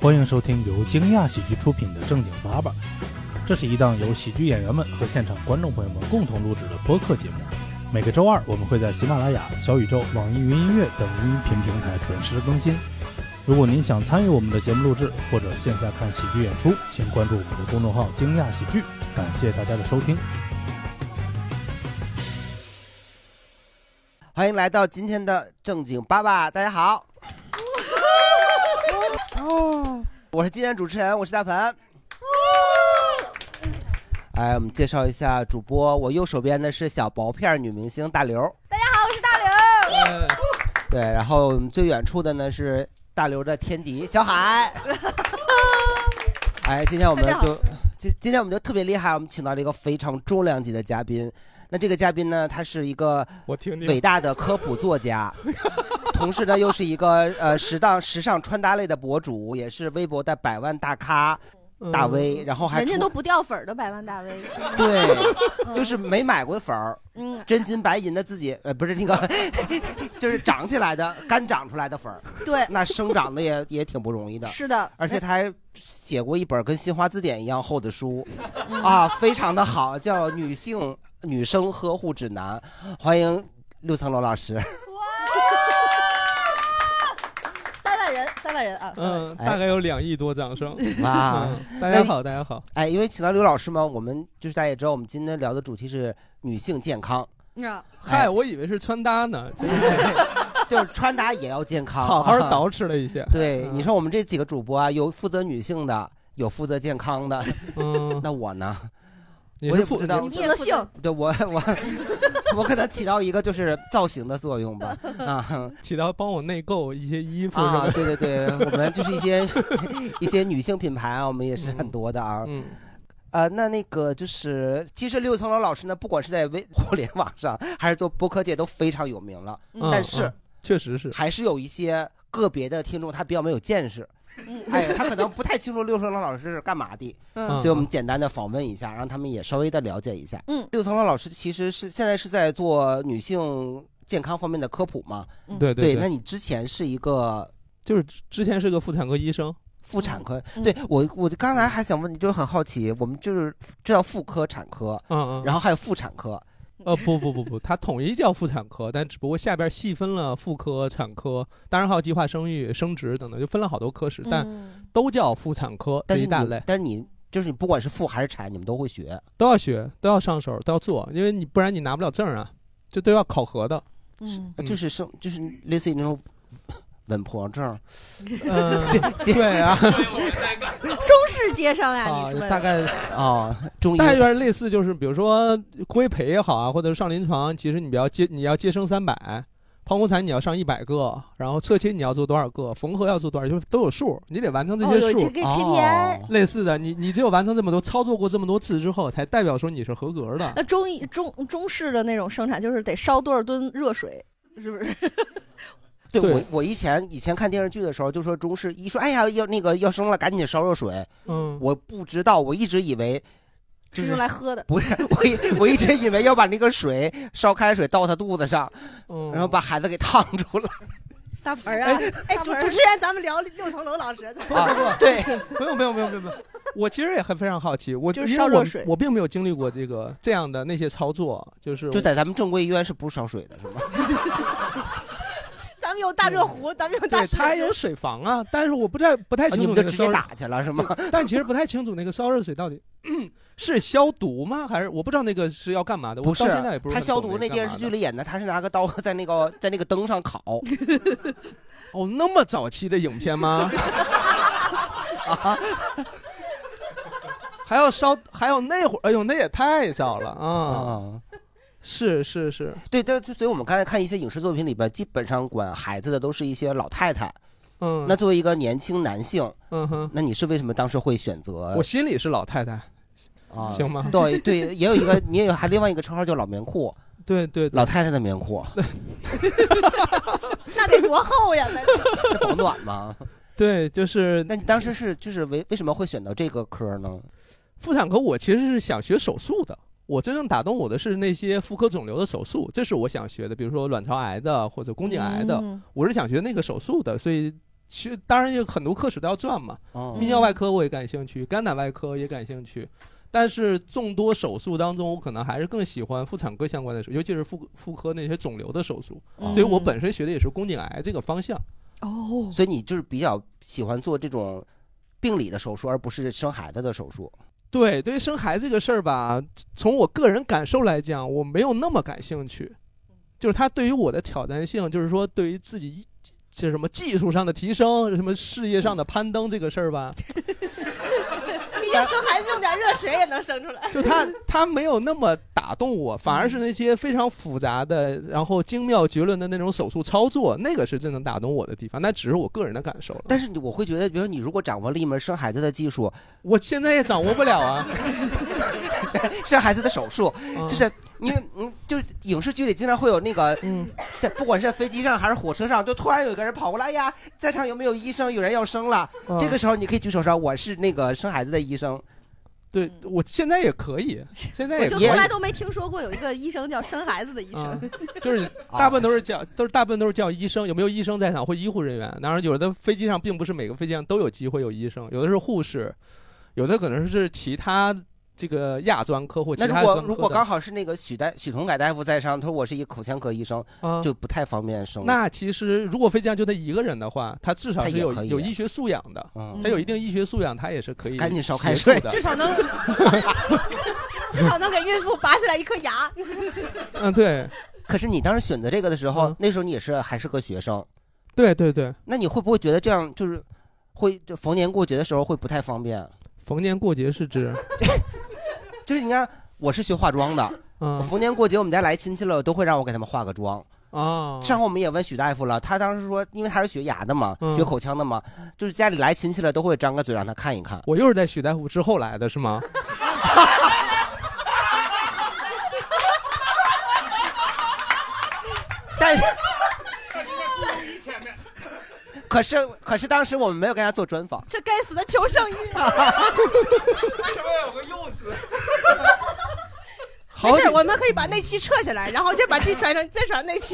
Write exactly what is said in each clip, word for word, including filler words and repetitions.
欢迎收听由惊讶喜剧出品的正经八百，这是一档由喜剧演员们和现场观众朋友们共同录制的播客节目。每个周二我们会在喜马拉雅、小宇宙、网易云音乐等音频平台准时更新。如果您想参与我们的节目录制或者线下看喜剧演出，请关注我们的公众号惊讶喜剧。感谢大家的收听。 欢迎来到今天的正经八百，大家好。哦，我是今天主持人，我是大鹏。哎，我们介绍一下主播，我右手边的是小薄片女明星大刘。 大家好，我是大刘。 对，然后我们最远处的呢是大刘的天敌小海。哎，今天我们就今今天我们就特别厉害，我们请到了一个非常重量级的嘉宾。那这个嘉宾呢，他是一个伟大的科普作家，同时呢又是一个呃时尚时尚穿搭类的博主，也是微博的百万大咖。大 V， 然后还人家都不掉粉的百万大 V， 是吗？ 对，嗯、就是没买过粉儿， 嗯， 真金白银的自己，呃，不是那个，就是长起来的，干长出来的粉儿， 对， 那生长的也也挺不容易的， 是的， 而且他还写过一本跟新华字典一样厚的书，嗯、啊，非常的好，叫《女性女生呵护指南》，欢迎六层楼老师。 三万人啊， 嗯，大概有两亿多掌声。 哇、 嗯，大家好，大家好。 哎，因为请到刘老师嘛，我们就是大家也知道，我们今天聊的主题是女性健康。 啊，嗨，我以为是穿搭呢，就是、 就是穿搭也要健康， 好好捯饬了一下。 对，嗯、你说我们这几个主播啊，有负责女性的，有负责健康的，嗯，那我呢？我也不知道， 你负责性， 对我我我可能起到一个就是造型的作用吧，啊， 起到帮我内购一些衣服啊，对对对，我们就是一些一些女性品牌啊，我们也是很多的啊，嗯，呃，那那个就是其实六层楼老师呢，不管是在微互联网上还是做播客界都非常有名了， 嗯、 但是、 嗯、确实是还是有一些个别的听众他比较没有见识。嗯，哎，他可能不太清楚六层楼老师是干嘛的，嗯，所以我们简单的访问一下，让他们也稍微的了解一下。嗯，六层楼老师其实是现在是在做女性健康方面的科普嘛？ 嗯、对对对, 对。那你之前是一个， 就是之前是个妇产科医生， 妇产科。嗯、对我，我刚才还想问你，就是很好奇，我们就是这叫妇科产科，嗯嗯，然后还有妇产科。 呃不不不不，它统一叫妇产科，但只不过下边细分了妇科、产科，当然还有计划生育、生殖等等，就分了好多科室，但都叫妇产科这一大类。 但是你就是你不管是妇还是产，你们都会学， 都要学，都要上手，都要做，因为你不然你拿不了证啊，就都要考核的。 嗯，就是生就是类似于那种稳婆证。 嗯，对啊。 中式接上呀、啊，你说大概啊，中医大概有点类似，就是比如说规培也好啊，或者是上临床，其实你要接你要接生三百，剖宫产你要上一百个，然后侧切你要做多少个，缝合要做多少，就是都有数，你得完成这些数。 哦，有这个 K P I、 哦、类似的，你你只有完成这么多，操作过这么多次之后，才代表说你是合格的。 那中医中中式的那种生产，就是得烧多少吨热水，是不是？ 对, 对我，我以前以前看电视剧的时候，就说中式一说，哎呀，要那个要生了，赶紧烧热水。嗯，我不知道，我一直以为就是用来喝的， 不是，我一我一直以为要把那个水烧开水倒他肚子上，嗯，然后把孩子给烫住了。 大盆啊！哎，主主持人，咱们聊六层楼老师。 啊，对， 不用不用不用不用不用。我其实也很非常好奇，我就是烧热水， 我并没有经历过这个这样的那些操作，就是就在咱们正规医院是不烧水的，是吗？ 咱们有大热壶，咱们有大对，它有水房啊，但是我不太不太清楚、那个哦、你们就直接打去了是吗？ 但其实不太清楚那个烧热水到底、嗯、是消毒吗？还是我不知道那个是要干嘛的？ 不是， 我到现在也不是他消毒那电视剧里演的，他是拿个刀在那个在那个灯上烤。 哦，那么早期的影片吗？啊，还要烧，还有那会儿，哎呦，那也太早了啊！啊是是是， 对对，所以我们刚才看一些影视作品里边，基本上管孩子的都是一些老太太。嗯，那作为一个年轻男性，嗯哼，那你是为什么当时会选择？ 我心里是老太太，啊，行吗？ 对对，也有一个，你也有还另外一个称号叫老棉裤。 对 对, 对， 老太太的棉裤， 那得多厚呀？ 那保暖吗？ 对，就是。 那你当时是就是为为什么会选择这个科呢？ 妇产科，我其实是想学手术的。我真正打动我的是那些妇科肿瘤的手术，这是我想学的，比如说卵巢癌的或者宫颈癌的，嗯、我是想学那个手术的，所以其实当然有很多科室都要转嘛， 哦泌尿外科我也感兴趣，肝胆外科也感兴趣。但是众多手术当中，我可能还是更喜欢妇产科相关的手术，尤其是妇妇科那些肿瘤的手术。 嗯、 所以我本身学的也是宫颈癌这个方向。 哦，所以你就是比较喜欢做这种病理的手术，而不是生孩子的手术。 对，对于生孩子这个事儿吧，从我个人感受来讲，我没有那么感兴趣。就是它对于我的挑战性，就是说对于自己就是什么技术上的提升，什么事业上的攀登这个事儿吧。 毕竟生孩子用点热水也能生出来。 就他他没有那么打动我，反而是那些非常复杂的，然后精妙绝伦的那种手术操作，那个是真正打动我的地方。那只是我个人的感受了。 但是我会觉得，比如说你如果掌握了一门生孩子的技术， 我现在也掌握不了啊。 生孩子的手术，嗯、就是因为嗯，就是影视剧里经常会有那个，嗯，在不管是在飞机上还是火车上，就突然有一个人跑过来，哎呀，在场有没有医生？有人要生了。嗯、这个时候你可以举手说我是那个生孩子的医生。 对，我现在也可以，现在也可以。 我就从来都没听说过有一个医生叫生孩子的医生， 啊、就是大部分都是叫，都是大部分都是叫医生。有没有医生在场或医护人员？当然，有的飞机上并不是每个飞机上都有机会有医生，有的是护士，有的可能是其他这个亚专科或其他专科。 那如果如果刚好是那个许代许同改大夫在上，他说我是一个口腔科医生，啊、就不太方便生。 那其实如果飞机上就他一个人的话，他至少是有有医学素养的，嗯、他有一定医学素养，他也是可以赶紧烧开水的， 至少能至少能给孕妇拔下来一颗牙。 嗯，对。 可是你当时选择这个的时候，嗯、那时候你也是还是个学生。 对对对。 那你会不会觉得这样就是会就逢年过节的时候会不太方便？ 逢年过节是指？ 就是你看，我是学化妆的，嗯、我逢年过节我们家来亲戚了，都会让我给他们化个妆。 哦， 上回我们也问许大夫了，他当时说，因为他是学牙的嘛，嗯、学口腔的嘛，就是家里来亲戚了都会张个嘴让他看一看。 我又是在许大夫之后来的是吗？ 但是，可是可是当时我们没有跟他做专访。 这该死的求生欲。 这边有个柚子。 没事，我们可以把那期撤下来，然后就把这传成再传那期。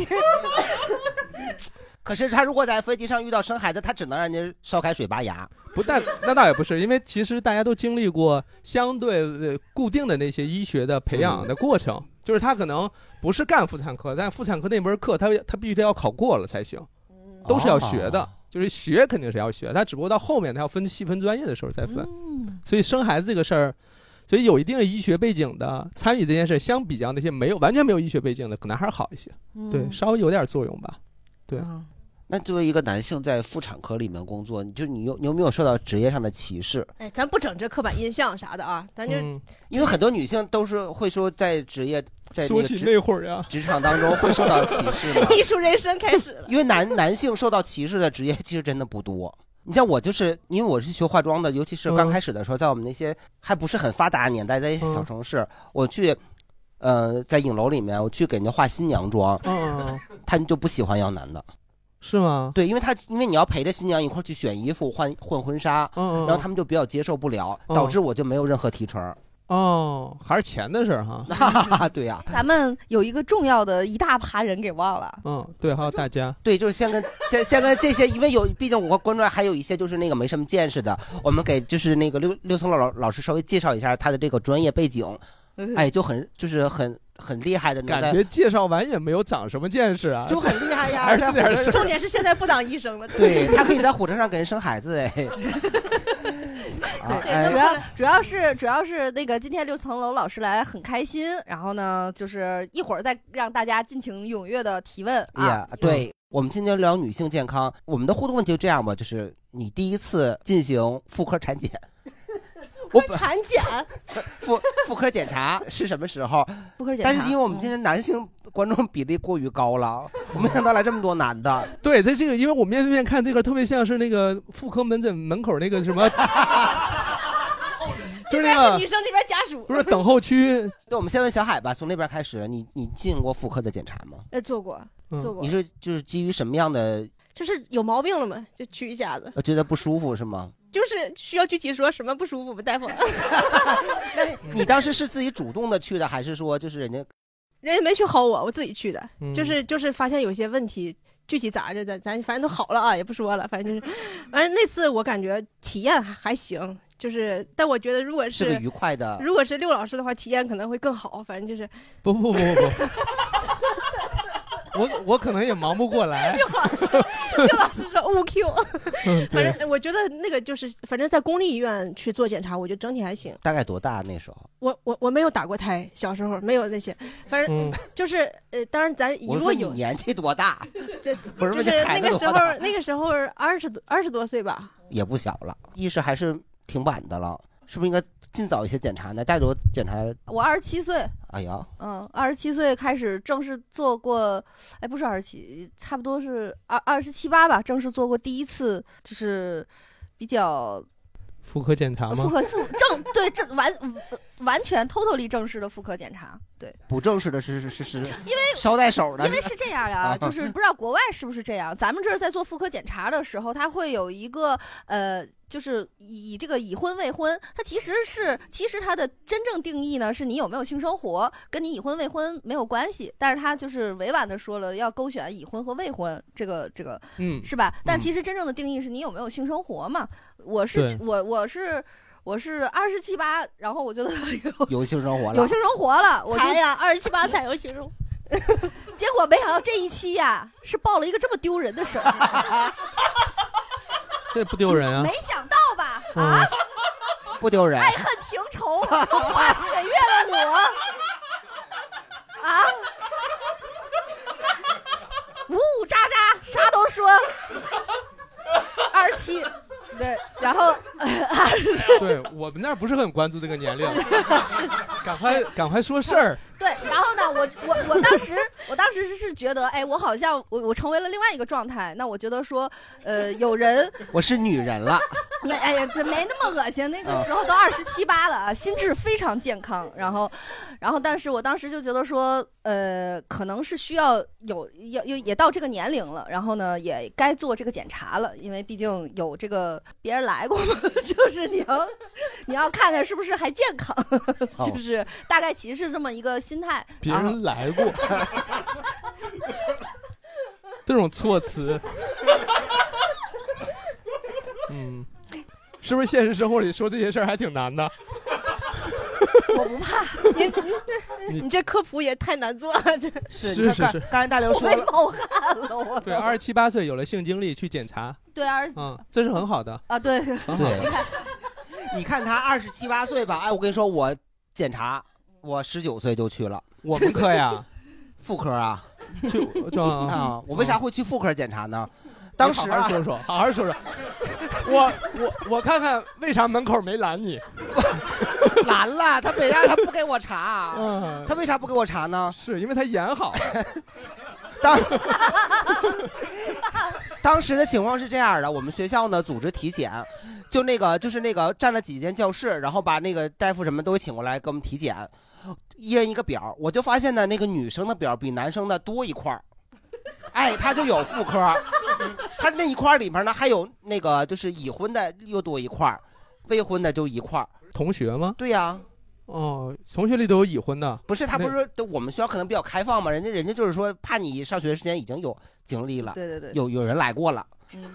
可是他如果在飞机上遇到生孩子，他只能让人家烧开水拔牙。 不但那倒也不是，因为其实大家都经历过相对、呃、固定的那些医学的培养的过程，嗯、就是他可能不是干妇产科，但妇产科那门课他他必须得要考过了才行，都是要学的。哦、就是学肯定是要学，他只不过到后面他要分细分专业的时候再分。嗯、所以生孩子这个事儿。所以有一定的医学背景的参与这件事，相比较那些没有完全没有医学背景的，可能还是好一些。嗯、对，稍微有点作用吧。对。嗯、 那作为一个男性在妇产科里面工作，你就你有你有没有受到职业上的歧视？ 哎，咱不整这刻板印象啥的啊，咱就、嗯、 因为很多女性都是会说在职业在那个说起那会儿呀， 职场当中会受到歧视嘛。 艺术人生开始了。 因为男男性受到歧视的职业其实真的不多。你像我就是因为我是学化妆的，尤其是刚开始的时候，在我们那些还不是很发达的年代，在一些小城市，嗯、我去，呃，在影楼里面，我去给人家画新娘妆，嗯，他就不喜欢要男的， 是吗？ 对，因为他因为你要陪着新娘一块去选衣服、换换婚纱，嗯，然后他们就比较接受不了，嗯、导致我就没有任何提成。 哦，还是钱的事儿哈。 对呀、啊， 咱们有一个重要的一大趴人给忘了。 嗯，对，还有大家。 对，就是先跟先先跟这些，因为有，毕竟我和观众还有一些就是那个没什么见识的，我们给就是那个六六层老老师稍微介绍一下他的这个专业背景。哎，就很就是很很厉害的。 感觉介绍完也没有长什么见识啊， 就很厉害呀。 还是点重点是现在不当医生了。 对，他可以在火车上给人生孩子哎。 对，哎、主要主要是主要是那个今天六层楼老师来很开心，然后呢，就是一会儿再让大家尽情踊跃的提问啊。 Yeah, 对，嗯、我们今天聊女性健康，我们的互动问题就这样吧，就是你第一次进行妇科产检。 我产检妇妇科检查是什么时候？ 妇科检查， 但是因为我们今天男性观众比例过于高了，嗯、我没想到来这么多男的。 对，在这个，因为我面对面看这个，特别像是那个妇科门诊门口那个什么，就是那个是女生这边家属， 不是等候区。 对，我们先问小海吧，从那边开始，你你进行过妇科的检查吗？ 呃，做过，做过。 你是就是基于什么样的？ 就是有毛病了嘛，就去一下子。 觉得不舒服是吗？ 就是需要具体说什么不舒服吗，大夫？ 你当时是自己主动的去的，还是说就是人家？ 人家没去薅我，我自己去的。嗯、就是就是发现有些问题， 具体咋着咱咱反正都好了啊，也不说了，反正就是，反正那次我感觉体验还还行，就是但我觉得如果是是个愉快的， 如果是六老师的话，体验可能会更好，反正就是不不不不不。我我可能也忙不过来。 六老师，六老师说误 Q，反正我觉得那个就是，反正在公立医院去做检查，我觉得整体还行。 大概多大那时候？ 我我我没有打过胎，小时候没有那些，反正就是呃，当然咱如果有你年纪多大， 这不是就是那个时候那个时候二十多二十多岁吧， 也不小了，意识还是挺晚的了。是不是应该尽早一些检查呢？大多检查。 我二十七岁。 哎呀， 嗯，二十七岁开始正式做过，哎，不是二十七，差不多是二二十七八吧，正式做过第一次，就是比较妇科检查吗？ 妇科妇正对正完完全 totally 正式的妇科检查，对。 不正式的是是是是，因为捎带手的。 因为是这样的啊，就是不知道国外是不是这样。咱们这儿在做妇科检查的时候，它会有一个呃。就是以这个已婚未婚，它其实是其实它的真正定义呢，是你有没有性生活，跟你已婚未婚没有关系。但是它就是委婉的说了，要勾选已婚和未婚，这个这个， 嗯， 是吧？但其实真正的定义是你有没有性生活嘛。我是我我是我是二十七八，然后我觉得有有性生活了， 有性生活了，我才呀，二十七八才有性生活。 结果没想到这一期呀，是报了一个这么丢人的事儿。 这不丢人啊！ 没想到吧？啊， 嗯、不丢人。 爱恨情仇，风花雪月的我，啊，呜呜喳喳，啥都说。二十七，对，然后二十。 对我们那儿不是很关注这个年龄，赶快赶快说事儿。 对，然后呢，我我我当时我当时是觉得，哎，我好像我我成为了另外一个状态。那我觉得说，呃，有人我是女人了， 没哎呀，没那么恶心。那个时候都二十七八了啊，心智非常健康。然后，然后，但是我当时就觉得说，呃，可能是需要有要也也到这个年龄了，然后呢，也该做这个检查了，因为毕竟有这个别人来过嘛，就是你要你要看看是不是还健康，就是大概其实是这么一个心态。 别人来过，这种措辞，嗯，是不是现实生活里说这些事儿还挺难的？ 我不怕， 你你你这科普也太难做了，这是是是是。 刚才大刘说了， 冒汗了我。 对，二十七八岁有了性经历去检查， 对二嗯，这是很好的啊，对， 很好的。 你看，你看他二十七八岁吧，哎，我跟你说，我检查，我十九岁就去了。 我们科呀， 妇科啊， 就就啊，我为啥会去妇科检查呢？当时啊，好好说说，好好说说。我我我看看为啥门口没拦你？ 拦了，他为啥他不给我查？ 嗯， 他为啥不给我查呢？ 是因为他演好。 当当时的情况是这样的，我们学校呢组织体检，就那个就是那个占了几间教室，然后把那个大夫什么都请过来给我们体检，一人一个表，我就发现呢那个女生的表比男生的多一块，哎，他就有妇科，他那一块里面呢还有那个就是已婚的又多一块，未婚的就一块。 同学吗？ 对呀、啊。 哦，同学里都有已婚的。 不是，他不是说我们学校可能比较开放嘛，人家人家就是说怕你上学时间已经有经历了， 对对对， 有有人来过了。 嗯、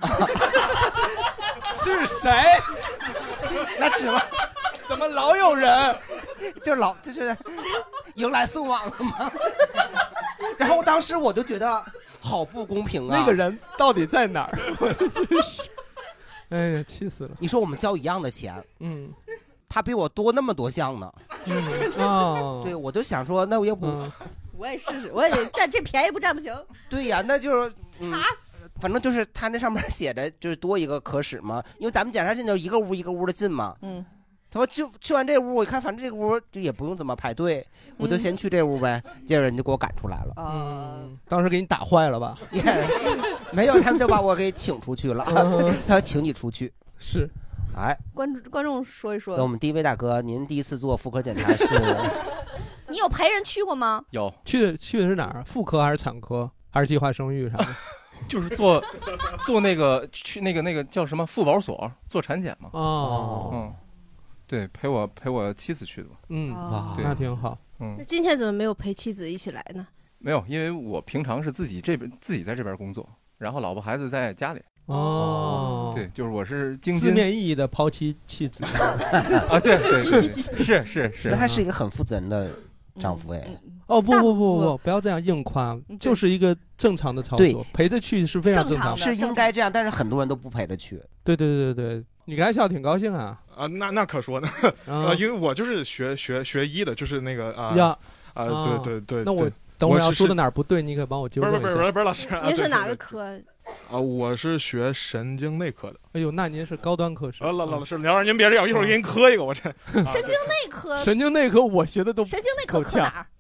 是谁？ 那指望怎么老有人？ 就老就是迎来送往了吗？然后当时我就觉得好不公平啊！ 那个人到底在哪儿？我真是，哎呀，气死了！ 你说我们交一样的钱， 嗯。 他比我多那么多项呢， 嗯哦， 对，我就想说，那我要不， 嗯、我也试试，我也占这便宜不占不行。 对呀，那就是， 嗯、 反正就是他那上面写着就是多一个科室嘛，因为咱们检查进就一个屋一个屋的进嘛。 嗯， 他说就去完这屋，我一看反正这个屋就也不用怎么排队，我就先去这屋呗，嗯、接着人就给我赶出来了。 嗯，当时给你打坏了吧？ 也没有，他们就把我给请出去了，嗯、他要请你出去。 是。 哎， 观观众说一说， 那我们第一位大哥，您第一次做妇科检查是？ 你有陪人去过吗？ 有， 去的去的是哪儿？妇科还是产科还是计划生育啥的？ 就是做做那个去那个那个叫什么妇保所做产检嘛。 哦， 嗯，对，陪我陪我妻子去的。 嗯，哇，那挺好。 嗯， 那今天怎么没有陪妻子一起来呢？ 没有，因为我平常是自己这边自己在这边工作。 然后老婆孩子在家里。 哦， 对，就是我是京字面意义的抛妻弃子啊，对对对，对是是是， 那他是一个很负责任的丈夫哎。 哦不不不不，不要这样硬夸，就是一个正常的操作，陪着去是非常正常的， 是应该这样，但是很多人都不陪着去。 对对对对，你刚才笑得挺高兴啊啊，那那可说呢，啊，因为我就是学学学医的，就是那个啊呀啊，对对对， 那我等会儿要说的哪儿不对，你可帮我纠正一下。 不是不是不是老师， 您是哪个科？ 啊，我是学神经内科的。 哎呦，那您是高端科室。 啊，老老师，梁老师您别这样，一会儿给您磕一个，我这。 神经内科。 神经内科我学的都。 神经内科科哪儿？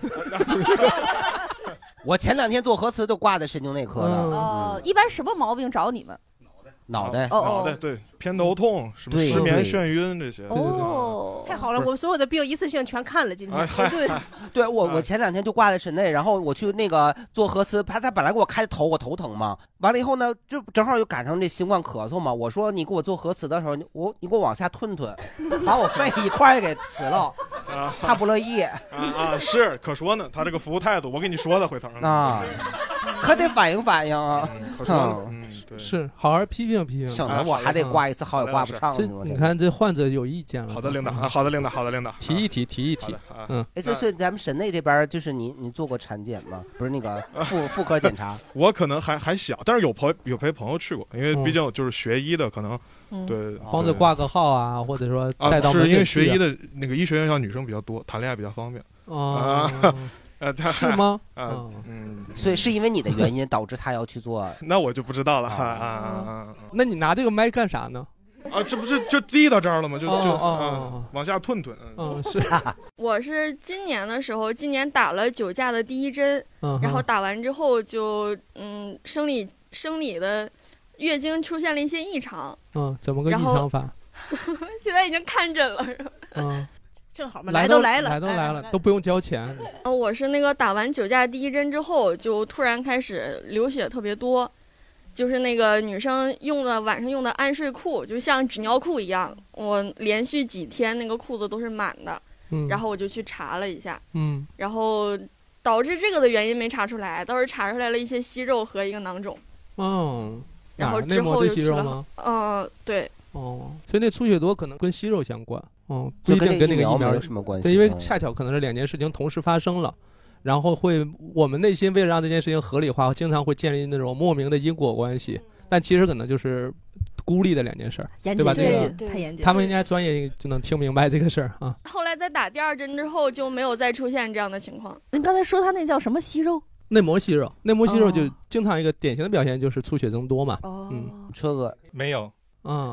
我前两天做核磁都挂在神经内科的。 哦，一般什么毛病找你们？ 脑袋， 脑袋，对，偏头痛，什么失眠、眩晕这些。 哦，太好了，我所有的病一次性全看了今天。 对，对我我前两天就挂在室内，然后我去那个做核磁，他他本来给我开头，我头疼嘛，完了以后呢，就正好又赶上这新冠咳嗽嘛，我说你给我做核磁的时候，我你给我往下吞吞，把我肺一块给磁了，他不乐意。 啊啊，是可说呢，他这个服务态度，我跟你说的，回头啊，可得反映反映啊， 可说呢，嗯，对， 是好好批评批评， 省得我还得挂一次号也挂不上。 你看这患者有意见了。 好的，领导啊，好的，领导，好的，领导， 提一提，提一提。嗯， 哎，这是咱们省内这边，就是你你做过产检吗？不是那个妇妇科检查。 我可能还还小，但是有朋有陪朋友去过，因为毕竟就是学医的，可能对帮着挂个号啊，或者说带到是因为学医的那个医学院校女生比较多，谈恋爱比较方便。 哦。 呃， 是吗？ 啊，嗯， 所以是因为你的原因导致他要去做， 那我就不知道了啊。 那你拿这个麦干啥呢？ 啊，这不是就递到这儿了吗？就就哦往下吞吞。 嗯，是。 我是今年的时候，今年打了酒驾的第一针，然后打完之后就嗯生理生理的月经出现了一些异常。 嗯，怎么个异常法？ 现在已经看诊了。 嗯。 正好嘛， 来都来了， 来都来了，都不用交钱。 我是那个打完酒驾第一针之后，就突然开始流血特别多，就是那个女生用的晚上用的安睡裤，就像纸尿裤一样，我连续几天那个裤子都是满的， 嗯、 然后我就去查了一下， 嗯， 然后导致这个的原因没查出来，倒是查出来了一些息肉和一个囊肿。 哦， 然后之后又去了， 嗯、 呃，对。 哦，所以那出血多可能跟息肉相关，哦，不一定跟那个疫苗有什么关系。 对，因为恰巧可能是两件事情同时发生了，然后会我们内心为了让这件事情合理化，经常会建立那种莫名的因果关系，但其实可能就是孤立的两件事，对吧？ 对对，太严谨。 他们应该专业就能听明白这个事儿啊。 后来在打第二针之后就没有再出现这样的情况。 您刚才说他那叫什么息肉？ 内膜息肉，内膜息肉就经常一个典型的表现就是出血增多嘛。 哦， 嗯， 车哥没有。 嗯，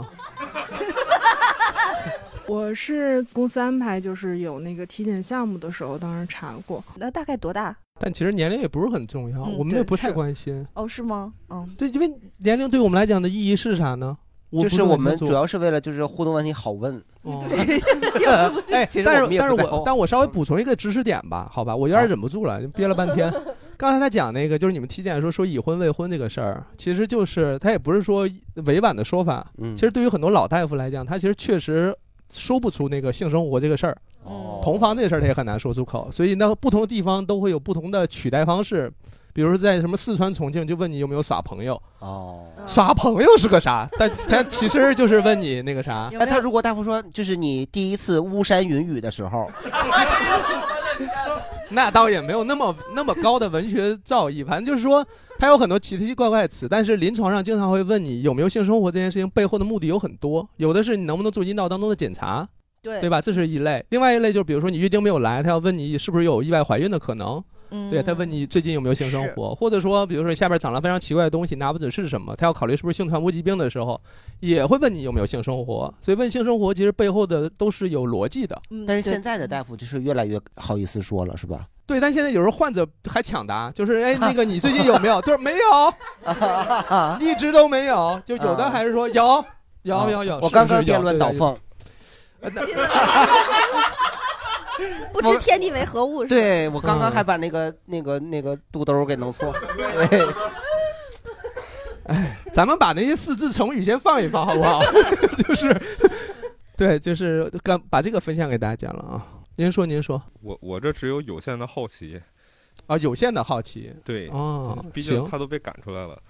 我是公司安排，就是有那个体检项目的时候，当时查过。 那大概多大？ 但其实年龄也不是很重要， 嗯、 我们也不太关心。 哦，是吗？嗯， 对，因为年龄对我们来讲的意义是啥呢？ 就是我们主要是为了就是互动问题好问。 哦，哎，但是但是我但我稍微补充一个知识点吧，好吧，我有点忍不住了，憋了半天。刚才他讲那个，就是你们体检说说已婚未婚这个事儿，其实就是他也不是说委婉的说法， 嗯， 其实对于很多老大夫来讲，他其实确实说不出那个性生活这个事儿， 哦， 同房这个事儿他也很难说出口，所以那不同的地方都会有不同的取代方式，比如说在什么四川、重庆就问你有没有耍朋友， 哦， 耍朋友是个啥？但他其实就是问你那个啥。 那他如果大夫说就是你第一次巫山云雨的时候。 那倒也没有那么那么高的文学造诣，反正就是说，它有很多奇奇怪怪的词，但是临床上经常会问你有没有性生活这件事情背后的目的有很多，有的是你能不能做阴道当中的检查， 对对吧？这是一类，另外一类就是比如说你月经没有来，他要问你是不是有意外怀孕的可能。 嗯， 对，他问你最近有没有性生活，或者说比如说下边长了非常奇怪的东西拿不准是什么，他要考虑是不是性传播疾病的时候，也会问你有没有性生活。所以问性生活其实背后的都是有逻辑的。 嗯，但是现在的大夫就是越来越好意思说了，是吧？ 对，但现在有时候患者还抢答，就是哎，那个你最近有没有？就是没有，一直都没有。就有的还是说有，有有有。 我刚刚辩论倒凤。 不知天地为何物。 对，我刚刚还把那个、嗯、那个那个肚兜给弄错。对， 哎，咱们把那些四字成语先放一放，好不好？就是，对，就是刚把这个分享给大家了啊。您说，您说， 我我这只有有限的好奇， 啊，有限的好奇， 对， 哦， 毕竟他都被赶出来了。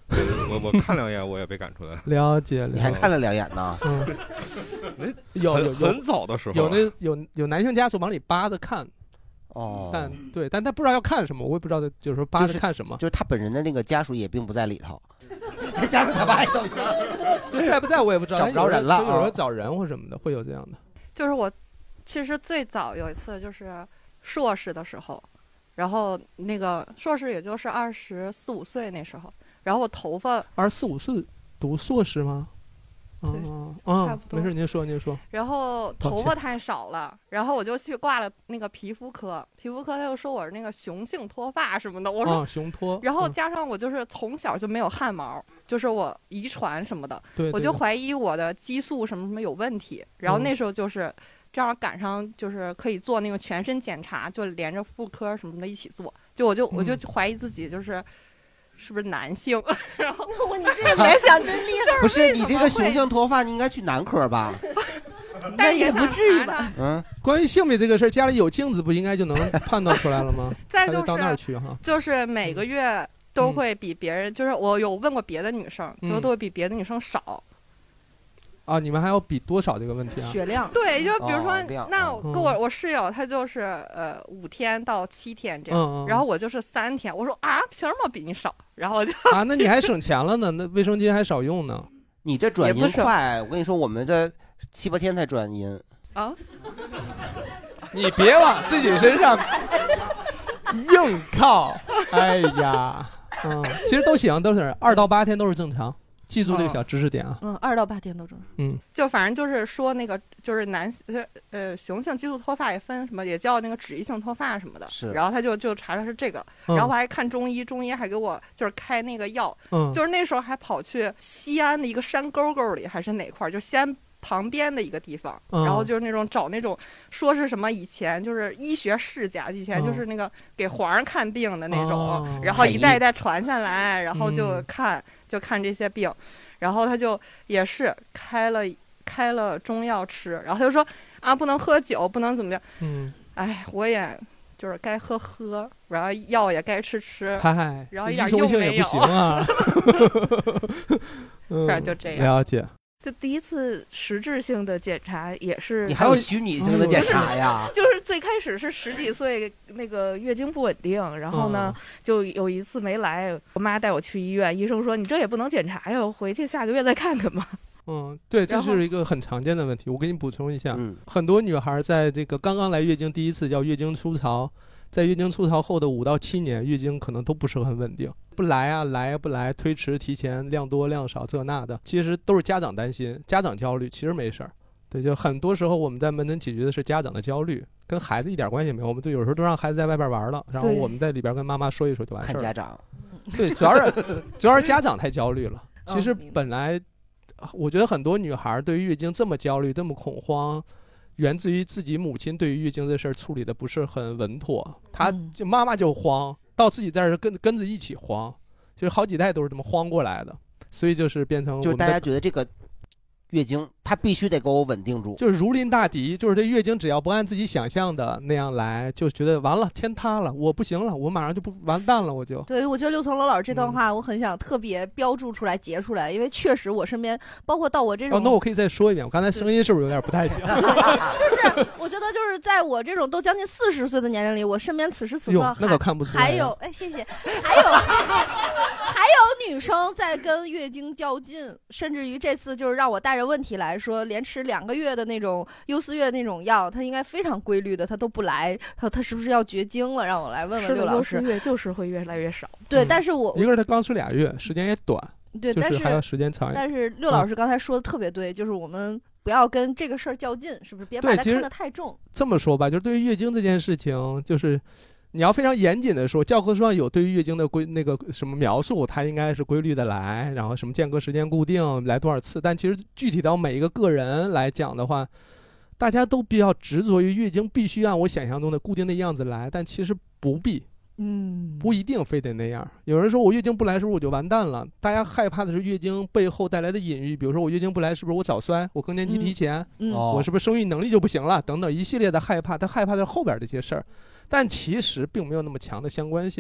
我我看两眼，我也被赶出来了。 了解，了解你还看了两眼呢？ 嗯， 有有很早的时候， 有那有有男性家属往里扒着看。 哦， 但对，但他不知道要看什么，我也不知道他就是说扒着看什么， 就是他本人的那个家属也并不在里头，家属他爸也等着， 对，在不在我也不知道， 找不着人了， 就有时候找人或什么的，会有这样的。 就是我其实最早有一次就是硕士的时候，然后那个硕士也就是二十四五岁那时候，然后我头发二十四五岁读硕士吗？ 嗯啊， 差不多。 没事，您说您说。 然后头发太少了，然后我就去挂了那个皮肤科，皮肤科他又说我是那个雄性脱发什么的，我说、 啊、雄脱。 然后加上我就是从小就没有汗毛，嗯、就是我遗传什么的， 对对对， 我就怀疑我的激素什么什么有问题。然后那时候就是正好赶上就是可以做那个全身检查，就连着妇科什么的一起做，就我就我就怀疑自己就是。是不是男性？然后我你这个联想真厉害。 不是你这个雄性脱发，你应该去男科吧？ 但也不至于吧？ 嗯。 关于性别这个事儿，家里有镜子不应该就能判断出来了吗？ 再就是到那儿去哈， 就是每个月都会比别人，嗯、就是我有问过别的女生， 嗯、 就都会比别的女生少。 啊，你们还要比多少这个问题啊？ 血量对，就比如说， 哦、 那跟我我室友他就是呃五天到七天这样， 嗯嗯、 然后我就是三天。我说啊，凭什么比你少？然后就啊，那你还省钱了呢？那卫生巾还少用呢。 你这转阴快，我跟你说，我们这七八天才转阴啊。 你别往自己身上硬靠。哎呀，嗯，其实都行，都是二到八天都是正常。记住这个小知识点啊！ 嗯，二到八天都正常。 嗯， 就反正就是说那个，就是男呃雄性激素脱发也分什么，也叫那个脂溢性脱发什么的。 是。 然后他就就查查是这个， 嗯、 然后我还看中医，中医还给我就是开那个药， 嗯， 就是那时候还跑去西安的一个山沟沟里还是哪块儿，就西安旁边的一个地方， 嗯、 然后就是那种找那种说是什么以前就是医学世家，以前就是那个给皇上看病的那种， 哦、 然后一代一代传下来，然后就看。嗯就看这些病，然后他就也是开了开了中药吃，然后他就说啊不能喝酒，不能怎么样。 嗯， 哎，我也就是该喝喝，然后药也该吃吃， 嗨， 然后一点用没有。 不行啊。 反正就这样。 了解。 就第一次实质性的检查也是， 你还有虚拟性的检查呀？ 就是最开始是十几岁，那个月经不稳定，然后呢， 嗯、 就有一次没来，我妈带我去医院，医生说你这也不能检查呀，回去下个月再看看吧。 嗯，对，这是一个很常见的问题。我给你补充一下， 嗯、 很多女孩在这个刚刚来月经第一次叫月经初潮。在月经初潮后的五到七年，月经可能都不是很稳定，不来啊来啊不来，推迟提前，量多量少这那的，其实都是家长担心，家长焦虑，其实没事儿。对，就很多时候我们在门诊解决的是家长的焦虑，跟孩子一点关系没有。我们就有时候都让孩子在外边玩了，然后我们在里边跟妈妈说一说就完事儿了。 看家长， 对，主要是主要是家长太焦虑了。其实本来我觉得很多女孩对于月经这么焦虑，这么恐慌。源自于自己母亲对于月经这事儿处理的不是很稳妥，她就妈妈就慌，到自己在这跟跟着一起慌，就是好几代都是这么慌过来的，所以就是变成就是大家觉得这个月经它必须得给我稳定住， 就是如临大敌，就是这月经只要不按自己想象的那样来，就觉得完了天塌了，我不行了，我马上就不完蛋了，我就对。我觉得六层楼老师这段话我很想特别标注出来截出来，因为确实我身边包括到我这种哦，那我可以再说一遍，我刚才声音是不是有点不太行？ 就是我觉得就是在我这种都将近四十岁的年龄里，我身边此时此刻那可看不出来还有哎谢谢，还有还有女生在跟月经较劲，甚至于这次就是让我带着问题来说，连吃两个月的那种优思悦那种药，它应该非常规律的，它都不来，它它是不是要绝经了？让我来问问刘老师。 优思悦就是会越来越少。 对， 嗯、 但是我一个是他刚吃俩月，时间也短， 对， 就但是还要时间长一点。 但是刘老师刚才说的特别对，嗯、就是我们不要跟这个事儿较劲，是不是？别把它看得太重。 这么说吧，就是对于月经这件事情，就是你要非常严谨的说，教科书上有对于月经的规那个什么描述，它应该是规律的来，然后什么间隔时间固定，来多少次。但其实具体到每一个个人来讲的话，大家都比较执着于月经必须按我想象中的固定的样子来，但其实不必。 嗯， 不一定非得那样。有人说我月经不来是不是我就完蛋了？大家害怕的是月经背后带来的隐喻，比如说我月经不来是不是我早衰，我更年期提前， 嗯嗯、 我是不是生育能力就不行了，等等一系列的害怕。他害怕的是后边这些事儿，但其实并没有那么强的相关性。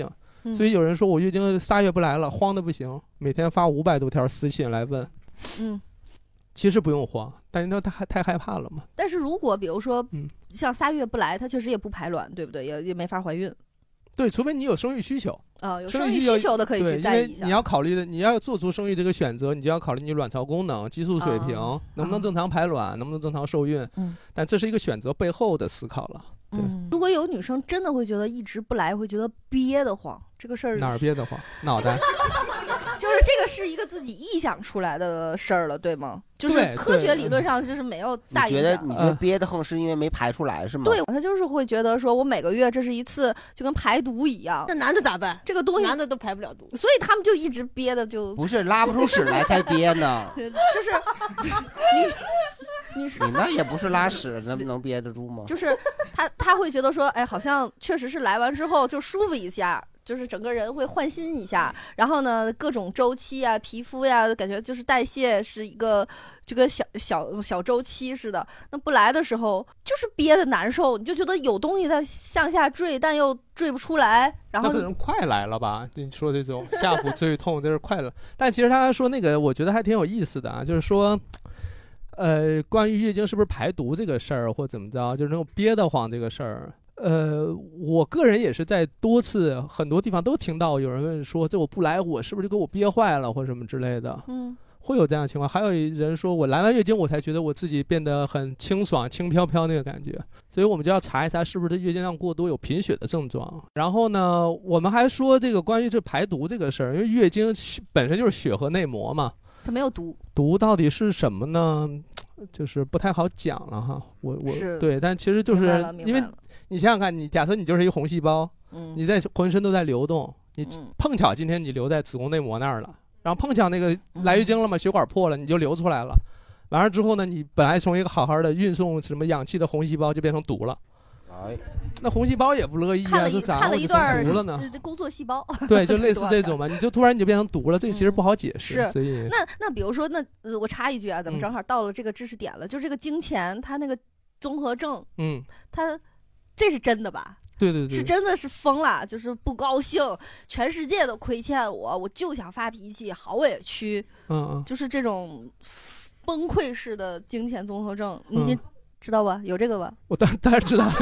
嗯所以有人说我月经仨月不来了，慌的不行，每天发五百多条私信来问。 嗯， 其实不用慌，但是他太太害怕了嘛。 但是如果比如说， 嗯， 像仨月不来，他确实也不排卵，对不对？也也没法怀孕。 对，除非你有生育需求。 啊、有生生育需求的可以去在意一下。 你要考虑的，你要做出生育这个选择，你就要考虑你卵巢功能、激素水平， 啊、 能不能正常排卵，能不能正常受孕。 嗯， 但这是一个选择背后的思考了。对， 嗯，如果有女生真的会觉得一直不来，会觉得憋得慌，这个事儿哪儿憋得慌？脑袋。 就是这个是一个自己臆想出来的事儿了，对吗？就是科学理论上就是没有大影响。 你觉得你觉得憋得慌是因为没排出来是吗？ 对，他就是会觉得说我每个月这是一次就跟排毒一样。 那男的咋办？ 这个东西男的都排不了毒， 所以他们就一直憋的就不是拉不出屎来才憋呢。 就是你你是你那也不是拉屎，那能憋得住吗？ 就是他他会觉得说，哎，好像确实是来完之后就舒服一下。就是整个人会换新一下，然后呢，各种周期啊，皮肤呀，感觉就是代谢是一个这个小小小周期似的。那不来的时候，就是憋得难受，你就觉得有东西在向下坠，但又坠不出来。然后那可能快来了吧？你说这种下腹坠痛，这是快了。但其实他说那个，我觉得还挺有意思的啊，就是说。呃，关于月经是不是排毒这个事儿，或怎么着，就是那种憋得慌这个事儿，呃，我个人也是在多次很多地方都听到有人问说，这我不来，我是不是就给我憋坏了，或什么之类的， 嗯， 会有这样的情况。还有人说我来完月经，我才觉得我自己变得很清爽、轻飘飘那个感觉，所以我们就要查一查是不是月经量过多有贫血的症状。然后呢，我们还说这个关于这排毒这个事儿，因为月经本身就是血和内膜嘛。 它没有毒， 毒到底是什么呢？就是不太好讲了哈。我我对，但其实就是因为你想想看，你假设你就是一个红细胞， 嗯， 你在浑身都在流动，你碰巧今天你留在子宫内膜那儿了，然后碰巧那个来月经了嘛，血管破了，你就流出来了。完了之后呢，你本来从一个好好的运送什么氧气的红细胞就变成毒了。哎，那红细胞也不乐意啊， 看了一看了一段毒了呢， 工作细胞， 对，就类似这种嘛，你就突然你就变成毒了，这个其实不好解释。 是， 所以那那比如说，那呃我插一句啊，咱们正好到了这个知识点了，就这个经前它那个综合症， 嗯， 它这是真的吧？ 对对对， 是真的是疯了，就是不高兴，全世界都亏欠我，我就想发脾气，好委屈， 嗯嗯， 就是这种崩溃式的经前综合症，嗯、你知道吧？有这个吧？ 我当当然知道。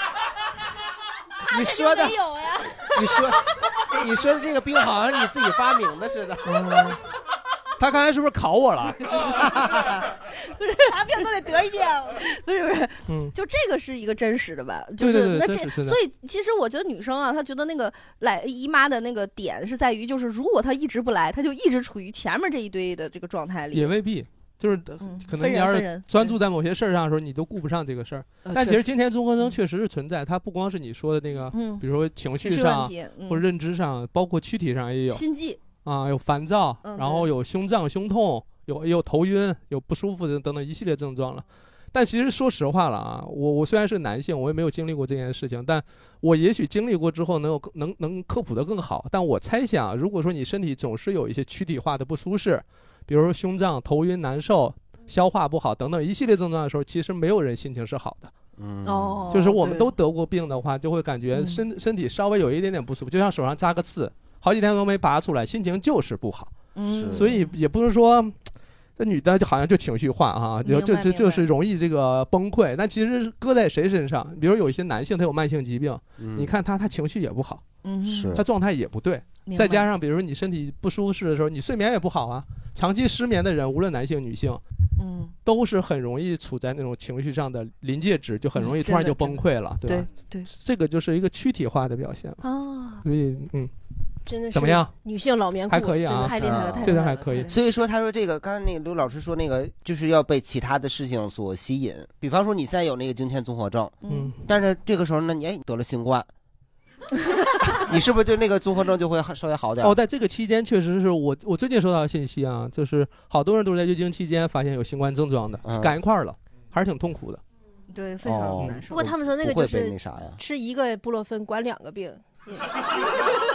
你说的没有呀？ 你说你说的这个病好像是你自己发明的似的。 嗯、他刚才是不是考我了？ 不是，啥病都得得一遍。 不是不是， 嗯， 就这个是一个真实的吧？就是对对对那这，所以其实我觉得女生啊，她觉得那个来姨妈的那个点是在于，就是如果她一直不来，她就一直处于前面这一堆的这个状态里。 也未必。就是可能你要是专注在某些事儿上的时候，你都顾不上这个事儿。但其实经前综合症确实是存在，它不光是你说的那个，比如说情绪上或者认知上，包括躯体上也有。 心悸啊，有烦躁，然后有胸胀、胸痛，有也有头晕，有不舒服的等等一系列症状了。但其实说实话了啊，我我虽然是男性，我也没有经历过这件事情，但我也许经历过之后能有能能科普得更好。但我猜想，如果说你身体总是有一些躯体化的不舒适，比如说胸胀、头晕、难受、消化不好等等一系列症状的时候，其实没有人心情是好的。 嗯， 哦， 就是我们都得过病的话，就会感觉身、嗯、身体稍微有一点点不舒服，就像手上扎个刺，好几天都没拔出来，心情就是不好。 嗯， 所以也不是说这女的就好像就情绪化哈，就就就就是容易这个崩溃。但其实搁在谁身上，比如有一些男性他有慢性疾病， 嗯、 你看他他情绪也不好， 嗯， 是他状态也不对，再加上比如说你身体不舒适的时候，你睡眠也不好啊。长期失眠的人，无论男性女性， 嗯， 都是很容易处在那种情绪上的临界值，就很容易突然就崩溃了，对吧？ 对对， 这个就是一个躯体化的表现啊。 所以，嗯， 真的是怎么样？ 女性老棉裤还可以啊， 太厉害了，太这个还可以。 所以说，他说这个，刚才那个刘老师说那个，就是要被其他的事情所吸引，比方说你现在有那个经前综合症， 嗯， 但是这个时候呢，你哎得了新冠。你是不是对那个综合症就会稍微好点？ 哦，在这个期间确实是我我最近收到的信息啊，就是好多人都是在月经期间发现有新冠症状的， 嗯、 赶一块儿了，还是挺痛苦的。 对，非常难受。 不过他们说那个就是那啥呀， 吃一个布洛芬管两个病。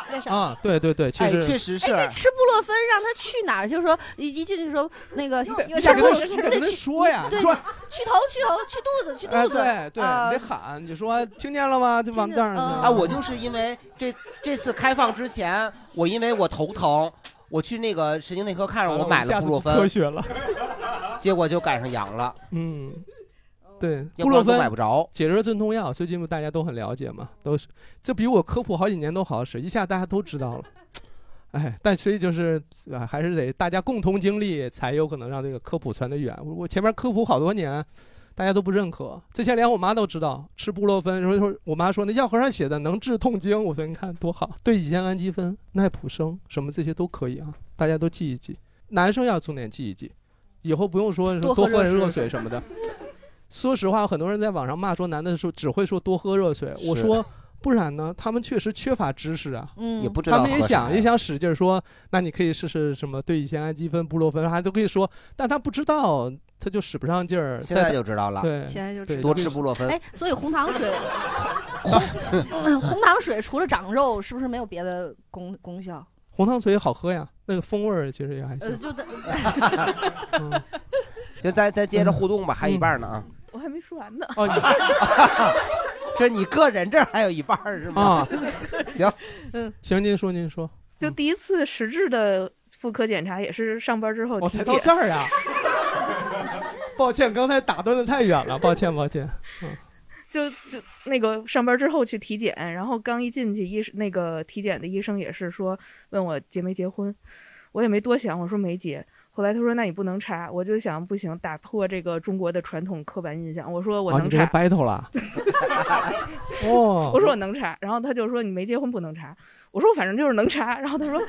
那啥啊，对对对，其实、 哎、确实是。 哎，这吃布洛芬让他去哪儿？就是说一一进去说那个， 你得跟他说呀， 对， 说去头去头去肚子去肚子， 哎、对对， 呃、 你得喊，你说听见了吗？就往那儿去啊！我就是因为这这次开放之前，我因为我头疼，我去那个神经内科看着，我买了布洛芬， 科学了， 结果就赶上阳了。 嗯。对， 布洛芬买不着， 解热镇痛药，最近大家都很了解嘛，都是这比我科普好几年都好使，一下大家都知道了。哎，但所以就是啊，还是得大家共同经历，才有可能让这个科普传得远。我我前面科普好多年，大家都不认可，之前连我妈都知道吃布洛芬，说说我妈说那药盒上写的能治痛经，我说你看多好，对乙酰氨基酚、奈普生什么这些都可以啊，大家都记一记。男生要重点记一记，以后不用说多喝热水什么的。说实话，很多人在网上骂说男的时候只会说多喝热水，我说不然呢，他们确实缺乏知识啊， 嗯，也不知道他们也想也想使劲说，那你可以试试什么对乙酰氨基酚、布洛芬，还都可以说，但他不知道，他就使不上劲儿。 现在就知道了， 对， 现在就知道多吃布洛芬。 哎，所以红糖水，红红糖水除了长肉，是不是没有别的功功效？ 红糖水好喝呀，那个风味儿其实也还行。 呃，就的， 嗯，行，再再接着互动吧，还有一半呢啊。 我还没说完呢。 哦，你这你个人这儿还有一半是吗？ 啊， 行， 嗯， 行，您说您说。 就第一次实质的妇科检查也是上班之后体检。 哦，才到这儿呀？抱歉，刚才打断的太远了，抱歉抱歉。嗯， 就就那个上班之后去体检，然后刚一进去，医那个体检的医生也是说问我结没结婚，我也没多想，我说没结。后来他说：“那你不能查。”我就想不行，打破这个中国的传统刻板印象。我说我能查。 哦、你这 battle 了。哦。 我说我能查，然后他就说你没结婚不能查。我说我反正就是能查，然后他说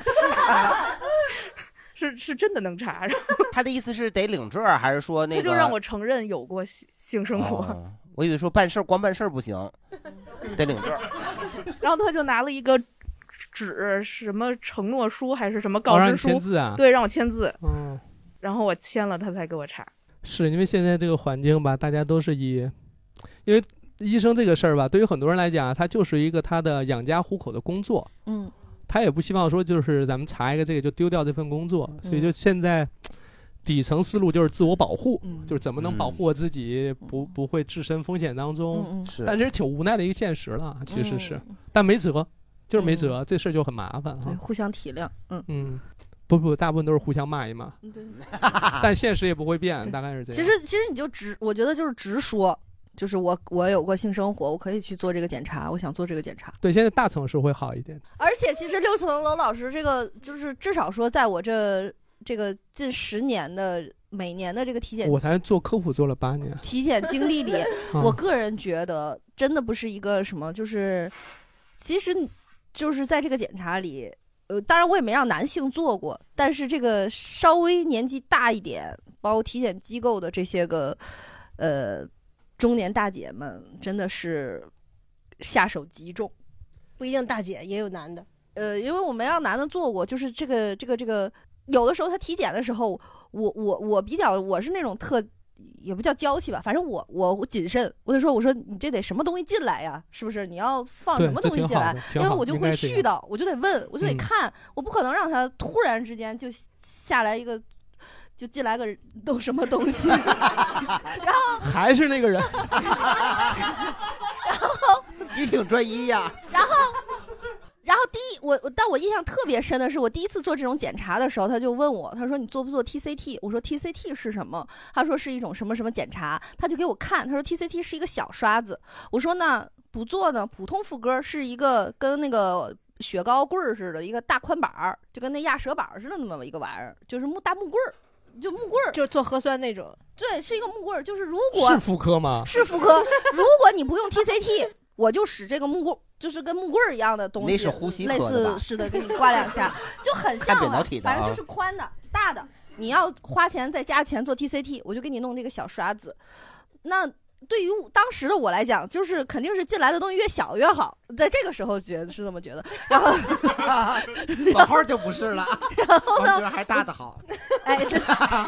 是是真的能查。 他的意思是得领证，还是说那个？ 他就让我承认有过性性生活。 哦、我以为说办事光办事不行，得领证。 然后他就拿了一个。纸什么承诺书还是什么告知书？ 哦、签字啊？ 对，让我签字。 嗯， 然后我签了，他才给我查。 是因为现在这个环境吧，大家都是以，因为医生这个事儿吧，对于很多人来讲，他就是一个他的养家糊口的工作。 嗯， 他也不希望说就是咱们查一个这个就丢掉这份工作，所以就现在底层思路就是自我保护， 嗯、 就是怎么能保护我自己不、嗯、不会置身风险当中。 嗯嗯、 是， 但这是挺无奈的一个现实了，其实是，嗯、但没辙。就是没辙，嗯、这事儿就很麻烦啊。 对，互相体谅。嗯嗯，不不，大部分都是互相骂一骂。 对。 但现实也不会变，大概是这样。 其实其实你就直，我觉得就是直说，就是我我有过性生活，我可以去做这个检查，我想做这个检查。 对，现在大城市会好一点。 而且其实六层楼老师这个，就是至少说，在我这这个近十年的每年的这个体检， 我才做科普做了八年。 体检经历里，我个人觉得真的不是一个什么，就是其实。就是在这个检查里，呃，当然我也没让男性做过，但是这个稍微年纪大一点，包括体检机构的这些个，呃，中年大姐们，真的是下手极重。 不一定大姐也有男的， 呃，因为我没让男的做过，就是这个这个这个，有的时候他体检的时候，我我我比较我是那种特。也不叫娇气吧，反正我我谨慎，我得说，我说你这得什么东西进来呀？是不是？你要放什么东西进来？因为我就会絮叨，我就得问，我就得看，嗯、我不可能让他突然之间就下来一个，就进来个都什么东西，然后还是那个人， 然后你挺专一呀， 然后。然后第一，我但我印象特别深的是，我第一次做这种检查的时候，他就问我，他说你做不做 T C T？ 我说 T C T 是什么？他说是一种什么什么检查，他就给我看，他说 T C T 是一个小刷子。我说那不做呢？普通妇科是一个跟那个雪糕棍儿似的，一个大宽板儿，就跟那压舌板似的那么一个玩意儿，就是木大木棍儿，就木棍儿， 就是做核酸那种。 对，是一个木棍儿，就是如果是妇科吗？ 是妇科。如果你不用 T C T。我就使这个木棍，就是跟木棍一样的东西， 那是呼吸科的吧， 类似是的，给你刮两下，就很像了。 啊、 反正就是宽的、大的。你要花钱再加钱做 T C T， 我就给你弄这个小刷子。那对于当时的我来讲，就是肯定是进来的东西越小越好，在这个时候觉得是这么觉得。然后老号就不是了， 然后呢， 还是大的好。 哎，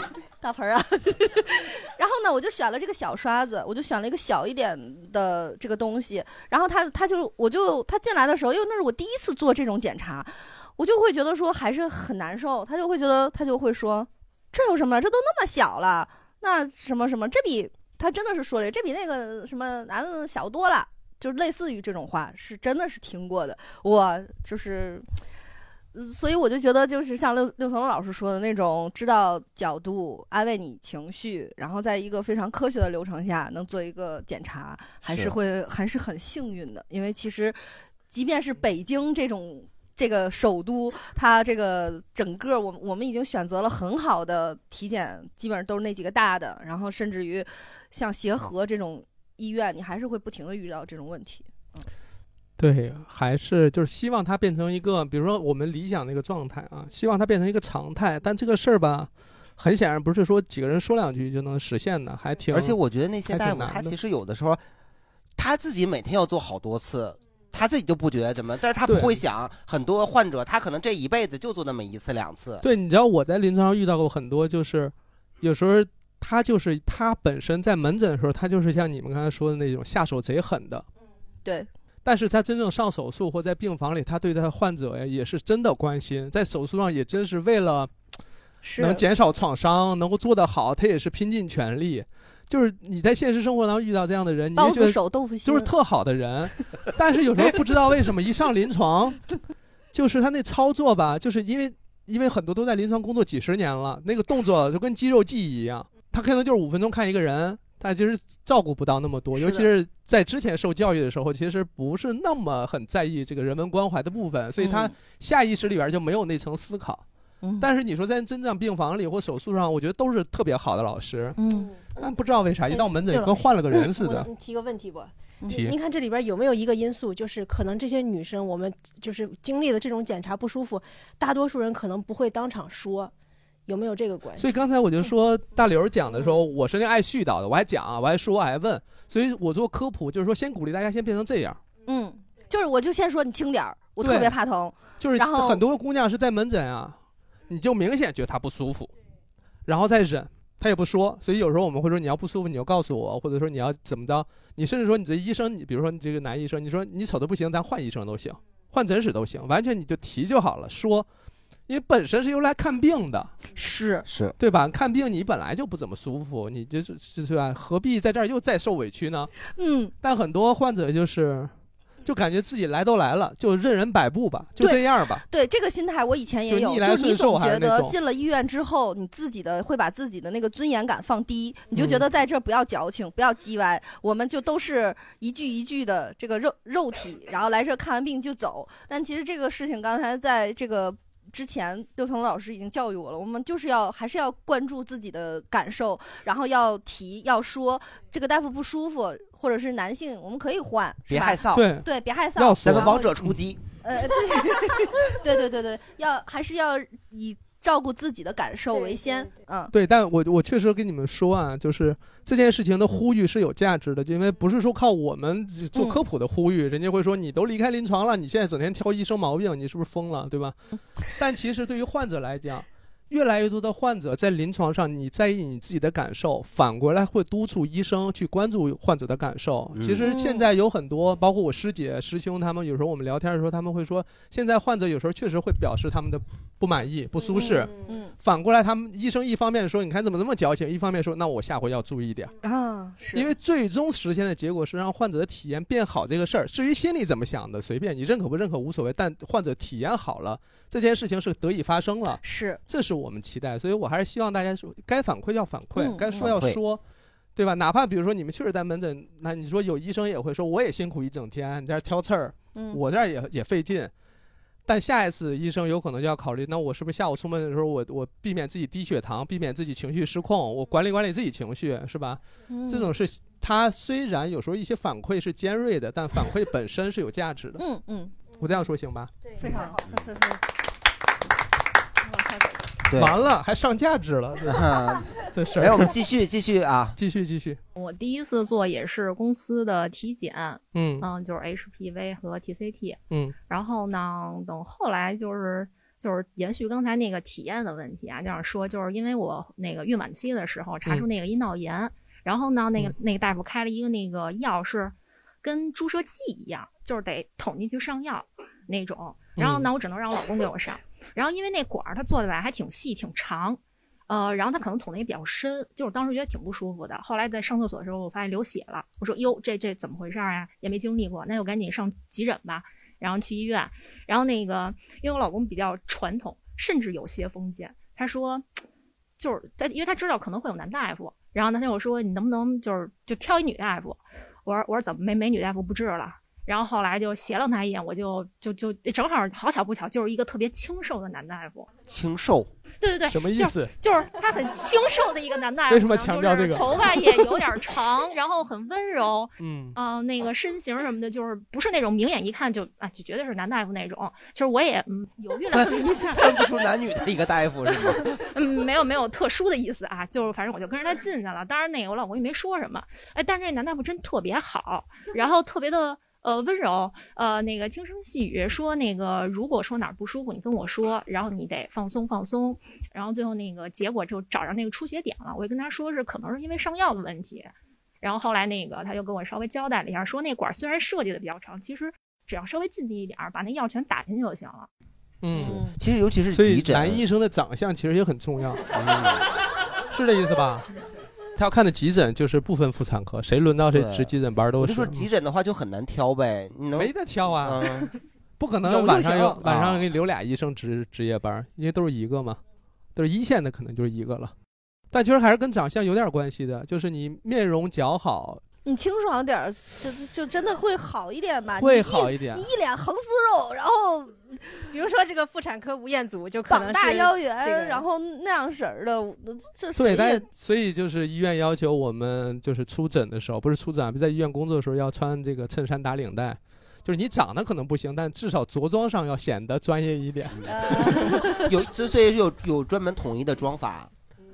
大盆啊。然后呢，我就选了这个小刷子，我就选了一个小一点的这个东西。然后他他就我就他进来的时候，因为那是我第一次做这种检查，我就会觉得说还是很难受。他就会觉得他就会说，这有什么？这都那么小了，那什么什么，这比他真的是说了，这比那个什么男的小多了。就类似于这种话是真的是听过的，我就是，所以我就觉得就是像六六层老师说的那种，知道角度，安慰你情绪，然后在一个非常科学的流程下能做一个检查，还是会还是很幸运的，因为其实即便是北京这种这个首都，它这个整个我我们已经选择了很好的体检，基本上都是那几个大的，然后甚至于像协和这种医院，你还是会不停的遇到这种问题。嗯， 对，还是就是希望它变成一个，比如说我们理想的一个状态啊，希望它变成一个常态。但这个事儿吧，很显然不是说几个人说两句就能实现的，还挺。 而且我觉得那些大夫他其实有的时候，他自己每天要做好多次，他自己就不觉得怎么，但是他不会想，很多患者他可能这一辈子就做那么一次两次。 对，你知道我在临床上遇到过很多，就是有时候。他就是他本身在门诊的时候，他就是像你们刚才说的那种下手贼狠的， 对。 但是他真正上手术或在病房里，他对他的患者呀也是真的关心，在手术上也真是为了能减少创伤，能够做得好，他也是拼尽全力。就是你在现实生活当中遇到这样的人，你刀子手豆腐心， 就是特好的人，但是有时候不知道为什么一上临床，就是他那操作吧，就是因为因为很多都在临床工作几十年了，那个动作就跟肌肉记忆一样。他可能就是五分钟看一个人，他其实照顾不到那么多，尤其是在之前受教育的时候，其实不是那么很在意这个人文关怀的部分，所以他下意识里边就没有那层思考。嗯、但是你说在真正病房里或手术上，我觉得都是特别好的老师。嗯，但不知道为啥一到门诊跟换了个人似的。 你提个问题不？ 提。 您看这里边有没有一个因素，就是可能这些女生，我们就是经历了这种检查不舒服，大多数人可能不会当场说。有没有这个关系？ 所以刚才我就说，大刘讲的时候，我是那爱絮叨的，我还讲，我还说，我还问，所以我做科普就是说，先鼓励大家先变成这样。 嗯，就是我就先说你轻点儿，我特别怕疼。 就是然后很多姑娘是在门诊啊，你就明显觉得她不舒服，然后再忍，她也不说。所以有时候我们会说，你要不舒服，你就告诉我，或者说你要怎么着，你甚至说你这医生，你比如说你这个男医生，你说你瞅的不行，咱换医生都行，换诊室都行，完全你就提就好了，说。因为本身是用来看病的， 是是， 对吧？看病你本来就不怎么舒服，你就是是吧？何必在这儿又再受委屈呢？ 嗯。 但很多患者就是，就感觉自己来都来了，就任人摆布吧，就这样吧。 对，对这个心态我以前也有， 就就你总觉得进了医院之后，你自己的会把自己的那个尊严感放低，你就觉得在这儿不要矫情，不要叽歪，我们就都是一句一句的这个肉肉体，然后来这看完病就走。但其实这个事情刚才在这个。之前六层老师已经教育我了，我们就是要还是要关注自己的感受，然后要提要说这个大夫不舒服，或者是男性我们可以换， 别害臊， 对对，别害臊， 咱们王者出击， 呃，对对对对对，要还是要以照顾自己的感受为先，嗯， 对，但我我确实跟你们说啊，就是这件事情的呼吁是有价值的，就因为不是说靠我们做科普的呼吁，嗯、人家会说你都离开临床了，你现在整天挑医生毛病，你是不是疯了，对吧？但其实对于患者来讲，越来越多的患者在临床上，你在意你自己的感受，反过来会督促医生去关注患者的感受。嗯、其实现在有很多，包括我师姐、师兄他们，有时候我们聊天的时候，他们会说，现在患者有时候确实会表示他们的不满意、不舒适。嗯，嗯反过来他们医生一方面说，你看怎么那么矫情，一方面说，那我下回要注意一点啊。是， 因为最终实现的结果是让患者的体验变好这个事儿。至于心里怎么想的，随便你认可不认可无所谓，但患者体验好了，这件事情是得以发生了。 是， 这是我们期待，所以我还是希望大家说，该反馈要反馈， 嗯、 该说要说，对吧？哪怕比如说你们确实在门诊，那你说有医生也会说，我也辛苦一整天，你在这挑刺儿， 嗯、 我这儿也也费劲。但下一次医生有可能就要考虑，那我是不是下午出门的时候，我我避免自己低血糖，避免自己情绪失控，我管理管理自己情绪，是吧？ 嗯、 这种是它虽然有时候一些反馈是尖锐的，但反馈本身是有价值的。 嗯嗯， 我这样说行吧？ 对，非常好，非常好。 完了，还上价值了，这事儿。 来，我们继续继续啊， 继续继续。 我第一次做也是公司的体检， 嗯嗯，就是 H P V 和 T C T， 嗯， 然后呢，等后来就是就是延续刚才那个体验的问题啊，这样说，就是因为我那个孕晚期的时候查出那个阴道炎，嗯、然后呢，那个那个大夫开了一个那个药是跟注射器一样，就是得捅进去上药那种，然后呢，我只能让我老公给我上，然后因为那管儿他做的吧还挺细挺长。呃，然后他可能捅的也比较深，就是当时觉得挺不舒服的。后来在上厕所的时候，我发现流血了，我说哟，这这怎么回事啊？也没经历过，那就赶紧上急诊吧。然后去医院，然后那个因为我老公比较传统，甚至有些封建，他说就是他，因为他知道可能会有男大夫，然后呢他就说你能不能就是就挑一女大夫？我说我说怎么没没女大夫不治了？然后后来就斜了他一眼，我就就就正好好巧不巧就是一个特别清瘦的男大夫。 清瘦。 对对对， 什么意思？ 就, 就是他很清瘦的一个男大夫， 为什么强调这个？ 头发也有点长，然后很温柔， 嗯啊、呃，那个身形什么的，就是不是那种明眼一看就啊就绝对是男大夫那种。其实我也嗯犹豫了这么一下， 分不出男女的一个大夫是吗？ 嗯，没有没有特殊的意思啊，就是反正我就跟着他进去了。当然那个我老公也没说什么，哎，但是这男大夫真特别好，然后特别的。呃，温柔，呃，那个轻声细语说，那个如果说哪儿不舒服，你跟我说，然后你得放松放松，然后最后那个结果就找着那个出血点了，我就跟他说是可能是因为上药的问题，然后后来那个他就跟我稍微交代了一下，说那管虽然设计的比较长，其实只要稍微进去一点，把那药全打进去就行了。 嗯， 其实尤其是急诊， 所以男医生的长相其实也很重要，嗯、是这意思吧？他要看的急诊就是不分妇产科，谁轮到谁值急诊班都是。 我就说急诊的话就很难挑呗，你能没得挑啊， 嗯、 不可能晚上有晚上给你留俩医生值值夜班，因为都是一个嘛，都是一线的可能就是一个了。但其实还是跟长相有点关系的，就是你面容姣好。 你清爽点儿，就就真的会好一点吧？ 会好一点。 你一脸横丝肉，然后比如说这个妇产科吴彦祖就可能是膀大腰圆， 这个、 然后那样式儿的，这对，但所以就是医院要求我们就是出诊的时候，不是出诊，在医院工作的时候要穿这个衬衫打领带。就是你长得可能不行，但至少着装上要显得专业一点。 呃、有，所以有有专门统一的妆法。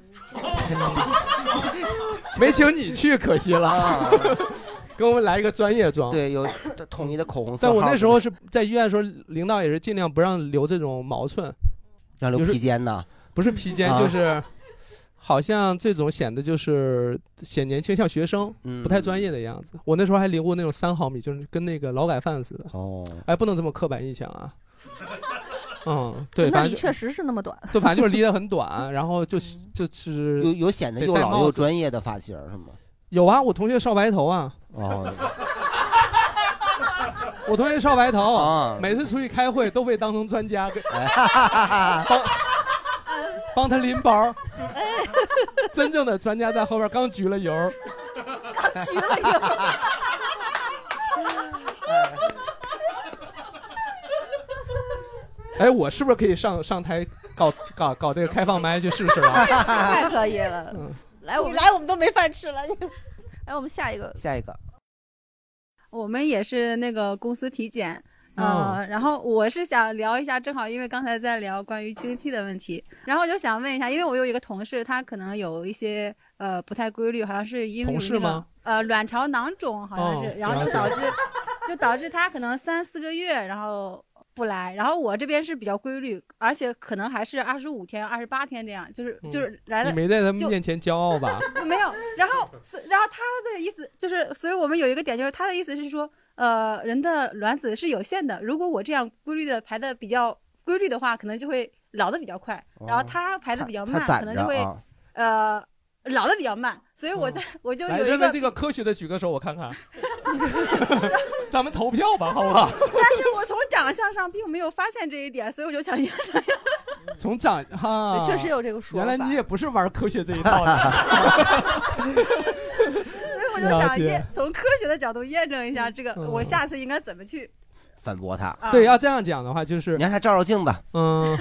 没请你去，可惜了。啊、给我们来一个专业妆。 对，有统一的口红色。 但我那时候是在医院的时候，领导也是尽量不让留这种毛寸， 让留披肩呢？ 不是披肩，啊、就是好像这种显得就是显年轻，像学生， 嗯、 不太专业的样子。我那时候还留过那种三毫米，就是跟那个劳改犯似的。 哦， 哎，不能这么刻板印象啊。嗯，对， 那里确实是那么短， 就反正就是离得很短，然后就就是有有显得又老又专业的发型是吗？ 有啊，我同学少白头啊。 哦， 我同学少白头， 啊、 每次出去开会都被当成专家给帮帮他拎包。真正的专家在后边刚举了油， 刚举了油。 哎，我是不是可以上上台搞搞搞这个开放麦去试试啊？ 太可以了！嗯、来，我们来，我们都没饭吃了。 来，我们下一个， 下一个。 我们也是那个公司体检，呃，嗯、然后我是想聊一下，正好因为刚才在聊关于经期的问题，然后我就想问一下，因为我有一个同事，他可能有一些呃不太规律，好像是因为有那个呃卵巢囊肿，好像是，哦、然后就导致就导致他可能三四个月，然后。不来，然后我这边是比较规律，而且可能还是二十五天、二十八天这样，就是就是来的。 你没在他们面前骄傲吧？ 没有。然后，然后他的意思就是，所以我们有一个点，就是他的意思是说，呃，人的卵子是有限的，如果我这样规律的排的比较规律的话，可能就会老的比较快，然后他排的比较慢，可能就会、啊、呃老的比较慢。所以我在、嗯、我就有一个来，这个科学的举个手，我看看。咱们投票吧，好不好？ 但是我从长相上并没有发现这一点，所以我就想要这样。 从长哈， 确实有这个说法。原来你也不是玩科学这一套的。 所以我就想验从科学的角度验证一下这个，嗯、我下次应该怎么去反驳他？ 啊、 对，要这样讲的话，就是你让他照照镜子。 嗯。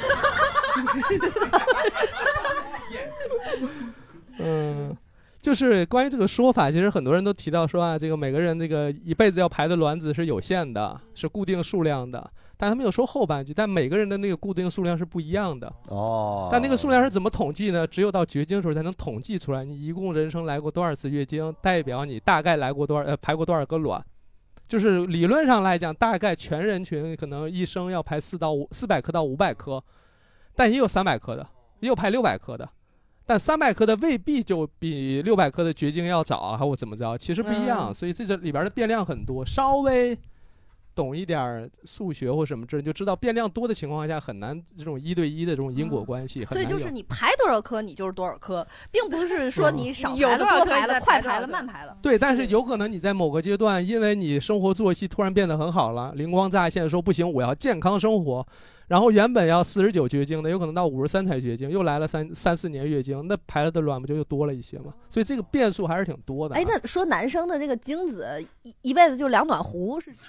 嗯。就是关于这个说法，其实很多人都提到说啊，这个每个人这个一辈子要排的卵子是有限的，是固定数量的，但他没有说后半句，但每个人的那个固定数量是不一样的哦。 但那个数量是怎么统计呢？只有到绝经的时候才能统计出来，你一共人生来过多少次月经，代表你大概来过多少呃排过多少个卵。就是理论上来讲，大概全人群可能一生要排四到五四百颗到五百颗， 但也有三百克的，也有拍六百克的。但三百克的未必就比六百克的绝经要早，还或怎么着，其实不一样。嗯、所以这个里边的变量很多，稍微懂一点数学或什么之类，就知道变量多的情况下很难这种一对一的这种因果关系。嗯、 所以就是你排多少颗，你就是多少颗，并不是说你少排了、多排了、快排了、慢排了。 对，但是有可能你在某个阶段，因为你生活作息突然变得很好了，灵光乍现，说不行，我要健康生活。然后原本要四十九绝经的，有可能到五十三才绝经，又来了三三四年月经，那排了的卵不就又多了一些吗？所以这个变数还是挺多的、啊。 哎，那说男生的这个精子一一辈子就两暖壶是？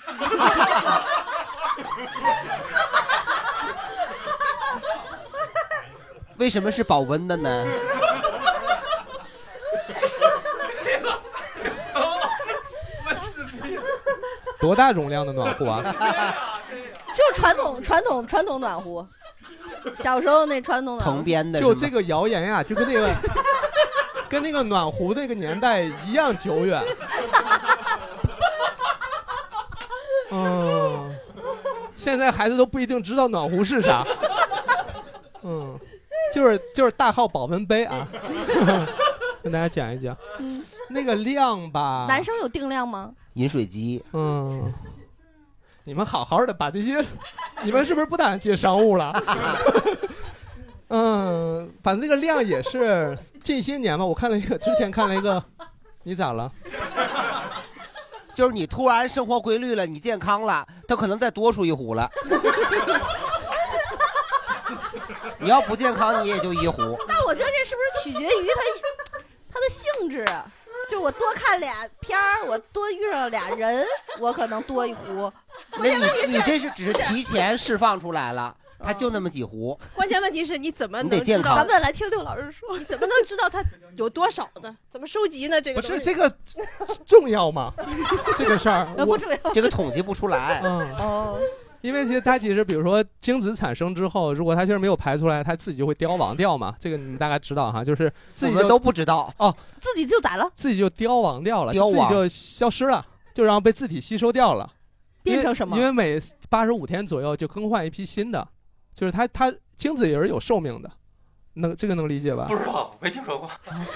为什么是保温的呢？ 多大容量的暖壶啊？ 就传统传统传统暖壶，小时候那传统暖壶藤编的， 就这个谣言呀、啊，就跟那个跟那个暖壶那个年代一样久远。嗯，现在孩子都不一定知道暖壶是啥。嗯，就是就是大号保温杯啊，跟大家讲一讲。嗯，那个量吧， 男生有定量吗？ 饮水机， 嗯。你们好好的把这些，你们是不是不打算接商务了？嗯，反正这个量也是近些年嘛。我看了一个，之前看了一个，你咋了？ 就是你突然生活规律了，你健康了，他可能再多出一壶了。你要不健康，你也就一壶。 那我觉得这是不是取决于他他的性质？就我多看俩片儿，我多遇上俩人，我可能多一壶。 那你你这是只是提前释放出来了，它就那么几壶。 关键问题是你怎么能知道？ 咱们来听六老师说， 你怎么能知道它有多少呢？怎么收集呢？这个不是这个重要吗？这个事儿不重要， 这个统计不出来。 嗯哦。 因为其实它其实，比如说精子产生之后，如果它确实没有排出来，它自己就会凋亡掉嘛。这个你们大概知道哈，就是自己我们都不知道哦， 自己就咋了？ 自己就凋亡掉了， 凋亡自己就消失了，就然后被自己吸收掉了， 变成什么？ 因为每八十五天左右就更换一批新的，就是它它精子也是有寿命的，能这个能理解吧？ 不知道，没听说过。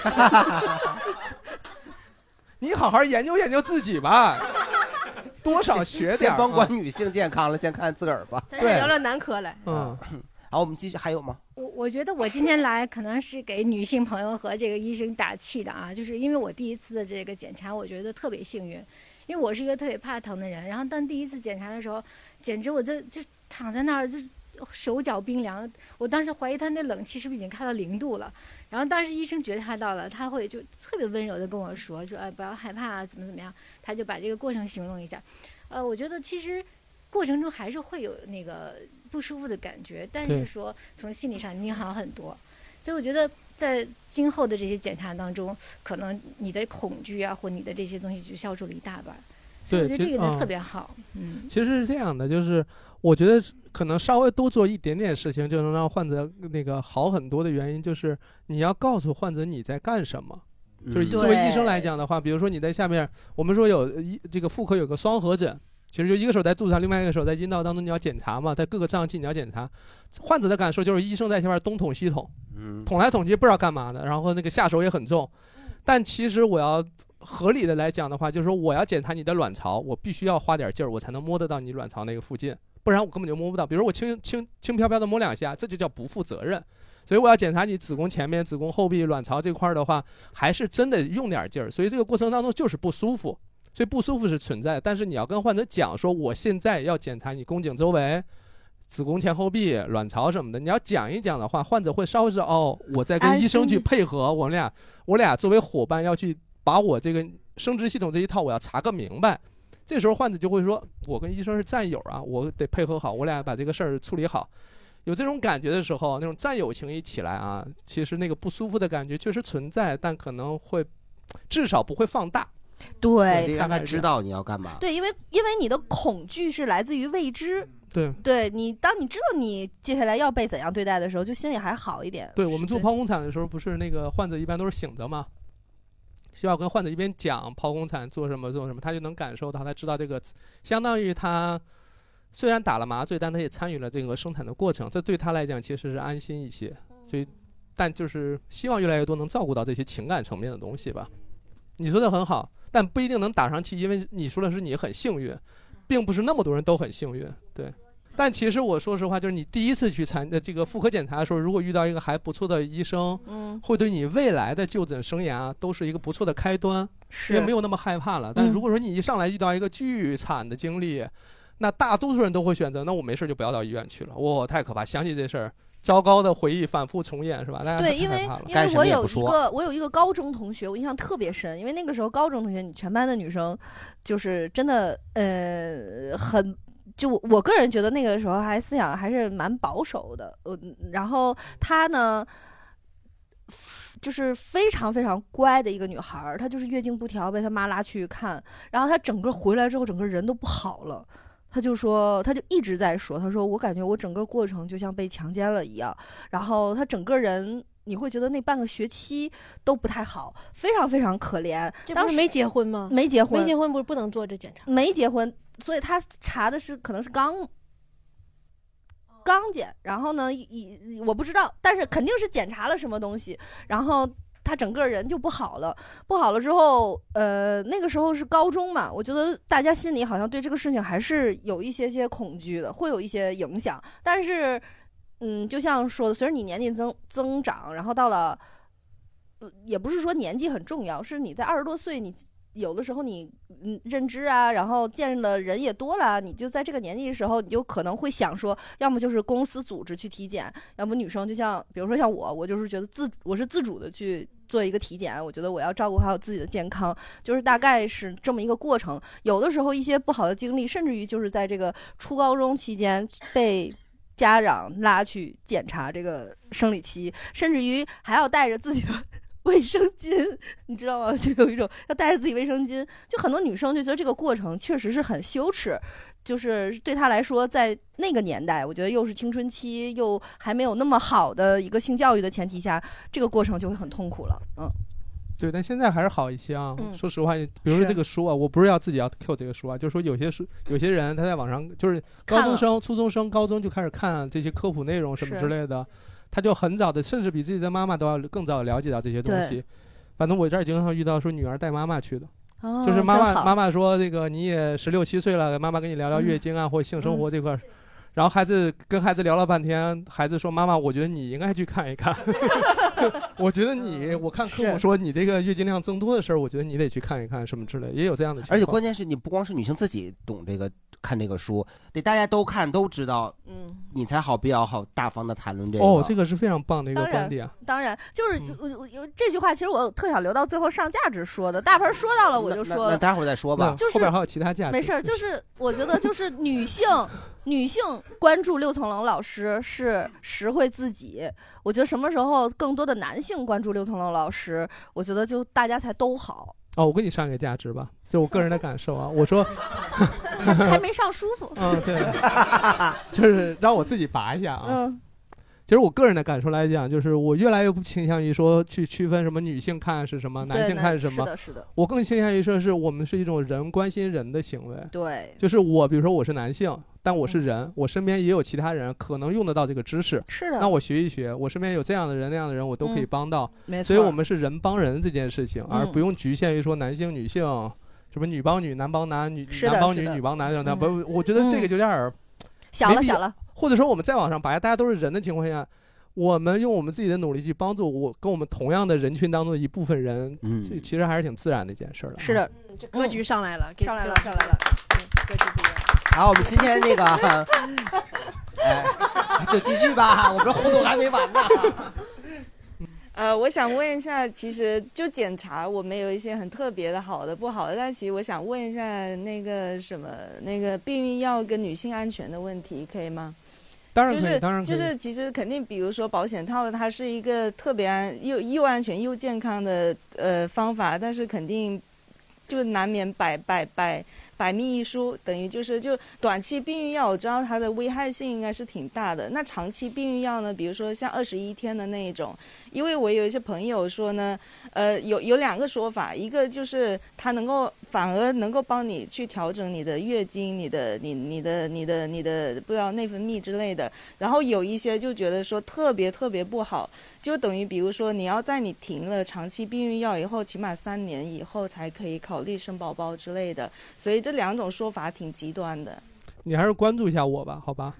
你好好研究研究自己吧。多少学点， 先甭管女性健康了，先看自个儿吧。 咱先聊聊男科来。 嗯，好，我们继续，还有吗？ 我我觉得我今天来可能是给女性朋友和这个医生打气的啊，就是因为我第一次的这个检查，我觉得特别幸运，因为我是一个特别怕疼的人，然后当第一次检查的时候，简直我就就躺在那儿就手脚冰凉，我当时怀疑他那冷气是不是已经开到零度了，然后当时医生觉察到了，他会就特别温柔的跟我说，说哎不要害怕啊，怎么怎么样，他就把这个过程形容一下，呃，我觉得其实过程中还是会有那个不舒服的感觉，但是说从心理上你好很多，所以我觉得在今后的这些检查当中，可能你的恐惧啊或你的这些东西就消除了一大半，所以我觉得这个呢特别好。嗯， 其实是这样的，就是我觉得可能稍微多做一点点事情就能让患者那个好很多的原因，就是你要告诉患者你在干什么。就是作为医生来讲的话，比如说你在下面，我们说有一这个妇科有个双合诊，其实就一个手在肚子上，另外一个手在阴道当中，你要检查嘛，在各个脏器你要检查。患者的感受就是医生在下面东捅西捅，捅来捅去不知道干嘛的，然后那个下手也很重。但其实我要合理的来讲的话，就是说我要检查你的卵巢，我必须要花点劲儿，我才能摸得到你卵巢那个附近，不然我根本就摸不到。比如我轻轻轻飘飘的摸两下，这就叫不负责任。所以我要检查你子宫前面、子宫后壁、卵巢这块的话，还是真的用点劲儿。所以这个过程当中就是不舒服，所以不舒服是存在的。但是你要跟患者讲说，我现在要检查你宫颈周围、子宫前后壁、卵巢什么的，你要讲一讲的话，患者会稍微是哦，我在跟医生去配合，我们俩我俩作为伙伴要去把我这个生殖系统这一套我要查个明白。这时候患者就会说，我跟医生是战友啊，我得配合好，我俩把这个事儿处理好。有这种感觉的时候，那种战友情一起来啊，其实那个不舒服的感觉确实存在，但可能会至少不会放大。 对， 让他知道你要干嘛。 对，因为因为你的恐惧是来自于未知。 对， 对你当你知道你接下来要被怎样对待的时候，就心里还好一点。 对，我们做剖宫产的时候，不是那个患者一般都是醒着吗？需要跟患者一边讲剖宫产做什么做什么，他就能感受到，他知道这个相当于他虽然打了麻醉，但他也参与了这个生产的过程，这对他来讲其实是安心一些。所以，但就是希望越来越多能照顾到这些情感层面的东西吧。你说的很好，但不一定能打上气，因为你说的是你很幸运，并不是那么多人都很幸运。对，但其实我说实话，就是你第一次去参这个妇科检查的时候，如果遇到一个还不错的医生，嗯，会对你未来的就诊生涯都是一个不错的开端，因为没有那么害怕了。但如果说你一上来遇到一个巨惨的经历，那大多数人都会选择，那我没事就不要到医院去了。哇，太可怕！想起这事儿，糟糕的回忆反复重演，是吧？大家对，因为因为我有一个我有一个高中同学，我印象特别深，因为那个时候高中同学，你全班的女生就是真的呃很。就我个人觉得那个时候还思想还是蛮保守的，呃，然后她呢，就是非常非常乖的一个女孩，她就是月经不调被她妈拉去看，然后她整个回来之后整个人都不好了。他就说，他就一直在说，他说我感觉我整个过程就像被强奸了一样，然后他整个人你会觉得那半个学期都不太好，非常非常可怜。 当时没结婚吗？ 没结婚， 没结婚不是不能做这检查？ 没结婚，所以他查的是可能是肛肛检，然后呢，一我不知道，但是肯定是检查了什么东西，然后。他整个人就不好了，不好了之后，呃，那个时候是高中嘛，我觉得大家心里好像对这个事情还是有一些些恐惧的，会有一些影响。但是，嗯，就像说的，随着你年纪增增长，然后到了，也不是说年纪很重要，是你在二十多岁，你有的时候你嗯认知啊，然后见的人也多了，你就在这个年纪的时候，你就可能会想说，要么就是公司组织去体检，要么女生就像比如说像我，我就是觉得自我是自主的去做一个体检，我觉得我要照顾好自己的健康，就是大概是这么一个过程。有的时候一些不好的经历，甚至于就是在这个初高中期间被家长拉去检查这个生理期，甚至于还要带着自己的卫生巾，你知道吗？就有一种要带着自己卫生巾，就很多女生就觉得这个过程确实是很羞耻，就是对她来说，在那个年代，我觉得又是青春期，又还没有那么好的一个性教育的前提下，这个过程就会很痛苦了。嗯， 对，但现在还是好一些啊。嗯、说实话，比如说这个书啊，我不是要自己要 Q 这个书啊，就是说有些书，有些人他在网上就是高中生、初中生、高中就开始看这些科普内容什么之类的。他就很早的，甚至比自己的妈妈都要更早了解到这些东西。反正我这儿经常遇到说女儿带妈妈去的，哦、就是妈妈妈妈说这个你也十六七岁了，妈妈跟你聊聊月经啊、嗯、或性生活这块、嗯，然后孩子跟孩子聊了半天，孩子说妈妈，我觉得你应该去看一看。我觉得你，我看科普说你这个月经量增多的事儿，我觉得你得去看一看什么之类，也有这样的情况。 而且关键是你不光是女性自己懂这个。看这个书，得大家都看都知道，嗯，你才好比较好大方的谈论这个。 哦，这个是非常棒的一个观点。 当然，就是我、嗯、这句话，其实我特想留到最后上价值说的。大盆说到了，我就说了。 那, 那待会儿再说吧。 就是后边还有其他价值。 没事，就是我觉得就是女性女性关注六层楼老师是实惠自己。我觉得什么时候更多的男性关注六层楼老师，我觉得就大家才都好。 哦，我给你上一个价值吧，就我个人的感受啊。我说还没上舒服。 嗯，对，就是让我自己拔一下啊。 嗯， 其实我个人的感受来讲，就是我越来越不倾向于说去区分什么女性看是什么，男性看是什么。 是的，是的。 我更倾向于说是我们是一种人关心人的行为。 对。 就是我，比如说我是男性。但我是人、嗯，我身边也有其他人可能用得到这个知识， 是的。 那我学一学，我身边有这样的人那样的人，我都可以帮到。 嗯、没错。 所以我们是人帮人这件事情， 嗯、 而不用局限于说男性女性，什么女帮女，男帮男，女男帮女，女帮男等等。不、嗯，我觉得这个就有点儿、嗯、 小了小了。 或者说我们再往上拔，大家都是人的情况下，我们用我们自己的努力去帮助我跟我们同样的人群当中的一部分人，嗯，这其实还是挺自然的一件事了。 是的， 嗯、这格局上来了， 上来了，上来了， 嗯，格局不一样。 好，我们今天那个，哎，就继续吧，我们互动还没完呢。 呃，我想问一下，其实就检查，我们有一些很特别的好的、不好的，但其实我想问一下那个什么，那个避孕药跟女性安全的问题，可以吗？ 当然可以， 就是、 当然可以。 就是其实肯定，比如说保险套，它是一个特别安又又安全又健康的呃方法，但是肯定就难免百百百。百密一疏，等于就是就短期避孕药，我知道它的危害性应该是挺大的。那长期避孕药呢？比如说像二十一天的那一种，因为我有一些朋友说呢，呃，有有两个说法，一个就是它能够反而能够帮你去调整你的月经、你的、你、你的、你的、你的不知道内分泌之类的。然后有一些就觉得说特别特别不好，就等于比如说你要在你停了长期避孕药以后，起码三年以后才可以考虑生宝宝之类的。所以这两种说法挺极端的。 你还是关注一下我吧，好吧？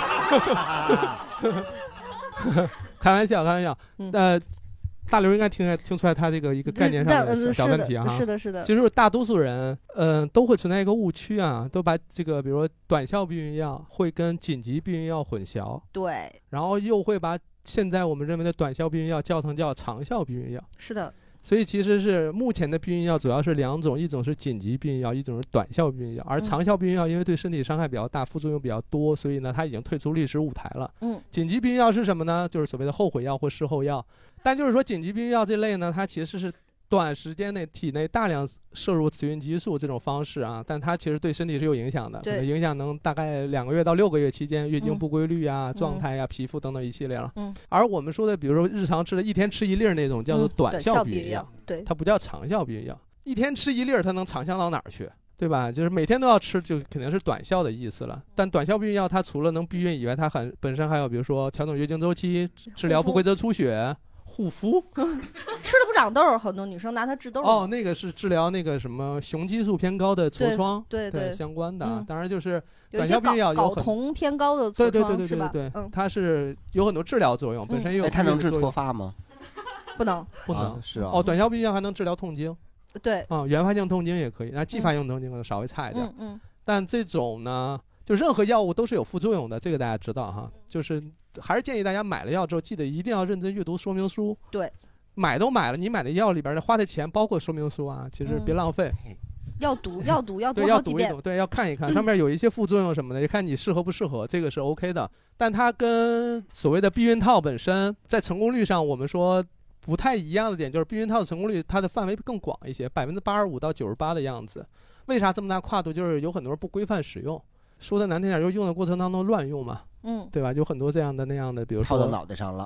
开玩笑，开玩笑。呃，大刘应该听听出来他这个一个概念上的小问题哈。 是的，是的。 其实大多数人，嗯、呃，都会存在一个误区啊，都把这个比如说短效避孕药会跟紧急避孕药混淆。 对。 然后又会把现在我们认为的短效避孕药叫成叫长效避孕药。 是的。 所以其实是目前的避孕药主要是两种，一种是紧急避孕药，一种是短效避孕药。而长效避孕药因为对身体伤害比较大，副作用比较多，所以呢它已经退出历史舞台了。 嗯， 紧急避孕药是什么呢？就是所谓的后悔药或事后药。但就是说紧急避孕药这类呢，它其实是短时间内体内大量摄入雌孕激素这种方式啊，但它其实对身体是有影响的，可能影响能大概两个月到六个月期间，月经不规律啊、嗯、状态呀、啊、皮肤等等一系列了。嗯。而我们说的，比如说日常吃的一天吃一粒那种，叫做短效避孕药， 嗯、对， 它不叫长效避孕药。一天吃一粒，它能长效到哪儿去？对吧？就是每天都要吃，就肯定是短效的意思了。但短效避孕药它除了能避孕以外，它很本身还有比如说调整月经周期、治疗不规则出血。护肤吃了不长痘，很多女生拿它治痘。 哦，那个是治疗那个什么雄激素偏高的痤疮， 对 对, 对相关的、啊嗯。 当然就是短效避孕药有睾酮偏高的痤疮， 对对对对对对对， 嗯， 它是有很多治疗作用，本身也有。 它能治脱发吗？ 不能， 不能、 啊、是啊。 哦，短效避孕药还能治疗痛经， 对啊，原发性痛经也可以，那继发性痛经可能稍微差一点。 嗯嗯。 但这种呢，就任何药物都是有副作用的，这个大家知道哈。就是还是建议大家买了药之后，记得一定要认真阅读说明书。 对。 买都买了，你买的药里边的花的钱包括说明书啊，其实别浪费。 嗯、要读，要读，要读对，要读一读，对，要看一看，上面有一些副作用什么的，也看你适合不适合，这个是 OK 的。但它跟所谓的避孕套本身在成功率上，我们说不太一样的点，就是避孕套的成功率它的范围更广一些，百分之八十五到九十八的样子。为啥这么大跨度？就是有很多人不规范使用，说的难听点，就用的过程当中乱用嘛， 嗯， 对吧？有很多这样的那样的，比如说套到脑袋上了。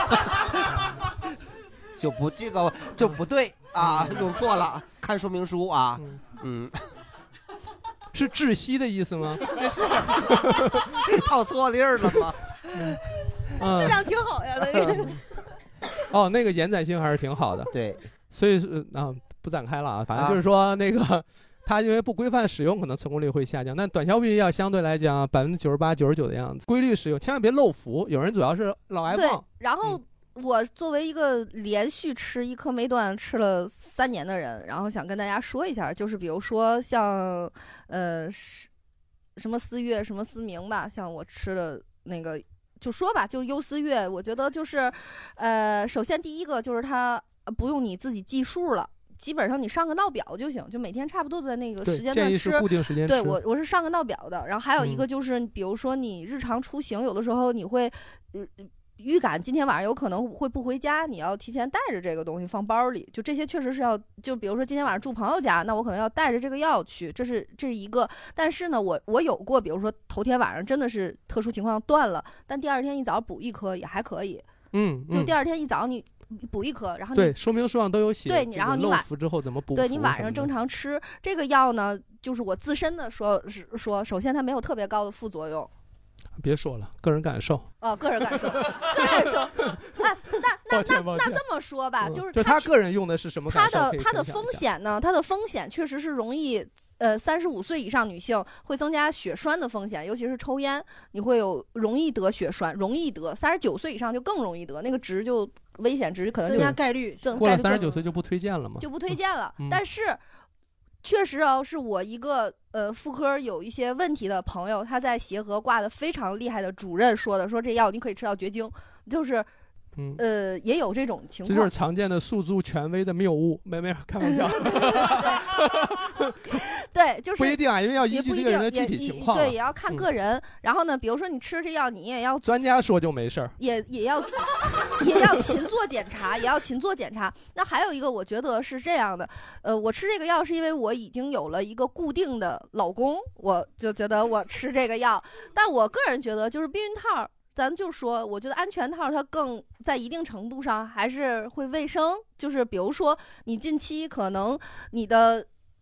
就不这个就不对啊，用错了，看说明书啊，嗯，嗯是窒息的意思吗？ 这是套错粒儿了吗？ 嗯， 质量挺好呀，那个。 哦，那个延展性还是挺好的， 对， 所以是啊，不展开了啊，反正就是说那个。它因为不规范使用，可能成功率会下降。但短效避孕药相对来讲，百分之九十八、九十九的样子，规律使用，千万别漏服。有人主要是老爱忘。 对，然后。嗯我作为一个连续吃一颗没断吃了三年的人，然后想跟大家说一下，就是比如说像呃什么思悦、什么思明吧，像我吃的那个，就说吧，就优思悦，我觉得就是呃，首先第一个就是它不用你自己计数了。基本上你上个闹表就行，就每天差不多在那个时间段吃。 固定时间吃。 对我我是上个闹表的。然后还有一个就是，嗯、比如说你日常出行，有的时候你会呃。预感今天晚上有可能会不回家，你要提前带着这个东西放包里，就这些确实是要，就比如说今天晚上住朋友家，那我可能要带着这个药去，这是这是一个。但是呢，我我有过，比如说头天晚上真的是特殊情况断了，但第二天一早补一颗也还可以。 嗯， 就第二天一早你补一颗，然后你对说明书上都有写。 对，然后你晚服之后怎么补？ 对你晚上正常吃这个药呢，就是我自身的说是说，首先它没有特别高的副作用。 别说了，个人感受。 哦，个人感受，个人感受。哎，那那那那这么说吧，就是就他个人用的是什么感受？ 他的他的风险呢？他的风险确实是容易，呃，三十五岁以上女性会增加血栓的风险，尤其是抽烟，你会有容易得血栓，容易得。三十九岁以上就更容易得，那个值就危险值可能就增加概率， 增过了三十九岁就不推荐了吗？ 就不推荐了。 嗯、 但是。确实哦，是我一个呃妇科有一些问题的朋友，他在协和挂的非常厉害的主任说的，说这药你可以吃到绝经，就是， 嗯、 呃也有这种情况。 这就是常见的诉诸权威的谬误，没没开玩笑。 对，就是不一定啊，因为要依据这个人的具体情况、啊， 对，也要看个人。嗯、然后呢，比如说你吃这药，你也要专家说就没事儿， 也也要也要勤做检查，也要勤做检查。那还有一个，我觉得是这样的，呃，我吃这个药是因为我已经有了一个固定的老公，我就觉得我吃这个药。但我个人觉得，就是避孕套，咱就说，我觉得安全套它更在一定程度上还是会卫生，就是比如说你近期可能你的。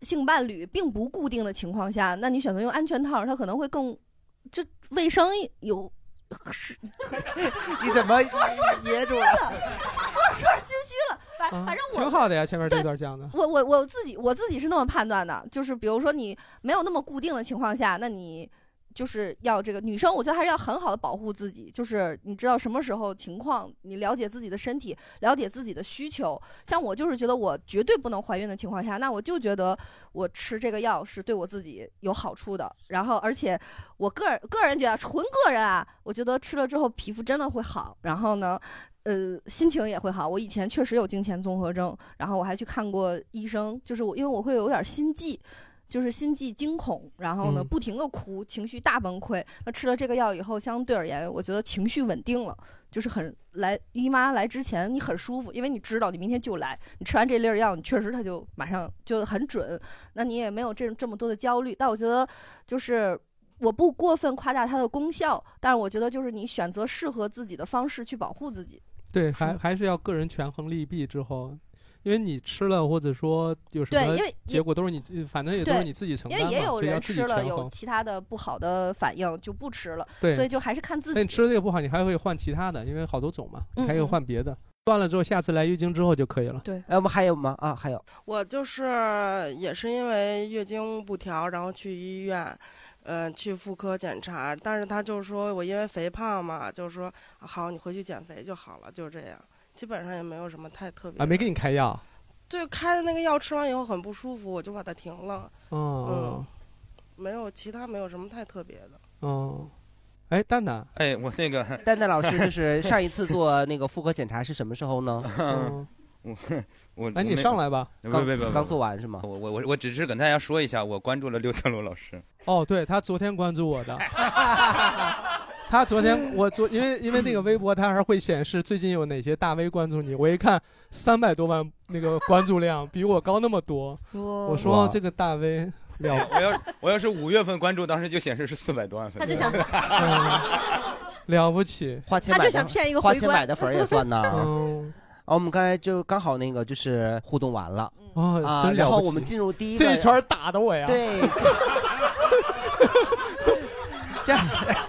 性伴侣并不固定的情况下，那你选择用安全套，它可能会更就卫生有。是， 你怎么说说噎住了？说说心虚了，反反正我、 啊、挺好的呀，前面这段讲的。 我我我自己我自己是那么判断的，就是比如说你没有那么固定的情况下，那你就是要这个女生，我觉得还是要很好的保护自己，就是你知道什么时候情况，你了解自己的身体，了解自己的需求。像我就是觉得我绝对不能怀孕的情况下，那我就觉得我吃这个药是对我自己有好处的。然后而且我个人个人觉得，纯个人啊，我觉得吃了之后皮肤真的会好。然后呢，呃，心情也会好。我以前确实有经前综合症，然后我还去看过医生，就是我因为我会有点心悸。就是心悸惊恐，然后呢不停的哭，情绪大崩溃。那吃了这个药以后，相对而言，我觉得情绪稳定了，就是很来姨妈来之前你很舒服，因为你知道你明天就来，你吃完这粒药，你确实它就马上就很准，那你也没有这这么多的焦虑。但我觉得就是我不过分夸大它的功效，但是我觉得就是你选择适合自己的方式去保护自己。 对，还还是要个人权衡利弊之后。因为你吃了，或者说有什么结果都是你，反正也都是你自己承担嘛。 因为也有人吃了有其他的不好的反应，就不吃了。 对， 所以就还是看自己。 那你吃了这个不好，你还会换其他的，因为好多种嘛，你还可以换别的。嗯嗯断了之后，下次来月经之后就可以了。 对， 哎，我们还有吗？啊，还有。 我就是也是因为月经不调，然后去医院。嗯、呃，去妇科检查，但是他就说我因为肥胖嘛，就说好，你回去减肥就好了，就这样，基本上也没有什么太特别的。 啊，没给你开药。 对，开的那个药吃完以后很不舒服，我就把它停了。 哦、 嗯，没有其他，没有什么太特别的。 哦，哎，蛋蛋， 哎，我那个蛋蛋老师就是上一次做那个妇科检查是什么时候呢？ 嗯，我我哎，你上来吧。 刚不不不， 刚做完是吗？ 我我我我只是跟大家说一下，我关注了刘泽罗老师。 哦，对，他昨天关注我的。他昨天我昨因为因为那个微博他还会显示最近有哪些大 V 关注你，我一看三百多万那个关注量，比我高那么多。我说这个大 V 了， 我要我要是五月份关注，当时就显示是四百多万粉。 他就想、 嗯、了不起， 花钱买的花钱买的粉也算呐。 嗯。 哦，我们刚才就刚好那个就是互动完了。 哦， 啊， 真了不起。 然后我们进入第一个这一圈打的我呀。 对。这样。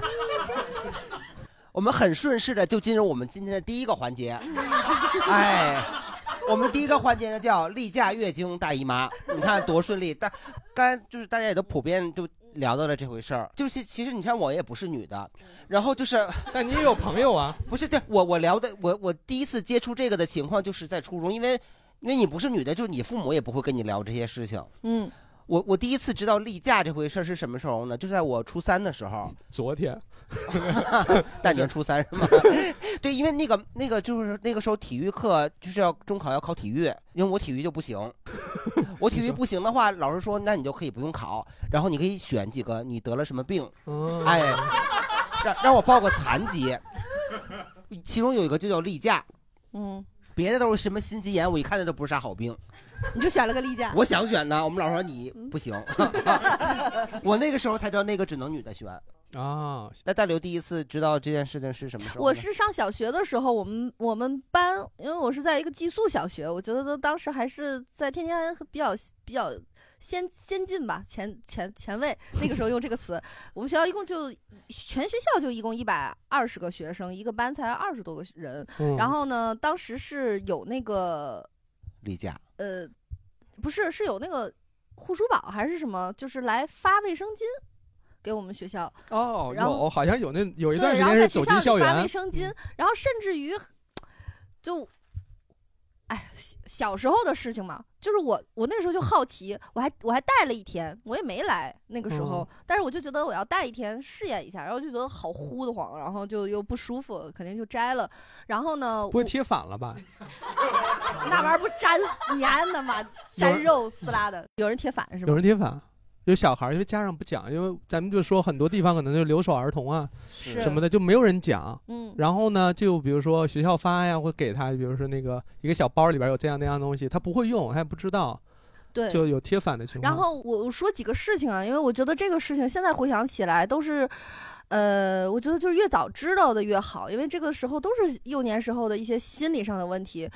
我们很顺势的就进入我们今天的第一个环节，哎，我们第一个环节呢叫例假、月经、大姨妈，你看多顺利。但刚才就是大家也都普遍就聊到了这回事儿，就是其实你看我也不是女的，然后就是， 但你也有朋友啊？ 不是，对我我聊的我我第一次接触这个的情况就是在初中，因为因为你不是女的，就是你父母也不会跟你聊这些事情。 嗯。 我我第一次知道例假这回事是什么时候呢？就在我初三的时候。 昨天。 大年初三是吗？对，因为那个那个就是那个时候体育课就是要中考要考体育，因为我体育就不行，我体育不行的话，老师说那你就可以不用考，然后你可以选几个你得了什么病， 嗯、 哎，让让我报个残疾，其中有一个就叫例假， 嗯， 别的都是什么心肌炎，我一看那都不是啥好病。 你就选了个例假， 我想选呢，我们老师说你不行，我那个时候才知道那个只能女的选啊。 那大刘第一次知道这件事情是什么时候？ 我是上小学的时候，我们我们班，因为我是在一个寄宿小学，我觉得当时还是在天津还比较比较先先进吧，前前前卫。那个时候用这个词，我们学校一共就全学校就一共一百二十个学生，一个班才二十多个人。 嗯、 然后呢，当时是有那个。 例假， 呃，不是，是有那个护舒宝还是什么，就是来发卫生巾给我们学校。 哦， 然后有，好像有那有一段时间是走进校园发卫生巾，然后甚至于就，哎，小时候的事情嘛，就是我我那时候就好奇，我还我还带了一天，我也没来那个时候，嗯、但是我就觉得我要带一天试验一下，然后就觉得好呼得慌，然后就又不舒服，肯定就摘了。然后呢， 不会贴反了吧？ 那玩意儿不粘粘的吗？粘肉撕拉的，有人贴反是吧？ 有人贴反，有小孩，因为家长不讲，因为咱们就说很多地方可能就留守儿童啊什么的，就没有人讲。 嗯。 然后呢，就比如说学校发呀，或给他，比如说那个一个小包里边有这样那样的东西，他不会用，他也不知道。 对。 就有贴反的情况。 然后我说几个事情啊，因为我觉得这个事情现在回想起来都是。呃，我觉得就是越早知道的越好，因为这个时候都是幼年时候的一些心理上的问题。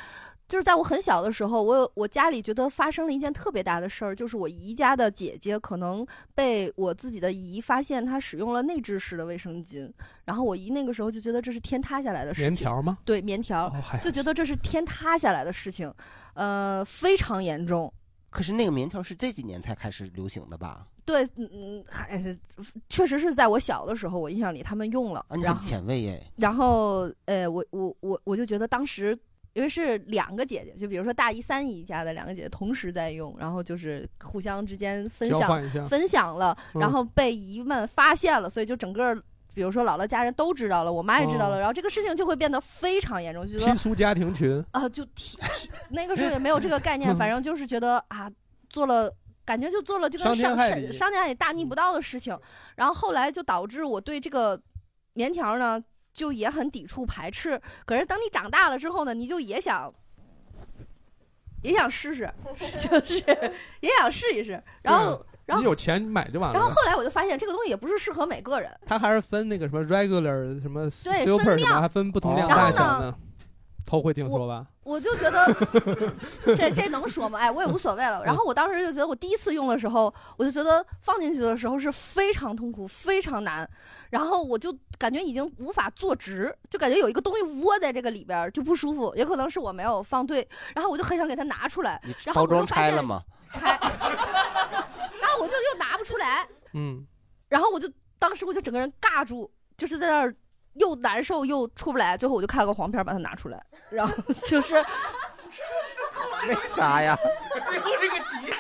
就是在我很小的时候，我有我家里觉得发生了一件特别大的事儿，就是我姨家的姐姐可能被我自己的姨发现她使用了内置式的卫生巾，然后我姨那个时候就觉得这是天塌下来的事情。 棉条吗？ 对，棉条， 哦、 就觉得这是天塌下来的事情，呃，非常严重。 可是那个棉条是这几年才开始流行的吧？ 对，嗯，还确实是在我小的时候，我印象里他们用了， 啊，你很前卫耶。 然后，呃，我我我我就觉得当时。因为是两个姐姐，就比如说大姨、三姨家的两个姐姐同时在用，然后就是互相之间分享分享了， 嗯、 然后被姨们发现了，所以就整个，比如说姥姥家人都知道了，我妈也知道了，哦、然后这个事情就会变得非常严重，就觉得亲疏家庭群啊、呃，就提提那个时候也没有这个概念，反正就是觉得啊，做了。感觉就做了这个伤天害理、 伤天害理、大逆不道的事情，然后后来就导致我对这个棉条呢。就也很抵触排斥，可是等你长大了之后呢，你就也想，也想试试，就是也想试一试。然后，然后你有钱买就完了。 然后后来我就发现这个东西也不是适合每个人。 它还是分那个什么 regular 什么 super 什么，还分不同量大小呢。头回听说吧？ 我, 我就觉得这这能说吗？哎，我也无所谓了。然后我当时就觉得，我第一次用的时候，我就觉得放进去的时候是非常痛苦、非常难。然后我就感觉已经无法坐直，就感觉有一个东西窝在这个里边就不舒服。也可能是我没有放对，然后我就很想给它拿出来。然后包装拆了吗？ 拆。然后我就又拿不出来。 嗯。 然后我就当时我就整个人尬住，就是在那儿。又难受又出不来，最后我就看了个黄片把它拿出来，然后就是为啥呀？ 最后这个底，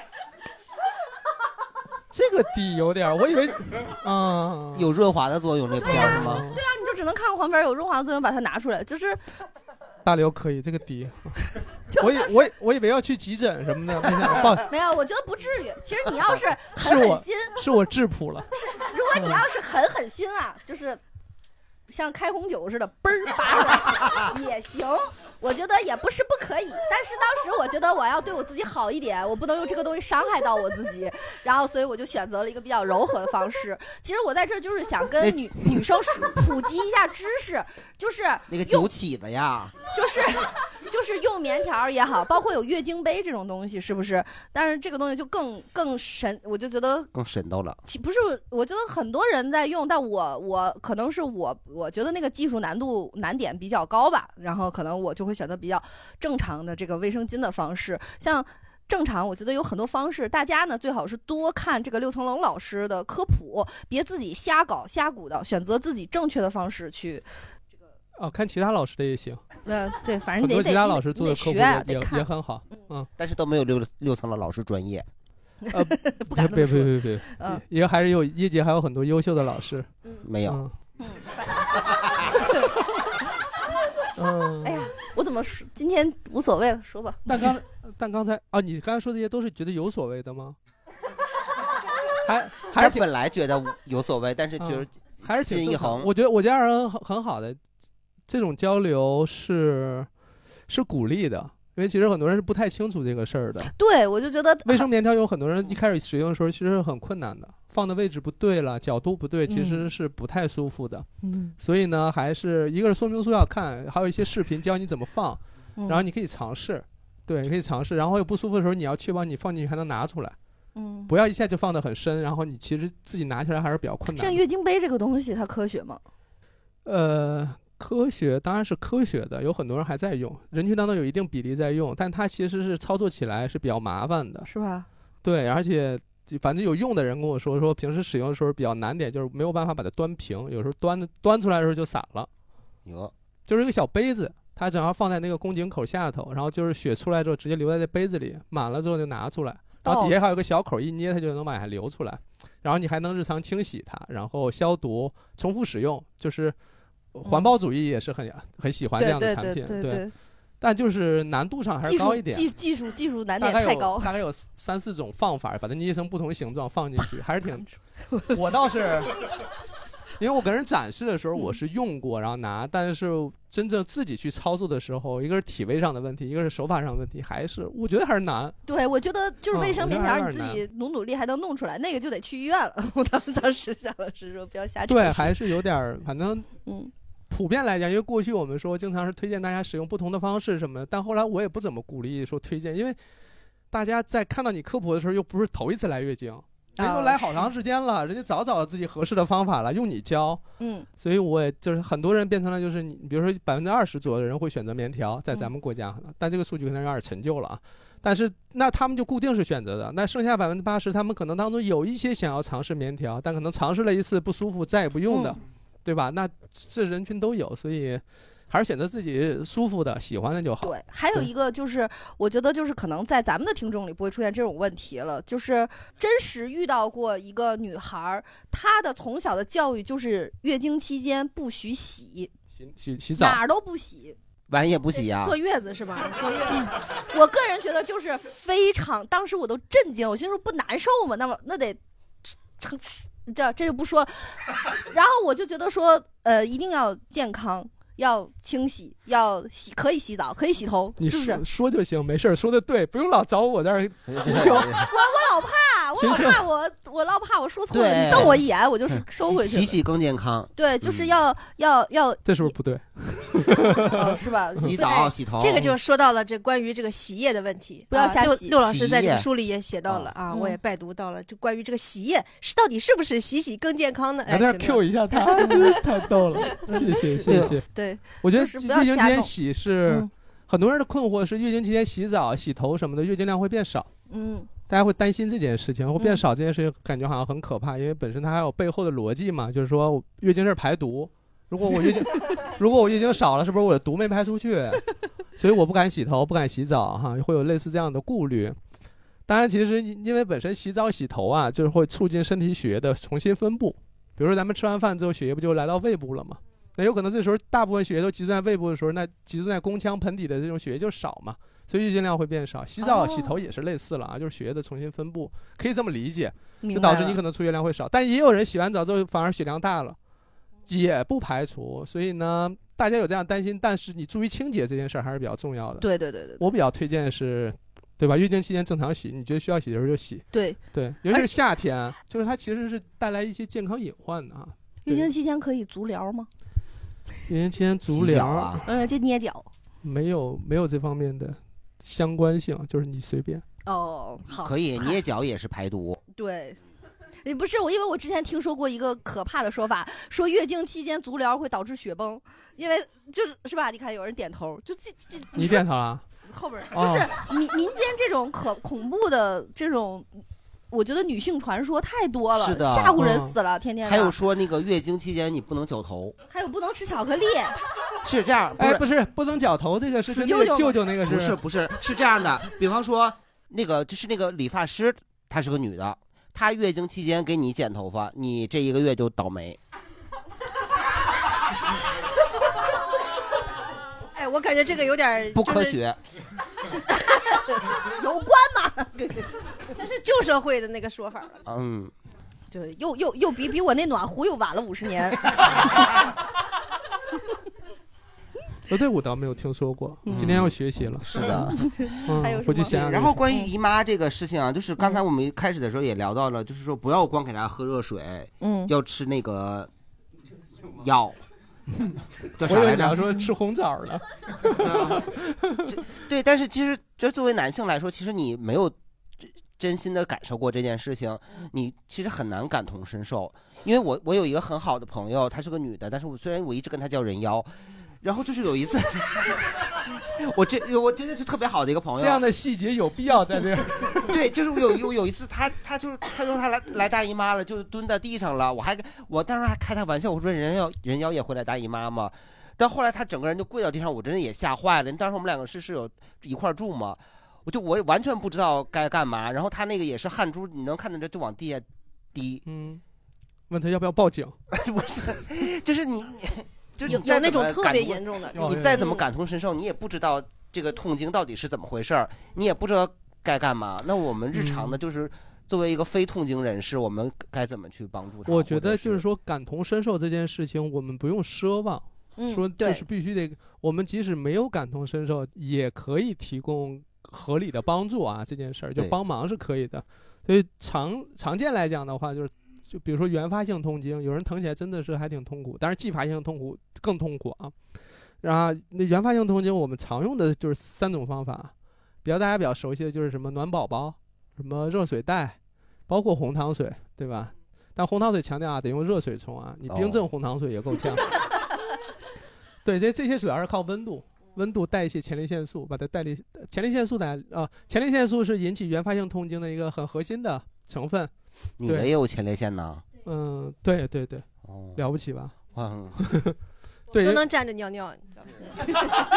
这个底有点，我以为啊、 嗯、有润滑的作用，这片是吗？ 对啊，你就只能看黄片有润滑作用，把它拿出来，就是大刘可以这个底，我以我我以为要去急诊什么的，没想没有，我觉得不至于。其实你要是狠狠心， 是我质朴了。 是，如果你要是狠狠心啊，就是。像开红酒似的，嘣儿拔出来也行，我觉得也不是不可以。但是当时我觉得我要对我自己好一点，我不能用这个东西伤害到我自己，然后所以我就选择了一个比较柔和的方式。其实我在这就是想跟女女生普及一下知识，就是那个酒起子呀， 就是就是用棉条也好，包括有月经杯这种东西，是不是？但是这个东西就更更神，我就觉得更神叨了。 不是，我觉得很多人在用，但我我可能是我。我觉得那个技术难度难点比较高吧，然后可能我就会选择比较正常的这个卫生巾的方式。像正常，我觉得有很多方式，大家呢最好是多看这个六层楼老师的科普，别自己瞎搞瞎鼓捣，选择自己正确的方式去。 哦，看其他老师的也行。 嗯、呃，对，反正得很多其他老师做的科普也、 啊、 也, 也很好。嗯， 但是都没有六六层楼老师专业。 呃，不敢这么说。 别别别别，嗯，也还是有业界还有很多优秀的老师。 嗯， 没有。 嗯嗯， 哎呀，我怎么说？今天无所谓了，说吧。 但刚但刚才啊，你刚才说这些都是觉得有所谓的吗？还还是本来觉得有所谓，但是觉得还是心一横。 我觉得我觉得很很好的，这种交流是是鼓励的。因为其实很多人是不太清楚这个事儿的。 对，我就觉得卫生棉条有很多人一开始使用的时候其实是很困难的，放的位置不对了，角度不对，其实是不太舒服的。 嗯， 所以呢，还是一个是说明书要看，还有一些视频教你怎么放， 嗯、 然后你可以尝试，对，你可以尝试。然后有不舒服的时候，你要确保你放进去还能拿出来。 嗯， 不要一下就放得很深，然后你其实自己拿起来还是比较困难的。 像月经杯这个东西，它科学吗？ 呃。科学当然是科学的，有很多人还在用，人群当中有一定比例在用，但它其实是操作起来是比较麻烦的， 是吧？ 对，而且反正有用的人跟我说，说平时使用的时候比较难点，就是没有办法把它端平，有时候端端出来的时候就散了。 有， 就是一个小杯子，它正好放在那个宫颈口下头，然后就是血出来之后直接流在这杯子里，满了之后就拿出来，然后底下还有个小口，一捏它就能往下流出来，然后你还能日常清洗它，然后消毒，重复使用，就是。环保主义也是很很喜欢这样的产品， 对对对对对，但就是难度上还是高一点， 技术技术技术难点太高， 大概有三四种方法把它捏成不同形状放进去，还是挺。我倒是，因为我跟人展示的时候我是用过，然后拿，但是真正自己去操作的时候，一个是体位上的问题，一个是手法上的问题，还是我觉得还是难。 对，我觉得就是卫生棉条，你自己努努力还能弄出来，那个就得去医院了。我当当时想的是说不要瞎扯。 对，还是有点，反正嗯。 普遍来讲，因为过去我们说经常是推荐大家使用不同的方式什么的，但后来我也不怎么鼓励说推荐，因为大家在看到你科普的时候又不是头一次来月经，人都来好长时间了，人家早找到自己合适的方法了，用你教。 嗯， 所以我也就是很多人变成了就是你，比如说百分之二十左右的人会选择棉条，在咱们国家，嗯、但这个数据可能有点陈旧了啊。但是那他们就固定是选择的，那剩下百分之八十，他们可能当中有一些想要尝试棉条，但可能尝试了一次不舒服，再也不用的，嗯、对吧？那这人群都有，所以还是选择自己舒服的、喜欢的就好。 对，还有一个就是，我觉得就是可能在咱们的听众里不会出现这种问题了，就是真实遇到过一个女孩，她的从小的教育就是月经期间不许洗， 洗洗洗澡， 哪儿都不洗。 碗也不洗呀、啊， 坐月子是吧？坐月子， 我个人觉得就是非常，当时我都震惊，我心说不难受吗？那么那得，这这就不说了。然后我就觉得说，呃，一定要健康，要清洗，要洗，可以洗澡，可以洗头， 你是不是？ 说就行，没事，说的对，不用老找我这儿寻求。 我我老怕，我老怕我我老怕我说错了，你瞪我一眼，我就是收回去。 洗洗更健康。 对，就是要、嗯、要要。 这是不是不对？ 哦、是吧？ 洗澡、洗头， 这个就说到了这关于这个洗液的问题， 不要瞎洗。 六、啊、老师在这个书里也写到了啊，我也拜读到了，就关于这个洗液是到底是不是洗洗更健康呢？ 哎，在这 Q 一下他，太逗了，谢谢谢谢。 对， 我觉得就是月经期间洗是、嗯、很多人的困惑是月经期间洗澡、洗头什么的，月经量会变少。 嗯。 大家会担心这件事情，会变少这件事情，感觉好像很可怕，因为本身它还有背后的逻辑嘛，就是说月经是排毒，如果我月经，如果我月经少了，是不是我的毒没排出去？所以我不敢洗头，不敢洗澡，哈，会有类似这样的顾虑。当然，其实因为本身洗澡洗头啊，就是会促进身体血液的重新分布。比如说咱们吃完饭之后，血液不就来到胃部了吗？那有可能这时候大部分血液都集中在胃部的时候，那集中在宫腔盆底的这种血液就少嘛。所以月经量会变少，洗澡、洗头也是类似了啊，就是血液的重新分布，可以这么理解，就导致你可能出血量会少。但也有人洗完澡之后反而血量大了，也不排除。所以呢，大家有这样担心，但是你注意清洁这件事儿还是比较重要的。 对对对 对, 对。 我比较推荐是，对吧？月经期间正常洗，你觉得需要洗的时候就洗。 对对，尤其是夏天，就是它其实是带来一些健康隐患的啊。 月经期间可以足疗吗？ 月经期间足疗啊， 嗯，就捏脚。 没有没有这方面的相关性，就是你随便哦，好， 可以捏脚也是排毒。 对，你不是我，因为我之前听说过一个可怕的说法，说月经期间足疗会导致雪崩，因为就是是吧？你看有人点头，就这这你点头啊？ 后边就是民、哦、民间这种可恐怖的这种。我觉得女性传说太多了， 是的， 吓唬人死了，嗯、天天的。 还有说那个月经期间你不能绞头， 还有不能吃巧克力， 是这样， 不是、哎、不是不能绞头，这个是跟那个舅舅那个是不是不是是这样的？比方说那个就是那个理发师，她是个女的，她月经期间给你剪头发，你这一个月就倒霉。 哎，我感觉这个有点不科学。 有关吗？ 那是旧社会的那个说法了。 嗯， 对，又又又比比我那暖壶又晚了五十年。 呃，对，我倒没有听说过，嗯、今天要学习了。 是的， 嗯、还有回去想。 然后关于姨妈这个事情啊，就是刚才我们开始的时候也聊到了，就是说不要光给大家喝热水， 嗯， 要吃那个药。 叫啥来着？说吃红枣了。 对，但是其实就作为男性来说，其实你没有真心的感受过这件事情，你其实很难感同身受。因为我我有一个很好的朋友，她是个女的，但是我虽然我一直跟她叫人妖，然后就是有一次，我真我真的是特别好的一个朋友。 这样的细节有必要在这儿。 对，就是我有有有一次她她就是她说她来来大姨妈了，就蹲在地上了，我还我当时还开她玩笑，我说人妖人妖也会来大姨妈吗？但后来她整个人就跪到地上，我真的也吓坏了。当时我们两个是室友一块住嘛，我就我完全不知道该干嘛。然后她那个也是汗珠，你能看着就往地下滴。 嗯，问他要不要报警？ 不是，就是你你就是有有那种特别严重的， 你再怎么感同身受，你也不知道这个痛经到底是怎么回事儿，你也不知道该干嘛。那我们日常的就是作为一个非痛经人士，我们该怎么去帮助他？ 我觉得就是说感同身受这件事情，我们不用奢望， 嗯、 说就是必须得，我们即使没有感同身受，也可以提供合理的帮助啊。这件事儿就帮忙是可以的。所以常常见来讲的话，就是就比如说原发性痛经，有人疼起来真的是还挺痛苦，但是继发性痛苦更痛苦啊。然后那原发性痛经我们常用的就是三种方法，比较大家比较熟悉的就是什么暖宝宝、什么热水袋，包括红糖水，对吧？但红糖水强调啊，得用热水冲啊，你冰镇红糖水也够呛。哦、对，这这些主要是靠温度。温度代谢前列腺素，把它代谢前列腺素的啊，前列腺素是引起原发性痛经的一个很核心的成分。 女的也有前列腺呢？ 嗯，对对对，哦、了不起吧？ 嗯， 对，都能站着尿尿，你知道吗？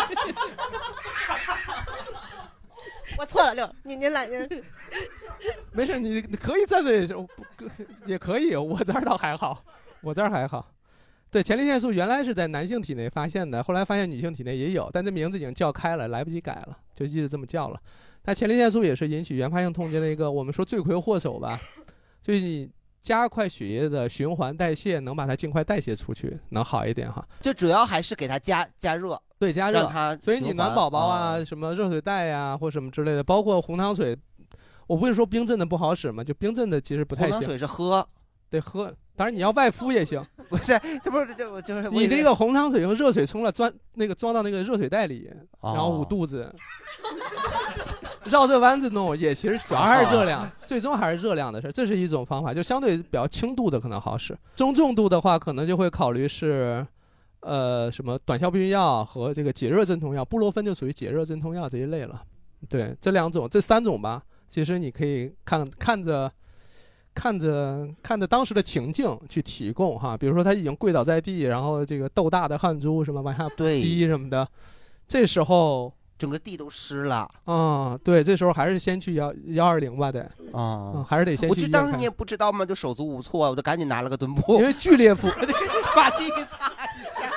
我错了，六，你您来您。 没事，你可以站着也也可以，我这儿倒还好，我这儿还好。对，前列腺素原来是在男性体内发现的，后来发现女性体内也有，但这名字已经叫开了，来不及改了，就一直这么叫了。但前列腺素也是引起原发性痛经的一个我们说罪魁祸首吧，就是你加快血液的循环代谢，能把它尽快代谢出去，能好一点哈。 就主要还是给它加加热， 对，加热， 让它所以你暖宝宝啊， 哦、 什么热水袋呀、啊，或什么之类的，包括红糖水，我不是说冰镇的不好使吗？就冰镇的其实不太行。 红糖水是喝。 得喝，当然你要外敷也行。 不是，这不是就就是你那个红糖水用热水冲了，装那个装到那个热水袋里， 哦、 然后捂肚子，绕这弯子弄，也其实主要还是热量，哦、最终还是热量的事。这是一种方法，就相对比较轻度的可能好使，中重度的话可能就会考虑是，呃，什么短效避孕药和这个解热镇痛药，布洛芬就属于解热镇痛药这一类了。对，这两种，这三种吧，其实你可以看看着。看着看着当时的情境去提供哈，比如说他已经跪倒在地，然后这个豆大的汗珠什么往下滴什么的，这时候整个地都湿了。 啊、嗯，对，这时候还是先去幺幺二零吧得啊、嗯，还是得先去。 我就当时你也不知道嘛，就手足无措，我就赶紧拿了个墩布， 因为剧烈腹把地擦一下。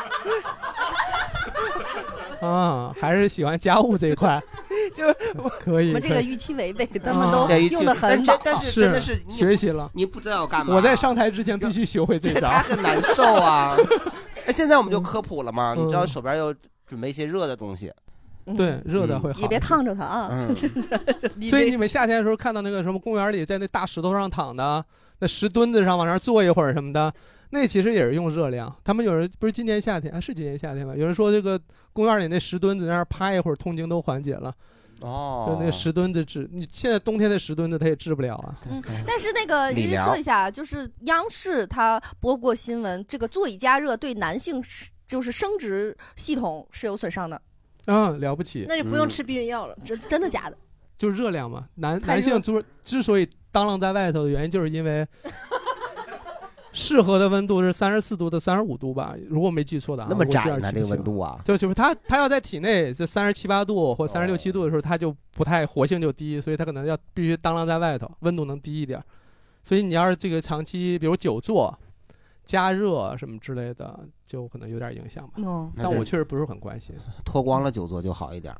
啊，还是喜欢家务这一块， 就可以。 我们这个预期违背，他们都用的很好。但是真的是学习了， 你不知道要干嘛。 我在上台之前必须学会这招， 他很难受啊。哎，现在我们就科普了嘛，你知道手边要准备一些热的东西。 对，热的会好， 也别烫着它啊。 嗯、 所以你们夏天的时候看到那个什么公园里，在那大石头上躺的，那石墩子上往那儿坐一会儿什么的。那其实也是用热量，他们有人不是今年夏天啊，是今年夏天吧？有人说这个公园里那石墩子在那儿趴一会儿，痛经都缓解了。 哦， 就那个石墩子治，你现在冬天的石墩子它也治不了啊。 嗯，但是那个您说一下，就是央视它播过新闻，这个座椅加热对男性就是生殖系统是有损伤的。 嗯，了不起。 那就不用吃避孕药了， 真、嗯、真的假的？ 就是热量嘛，男男性之之所以当啷在外头的原因，就是因为。适合的温度是三十四度到三十五度吧，如果没记错的啊。 那么窄呢？这个温度啊？ 就就是它它要在体内这三十七八度或三十六七度的时候，它就不太活性就低，所以它可能要必须当啷在外头，温度能低一点。所以你要是这个长期，比如久坐、加热什么之类的，就可能有点影响吧。 嗯， 但我确实不是很关心。 脱光了久坐就好一点。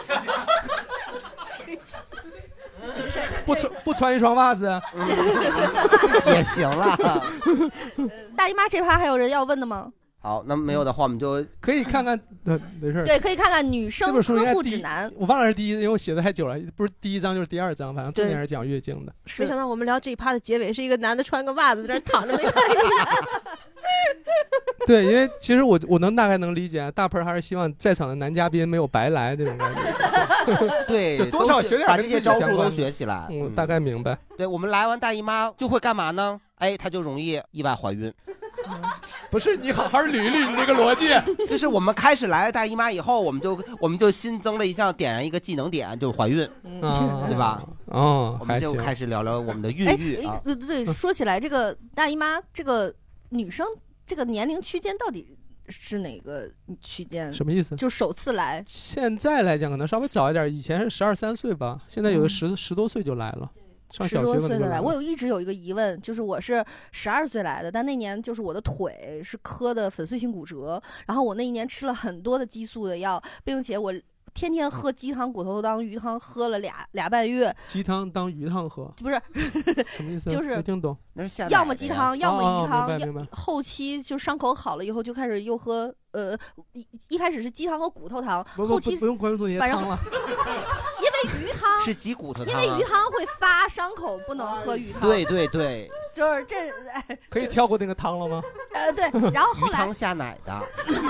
不穿不穿一双袜子也行了。 大姨妈这趴还有人要问的吗？ 好，那没有的话，我们就可以看看。呃，没事。 对，可以看看女生呵护指南。 我忘了是第一，因为我写的太久了，不是第一章就是第二章，反正重点是讲月经的。 没想到我们聊这一趴的结尾是一个男的穿个袜子在那躺着没穿衣服。 对，因为其实我我能大概能理解，大盆还是希望在场的男嘉宾没有白来这种感觉。 对， 多少学点把这些招数都学起来。 嗯，大概明白。 对，我们来完大姨妈就会干嘛呢？哎，她就容易意外怀孕。 不是，你好好捋一捋你这个逻辑。 就是我们开始来了大姨妈以后，我们就我们就新增了一项，点燃一个技能点，就是怀孕， 嗯、 对吧？ 哦， 我们就开始聊聊我们的孕育啊。 对对，说起来这个大姨妈，这个女生这个年龄区间到底是哪个区间？ 什么意思？ 就首次来。 现在来讲可能稍微早一点，以前是十二三岁吧，现在有的十、嗯、十多岁就来了。上小学十多岁的来，我有一直有一个疑问，就是我是十二岁来的，但那年就是我的腿是磕的粉碎性骨折，然后我那一年吃了很多的激素的药，并且我天天喝鸡汤骨头当鱼汤，喝了俩俩半月。 鸡汤当鱼汤喝？ 不是， 什么意思？ 就是没听懂。 要么鸡汤，要么鱼汤。 哦、明白明白。 后期就伤口好了以后，就开始又喝呃，一一开始是鸡汤和骨头汤， 不不后期不不用关注这些汤了。 因为鱼汤是鸡骨头汤、 啊，因为鱼汤会发伤口，不能喝鱼汤。 对对对。 就是这，哎可以跳过那个汤了吗？ 呃，对，然后后来鱼汤下奶的，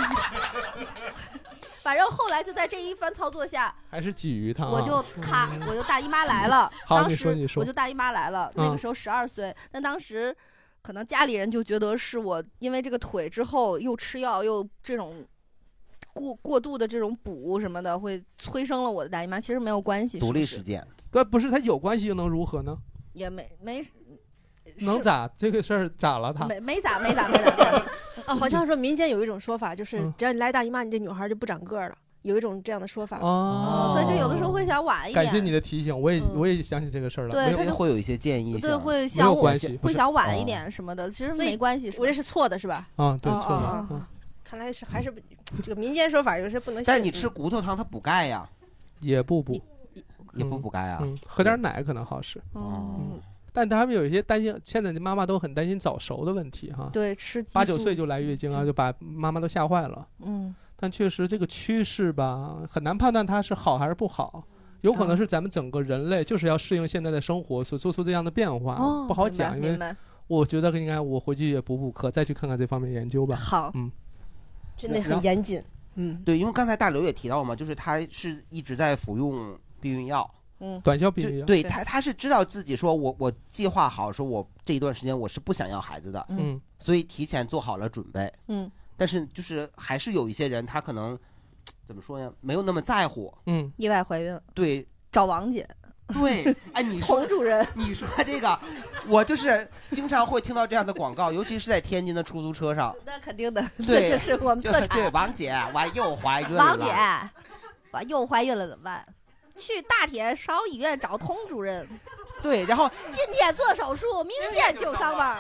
反正后来就在这一番操作下， 还是鲫鱼汤、啊， 我就咔，我就大姨妈来了。 好， 当你说你说， 时我就大姨妈来了，那个时候十二岁，但当时可能家里人就觉得是我因为这个腿之后又吃药又这种过过度的这种补什么的，会催生了我的大姨妈。其实没有关系， 独立事件。 对，不是它有关系又能如何呢？ 也没没。 能咋？这个事儿咋了他？ 没没咋没咋没咋。 啊，好像说民间有一种说法，就是只要你来大姨妈，你这女孩就不长个儿了。有一种这样的说法。 哦， 所以就有的时候会想晚一点。 感谢你的提醒，我也我也想起这个事儿了。 对， 他会有一些建议。 对，会想没有关系， 会想晚一点什么的，其实没关系。 我这是错的，是吧？ 啊，对，错的。 看来是还是这个民间说法，有时不能。 但是你吃骨头汤，它补钙呀。 也不补， 也不补钙啊。 喝点奶可能好使。 哦。 但他们有一些担心，现在的妈妈都很担心早熟的问题哈。 对，吃八九岁就来月经啊，就把妈妈都吓坏了。 嗯。 但确实这个趋势吧，很难判断它是好还是不好，有可能是咱们整个人类就是要适应现在的生活所做出这样的变化， 哦、 不好讲。因为我觉得应该我回去也补补课，再去看看这方面研究吧。 好， 嗯， 真的很严谨。嗯， 对，因为刚才大刘也提到嘛，就是他是一直在服用避孕药。 嗯， 短效避孕药。 对他，他是知道自己说我我计划好，说我这一段时间我是不想要孩子的， 嗯， 所以提前做好了准备， 嗯， 但是就是还是有一些人他可能怎么说呢，没有那么在乎， 嗯， 意外怀孕， 对， 找王姐， 对，哎，你说洪主任， 你说这个，我就是经常会听到这样的广告，尤其是在天津的出租车上， 那肯定的， 对， 这是我们特产， 对，王姐，我又怀孕了， 王姐，我又怀孕了怎么办？去大铁烧医院找童主任， 对，然后今天做手术，明天就上班。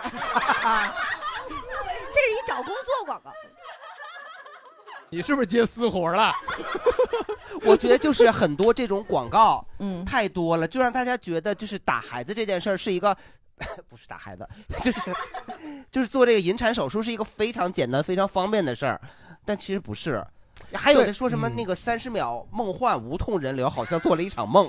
这是一找工作广告。 你是不是接私活了？ 我觉得就是很多这种广告， 嗯， 太多了，就让大家觉得就是打孩子这件事儿是一个，不是打孩子，就是就是做这个引产手术是一个非常简单、非常方便的事儿，但其实不是。还有的说什么那个三十秒梦幻无痛人流，好像做了一场梦。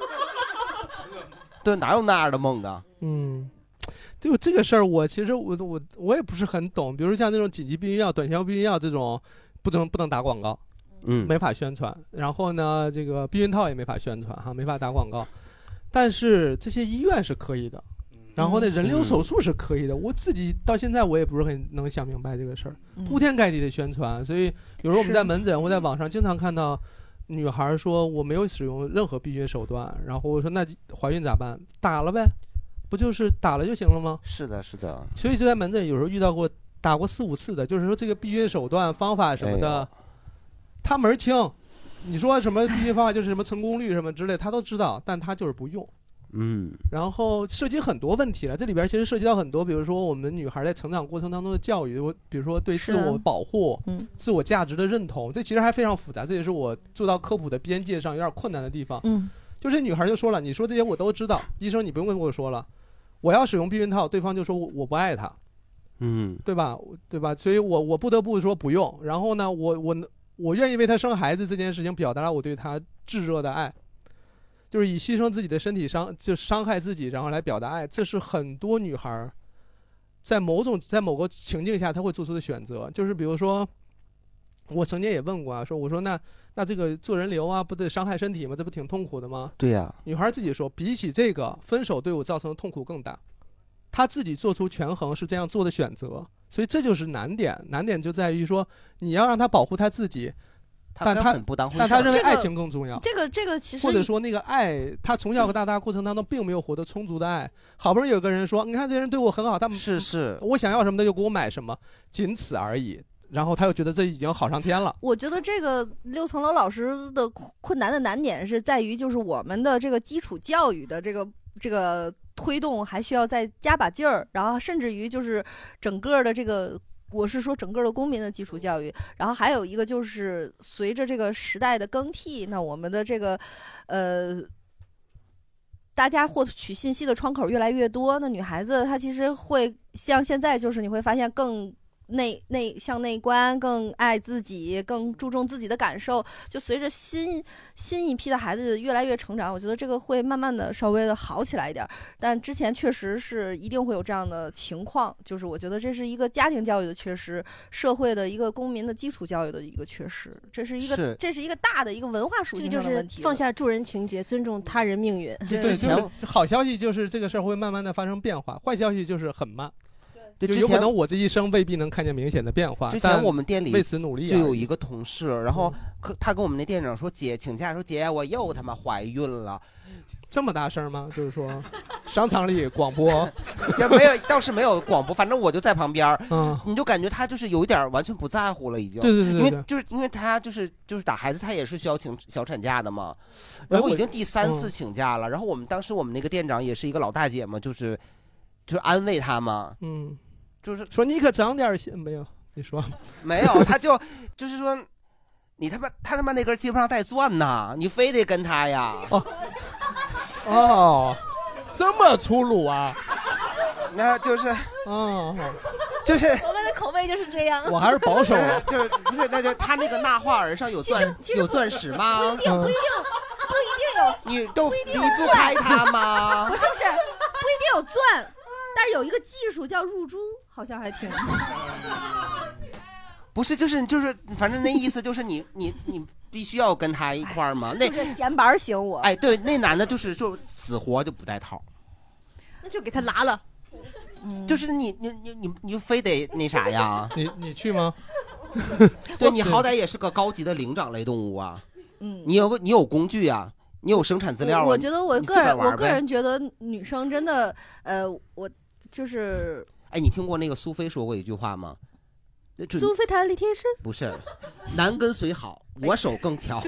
对，哪有那样的梦啊？ 嗯，就这个事儿，我其实我我我也不是很懂。比如像那种紧急避孕药、短效避孕药这种，不能不能打广告， 嗯， 没法宣传。然后呢，这个避孕套也没法宣传哈，没法打广告。但是这些医院是可以的。然后呢，人流手术是可以的。我自己到现在我也不是很能想明白这个事儿，铺天盖地的宣传。所以有时候我们在门诊或在网上经常看到女孩说我没有使用任何避孕手段，然后我说那怀孕咋办？打了呗，不就是打了就行了吗？ 是的，是的。 所以就在门诊有时候遇到过打过四五次的，就是说这个避孕手段方法什么的，他门儿清。你说什么避孕方法就是什么成功率什么之类，他都知道，但他就是不用。 嗯， 然后涉及很多问题了，这里边其实涉及到很多，比如说我们女孩在成长过程当中的教育，我比如说对自我保护、 嗯、 自我价值的认同，这其实还非常复杂，这也是我做到科普的边界上有点困难的地方。 嗯， 就是女孩就说了，你说这些我都知道，医生你不用跟我说了，我要使用避孕套，对方就说我我不爱他， 嗯， 对吧？对吧？所以我我不得不说不用。然后呢，我我我愿意为他生孩子这件事情表达了我对他炙热的爱。就是以牺牲自己的身体伤，就伤害自己，然后来表达爱，这是很多女孩在某种在某个情境下她会做出的选择。就是比如说，我曾经也问过啊，说我说那那这个做人流啊，不得伤害身体吗？这不挺痛苦的吗？ 对呀、啊。 女孩自己说，比起这个，分手对我造成的痛苦更大。她自己做出权衡是这样做的选择，所以这就是难点。难点就在于说，你要让她保护她自己。但他不当回事， 但他认为爱情更重要。 这个这个其实或者说那个爱，他从小和大大过程当中并没有获得充足的爱。好不容易有个人说，你看这人对我很好，他们是是， 我想要什么他就给我买什么，仅此而已。然后他又觉得这已经好上天了。 我觉得这个六层楼老师的困难的难点是在于，就是我们的这个基础教育的这个这个推动还需要再加把劲儿，然后甚至于就是整个的这个。我是说整个的公民的基础教育，然后还有一个就是随着这个时代的更替，那我们的这个呃，大家获取信息的窗口越来越多，那女孩子她其实会像现在就是你会发现更内内向内观，更爱自己，更注重自己的感受。就随着新新一批的孩子越来越成长，我觉得这个会慢慢的稍微的好起来一点。但之前确实是一定会有这样的情况，就是我觉得这是一个家庭教育的缺失，社会的一个公民的基础教育的一个缺失，这是一个是这是一个大的一个文化属性这就是上的问题。 放下助人情节，尊重他人命运。 对，就是好消息就是这个事儿会慢慢的发生变化，坏消息就是很慢。 对， 就有可能我这一生未必能看见明显的变化。 之前我们店里为此努力， 就有一个同事，然后他跟我们那店长说：“姐，请假，说姐，我又他妈怀孕了。” 这么大声吗？就是说，商场里广播也没有，倒是没有广播，反正我就在旁边， 嗯， 你就感觉他就是有一点完全不在乎了，已经。 对对对对， 因为就是因为他就是就是打孩子，他也是需要请小产假的嘛，然后已经第三次请假了，然后我们当时我们那个店长也是一个老大姐嘛，就是就是安慰他嘛， 嗯， 就是说你可长点心，没有？你说没有？他就就是说。你他妈他他妈那根筋不上带钻呐！你非得跟他呀？ 哦，哦，这么粗鲁啊？ 那就是， 哦， 就是我们的口味就是这样。 我还是保守的，就是不是？那就他那个纳化儿上有钻有钻石吗？ 不一定，不一定，不一定有。 你都离不开他吗？ 不是不是，不一定有钻，但是有一个技术叫入珠，好像还挺。 不是，就是就是，反正那意思就是你你你必须要跟他一块儿嘛。那就是闲板型我。 哎，对，那男的就是就死活就不带套， 那就给他拿了。 嗯， 就是你你你你你就非得那啥呀？ 你你去吗？ 对，你好歹也是个高级的灵长类动物啊。 嗯， 你有个你有工具啊，你有生产资料啊。 我觉得我个人我个人觉得女生真的呃，我就是。 哎，你听过那个苏菲说过一句话吗？ 苏菲弹力贴身不是，男跟随好，我手更巧。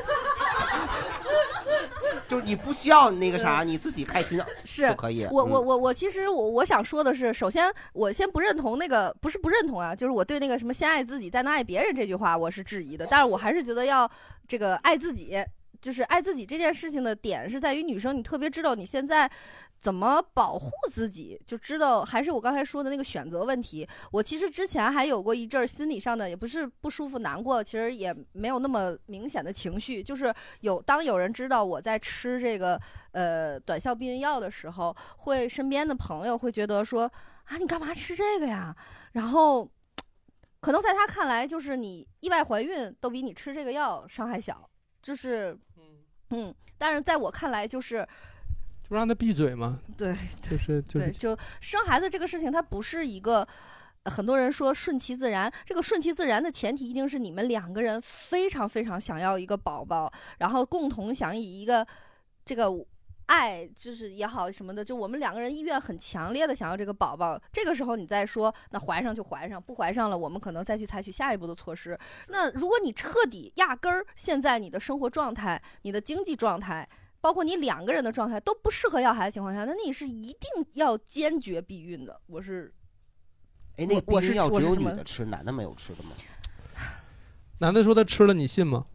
就是你不需要那个啥，你自己开心是就可以。 我我我我其实我我想说的是，首先我先不认同那个，不是不认同啊，就是我对那个什么先爱自己再能爱别人这句话我是质疑的，但是我还是觉得要这个爱自己，就是爱自己这件事情的点是在于女生你特别知道你现在。怎么保护自己，就知道还是我刚才说的那个选择问题。我其实之前还有过一阵心理上的，也不是不舒服难过，其实也没有那么明显的情绪，就是有当有人知道我在吃这个呃短效避孕药的时候，会身边的朋友会觉得说啊你干嘛吃这个呀，然后可能在他看来就是你意外怀孕都比你吃这个药伤害小，就是嗯，但是在我看来就是就让他闭嘴嘛。 对， 就是就是对，就生孩子这个事情，它不是一个很多人说顺其自然。这个顺其自然的前提一定是你们两个人非常非常想要一个宝宝，然后共同想以一个这个爱就是也好什么的，就我们两个人意愿很强烈的想要这个宝宝。这个时候你再说那怀上就怀上，不怀上了我们可能再去采取下一步的措施。那如果你彻底压根儿现在你的生活状态、你的经济状态。包括你两个人的状态都不适合要孩子的情况下，那你是一定要坚决避孕的。我是， 哎，那避孕药只有女的吃，男的没有吃的吗？ 男的说他吃了，你信吗？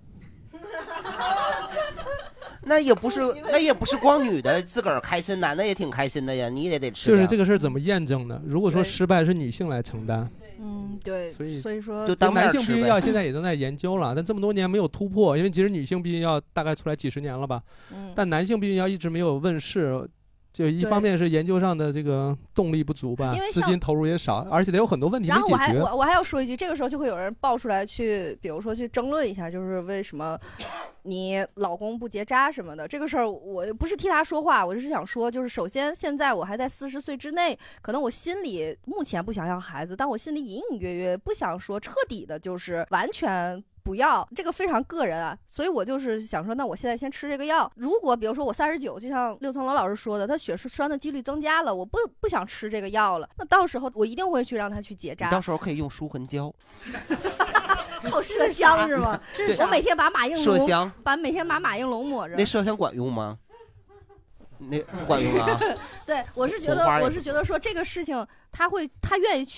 那也不是，那也不是光女的自个儿开心，男的也挺开心的呀，你也得吃。 就是这个事儿怎么验证呢？如果说失败是女性来承担。 嗯，对， 所以所以说， 就当男性避孕药现在也正在研究了，但这么多年没有突破，因为其实女性避孕药大概出来几十年了吧， 嗯、 但男性避孕药一直没有问世，就一方面是研究上的这个动力不足吧，资金投入也少，而且得有很多问题没解决。 然后我还我我还要说一句，这个时候就会有人爆出来去，比如说去争论一下，就是为什么你老公不结扎什么的。这个事儿我不是替他说话，我就是想说，就是首先现在我还在四十岁之内，可能我心里目前不想要孩子，但我心里隐隐约约不想说彻底的，就是完全。不要，这个非常个人啊，所以我就是想说，那我现在先吃这个药。如果比如说我三十九，就像六层楼老师说的，他血栓的几率增加了，我不不想吃这个药了，那到时候我一定会去让他去结扎。 你到时候可以用舒痕胶。 哦，麝香是吗？我每天把马应龙， 麝香， 把每天把马应龙抹着。 那麝香管用吗？那不管用啊。 对，我是觉得，我是觉得说这个事情，他会，他愿意去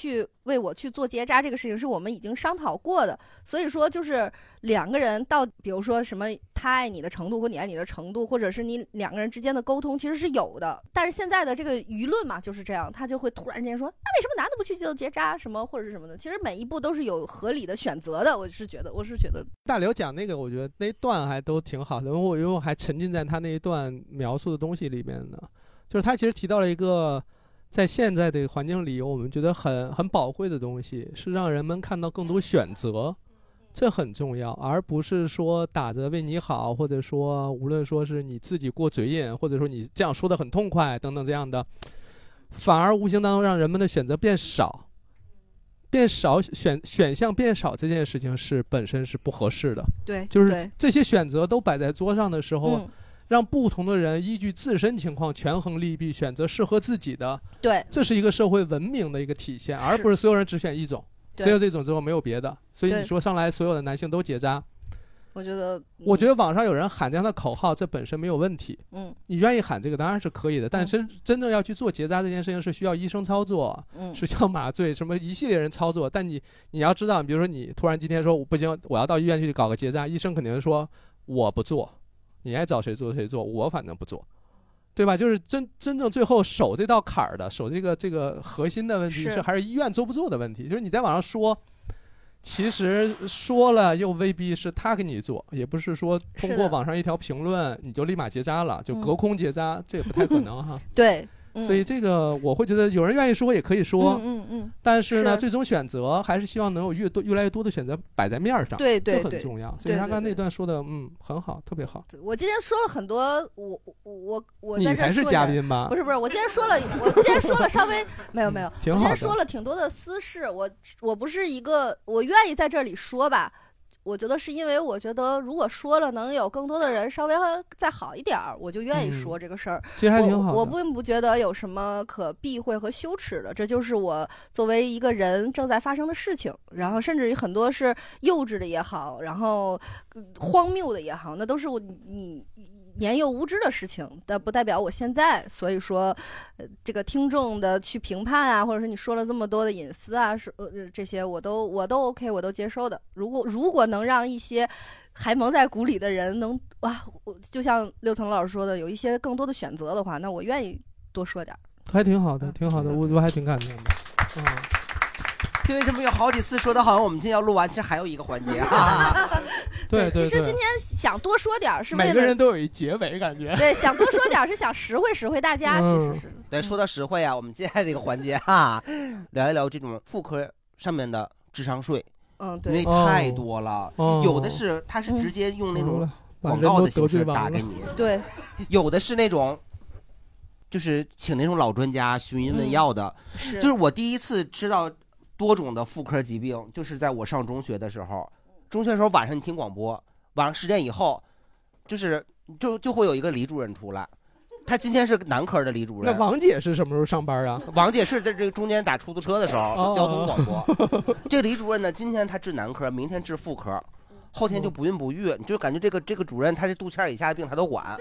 为我去做结扎这个事情是我们已经商讨过的，所以说就是两个人到比如说什么他爱你的程度或你爱你的程度，或者是你两个人之间的沟通其实是有的，但是现在的这个舆论嘛就是这样，他就会突然间说那为什么男的不去做结扎什么或者是什么的，其实每一步都是有合理的选择的，我是觉得我是觉得大刘讲那个我觉得那段还都挺好的，因为我因为我还沉浸在他那一段描述的东西里面呢，就是他其实提到了一个在现在的环境里我们觉得很很宝贵的东西，是让人们看到更多选择，这很重要，而不是说打着为你好，或者说无论说是你自己过嘴瘾，或者说你这样说的很痛快等等这样的，反而无形当中让人们的选择变少，变少选选项变少这件事情是本身是不合适的。 对， 就是这些选择都摆在桌上的时候。 嗯， 让不同的人依据自身情况权衡利弊，选择适合自己的， 对， 这是一个社会文明的一个体现，而不是所有人只选一种，只有这种之后没有别的。所以你说上来所有的男性都结扎， 我觉得， 我觉得网上有人喊这样的口号，这本身没有问题。 嗯， 你愿意喊这个当然是可以的，但真、嗯、真正要去做结扎这件事情是需要医生操作， 嗯， 是需要麻醉什么一系列人操作。但你你要知道，比如说你突然今天说不行，我要到医院去搞个结扎，医生肯定说我不做。你爱找谁做谁做，我反正不做，对吧？就是真真正最后守这道坎儿的，守这个这个核心的问题是还是医院做不做的问题。就是你在网上说，其实说了又未必是他给你做，也不是说通过网上一条评论你就立马结扎了，就隔空结扎，嗯、这也不太可能哈。 对。 嗯、所以这个我会觉得有人愿意说也可以说， 嗯嗯嗯， 但是呢，是最终选择还是希望能有越多越来越多的选择摆在面上， 对对对， 这很重要。所以他刚才那段说的，嗯，很好，特别好。 我今天说了很多，我我我你才是嘉宾吧？ 不是不是，我今天说了，我今天说了稍微没有没有， 挺好的。 我今天说了挺多的私事，我我不是一个我愿意在这里说吧。我觉得是因为我觉得如果说了能有更多的人稍微再好一点儿，我就愿意说这个事儿、嗯。 其实还挺好的。 我我并不觉得有什么可避讳和羞耻的，这就是我作为一个人正在发生的事情。然后甚至于很多是幼稚的也好，然后荒谬的也好，那都是我你。年幼无知的事情，但不代表我现在。所以说，呃，这个听众的去评判啊，或者是你说了这么多的隐私啊，是呃这些我都我都 OK， 我都接受的。如果如果能让一些还蒙在鼓里的人能哇，就像六层老师说的，有一些更多的选择的话，那我愿意多说点。 还挺好的，嗯、挺好的，我我还挺感动的。嗯。 就为什么有好几次说的好像我们今天要录完，其实还有一个环节啊。 对, 对, 对， 其实今天想多说点是为了每个人都有一结尾感觉。 对，想多说点是想实惠实惠大家， 嗯、 其实是。 对，说到实惠啊，我们接下来这个环节哈，聊一聊这种妇科上面的智商税。 嗯，对， 因为太多了， 哦、 有的是它是直接用那种广告的形式打给你， 嗯、对， 有的是那种。就是请那种老专家寻医问药的， 嗯、是就是我第一次知道多种的妇科疾病，就是在我上中学的时候。中学的时候晚上你听广播，晚上十点以后，就是就就会有一个李主任出来，他今天是男科的李主任。 那王姐是什么时候上班啊？ 王姐是在这个中间打出租车的时候， 哦、 交通广播。这个李主任呢，今天他治男科，明天治妇科，后天就不孕不育，你就感觉这个这个主任他这肚脐眼以下的病他都管。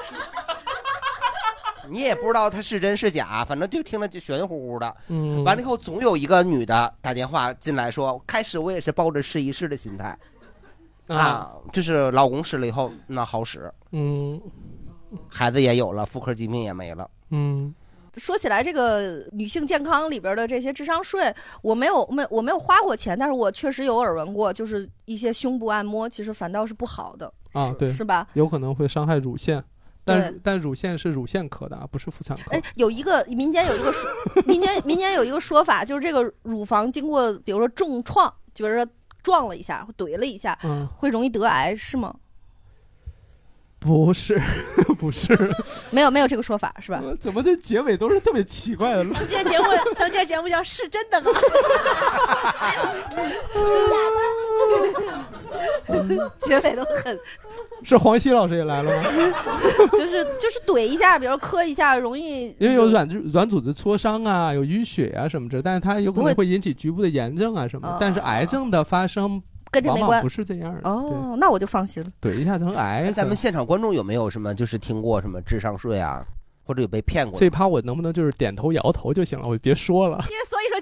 你也不知道他是真是假，反正就听着就玄乎乎的。 嗯， 完了以后，总有一个女的打电话进来说，开始我也是抱着试一试的心态，啊，啊就是老公试了以后那好使， 嗯， 孩子也有了，妇科疾病也没了， 嗯。 说起来，这个女性健康里边的这些智商税，我没有没我没有花过钱，但是我确实有耳闻过，就是一些胸部按摩，其实反倒是不好的啊，对， 是吧？ 有可能会伤害乳腺。但但乳腺是乳腺科的啊，不是妇产科。 哎，有一个民间有一个说，民间民间有一个说法，就是这个乳房经过比如说重创，就是说撞了一下或怼了一下， 嗯， 会容易得癌，是吗？ 不是，不是， 没有没有这个说法是吧？ 怎么这结尾都是特别奇怪的？ 咱们这节目，咱们这节目叫是真的吗？ 结尾都很。 是黄西老师也来了吗？ 就是就是怼一下，比如磕一下，容易因为有软软组织挫伤啊，有淤血啊什么之类，但是它有可能会引起局部的炎症啊什么的。但是癌症的发生跟这没关， 不是这样的。 哦，那我就放心了。 怼一下成癌。 咱们现场观众有没有什么就是听过什么智商税啊，或者有被骗过？ 这一趴我能不能就是点头摇头就行了，我别说了。 因为所以说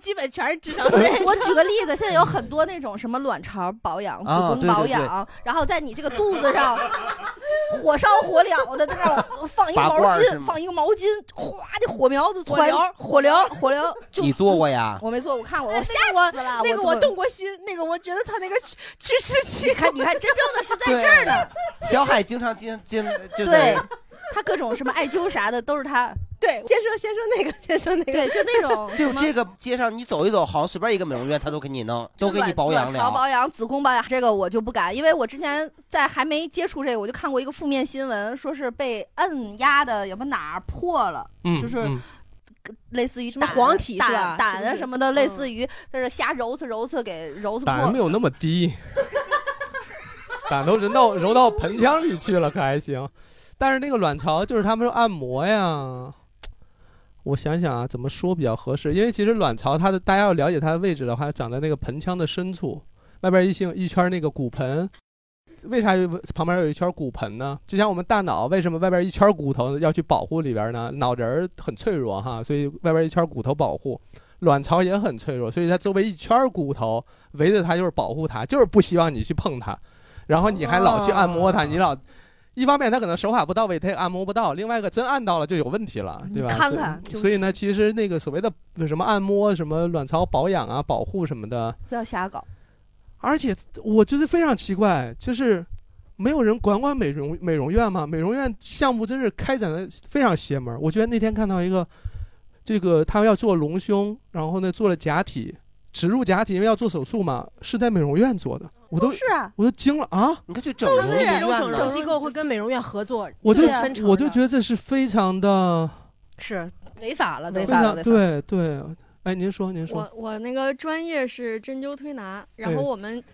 基本全是智商税。 我举个例子，现在有很多那种什么卵巢保养、子啊宫保养， 对对对然后在你这个肚子上火烧火燎的那种，放一个毛巾，放一个毛巾，哗的火苗子窜，火燎火燎。 你做过呀？ 我没做，我看过，我吓我死了。 那个我动过心，那个我觉得他那个去世期， 你看，你看，真正的是在这儿呢。 小海经常经经就对。他各种什么艾灸啥的都是他。 对，先说先说那个，先说那个， 对，就那种， 就这个街上你走一走，好像随便一个美容院他都给你弄，都给你保养了。 卵巢保养、子宫保养，这个我就不敢，因为我之前在还没接触这个，我就看过一个负面新闻，说是被摁压的，有没有哪儿破了， 嗯、 就是。 嗯类似于什么黄体是吧？ 胆啊什么的，类似于就是瞎揉搓揉搓给揉搓破。 胆没有那么低，胆都揉到揉到盆腔里去了，可还行。但是那个卵巢就是他们说按摩呀，我想想啊，怎么说比较合适？因为其实卵巢它的大家要了解它的位置的话，长在那个盆腔的深处，外边一星一圈那个骨盆。为啥旁边有一圈骨盆呢？就像我们大脑为什么外边一圈骨头要去保护里边呢？脑仁儿很脆弱哈，所以外边一圈骨头保护。卵巢也很脆弱，所以它周围一圈骨头围着它，就是保护它，就是不希望你去碰它。然后你还老去按摩它，你老一方面它可能手法不到位，它也按摩不到；另外一个真按到了就有问题了，对吧？ 看看， 所以，所以呢，其实那个所谓的什么按摩、什么卵巢保养啊、保护什么的， 不要瞎搞。 而且我觉得非常奇怪，就是没有人管管美容美容院吗？美容院项目真是开展的非常邪门。我觉得那天看到一个，这个他要做隆胸，然后呢做了假体，植入假体，因为要做手术嘛，是在美容院做的，我都是啊， 我都惊了啊！ 你看去整容医院呢，整容机构会跟美容院合作， 我就我就觉得这是非常的， 是违法了， 违法了， 对对。哎，您说，您说， 我我那个专业是针灸推拿，然后我们，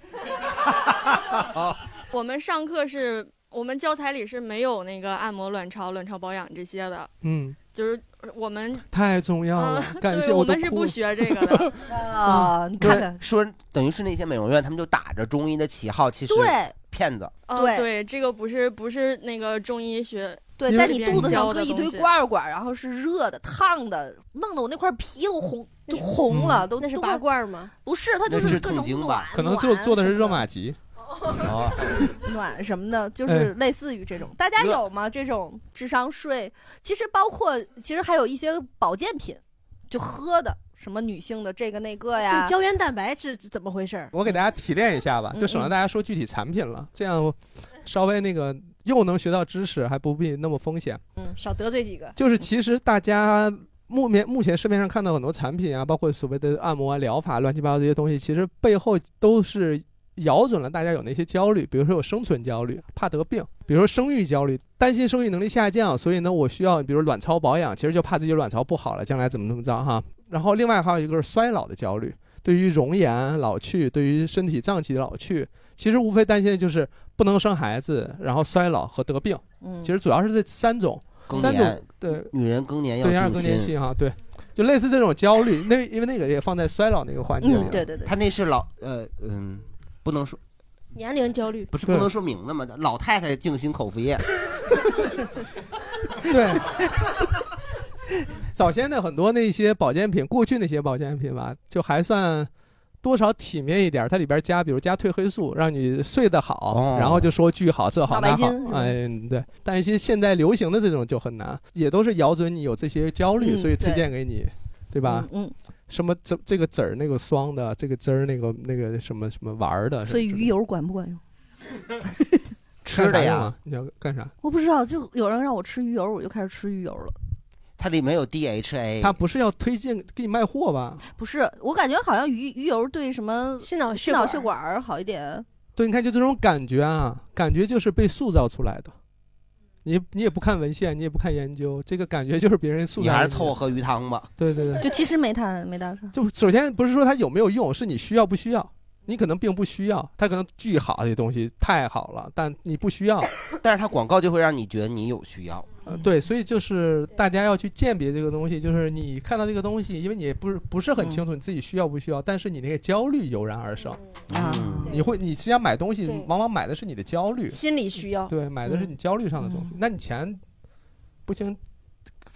我们上课是我们教材里是没有那个按摩卵巢、卵巢保养这些的， 嗯， 就是我们太重要了， 嗯、 感谢我我们是不学这个的啊，你看看， 说等于是那些美容院，他们就打着中医的旗号，其实对骗子， 哦、 对对，这个不是不是那个中医学。 对，在你肚子上搁一堆罐罐，然后是热的、烫的，弄得我那块皮都红，都红了，都那是拔罐吗？ 不是，它就是各种暖， 可能做做的是热玛吉， 哦， 暖什么的，就是类似于这种。大家有吗？这种智商税？其实包括，其实还有一些保健品，就喝的，什么女性的这个那个呀。 胶原蛋白是怎么回事？ 我给大家提炼一下吧，就省得大家说具体产品了，这样稍微那个。又能学到知识，还不必那么风险。 嗯，少得罪几个。 就是其实大家目前目前市面上看到很多产品啊，包括所谓的按摩啊、疗法、乱七八糟这些东西，其实背后都是咬准了大家有那些焦虑，比如说有生存焦虑，怕得病；比如说生育焦虑，担心生育能力下降，所以呢，我需要比如卵巢保养，其实就怕自己卵巢不好了，将来怎么怎么着哈。然后另外还有一个是衰老的焦虑，对于容颜老去，对于身体脏器的老去，其实无非担心的就是不能生孩子，然后衰老和得病。嗯，其实主要是这三种，三种对， 女人更年要对，要更年期哈，对，就类似这种焦虑。那因为那个也放在衰老那个环节里、 嗯，对对对， 他那是老呃嗯，不能说年龄焦虑， 不是不能说名字嘛，老太太静心口服液。 对。早先的很多那些保健品，过去那些保健品吧，就还算多少体面一点，它里边加，比如加褪黑素，让你睡得好，哦、然后就说巨好，这好那好，哎，对。但一些现在流行的这种就很难，也都是咬准你有这些焦虑，嗯、所以推荐给你，对吧？ 嗯。嗯什么这这个籽儿那个霜的，这个汁儿那个那个什么什么丸儿的， 所以鱼油管不管用？ 吃的呀？ 你要干啥？ 我不知道，就有人让我吃鱼油，我就开始吃鱼油了。 它里面有 D H A， 它不是要推荐给你卖货吧？ 不是，我感觉好像鱼鱼油对什么心脑心脑血管好一点。 对，你看就这种感觉啊，感觉就是被塑造出来的。你你也不看文献，你也不看研究，这个感觉就是别人塑造。 你还是凑合喝鱼汤吧。 对对对， 就其实没它没搭上。 就首先不是说它有没有用，是你需要不需要。你可能并不需要，它可能巨好这些东西太好了，但你不需要。 但是它广告就会让你觉得你有需要。 呃，对，所以就是大家要去鉴别这个东西，就是你看到这个东西，因为你也不是不是很清楚你自己需要不需要，嗯、但是你那个焦虑油然而生啊、嗯，你会你实际上买东西往往买的是你的焦虑， 心理需要， 对，买的是你焦虑上的东西，嗯、那你钱不行。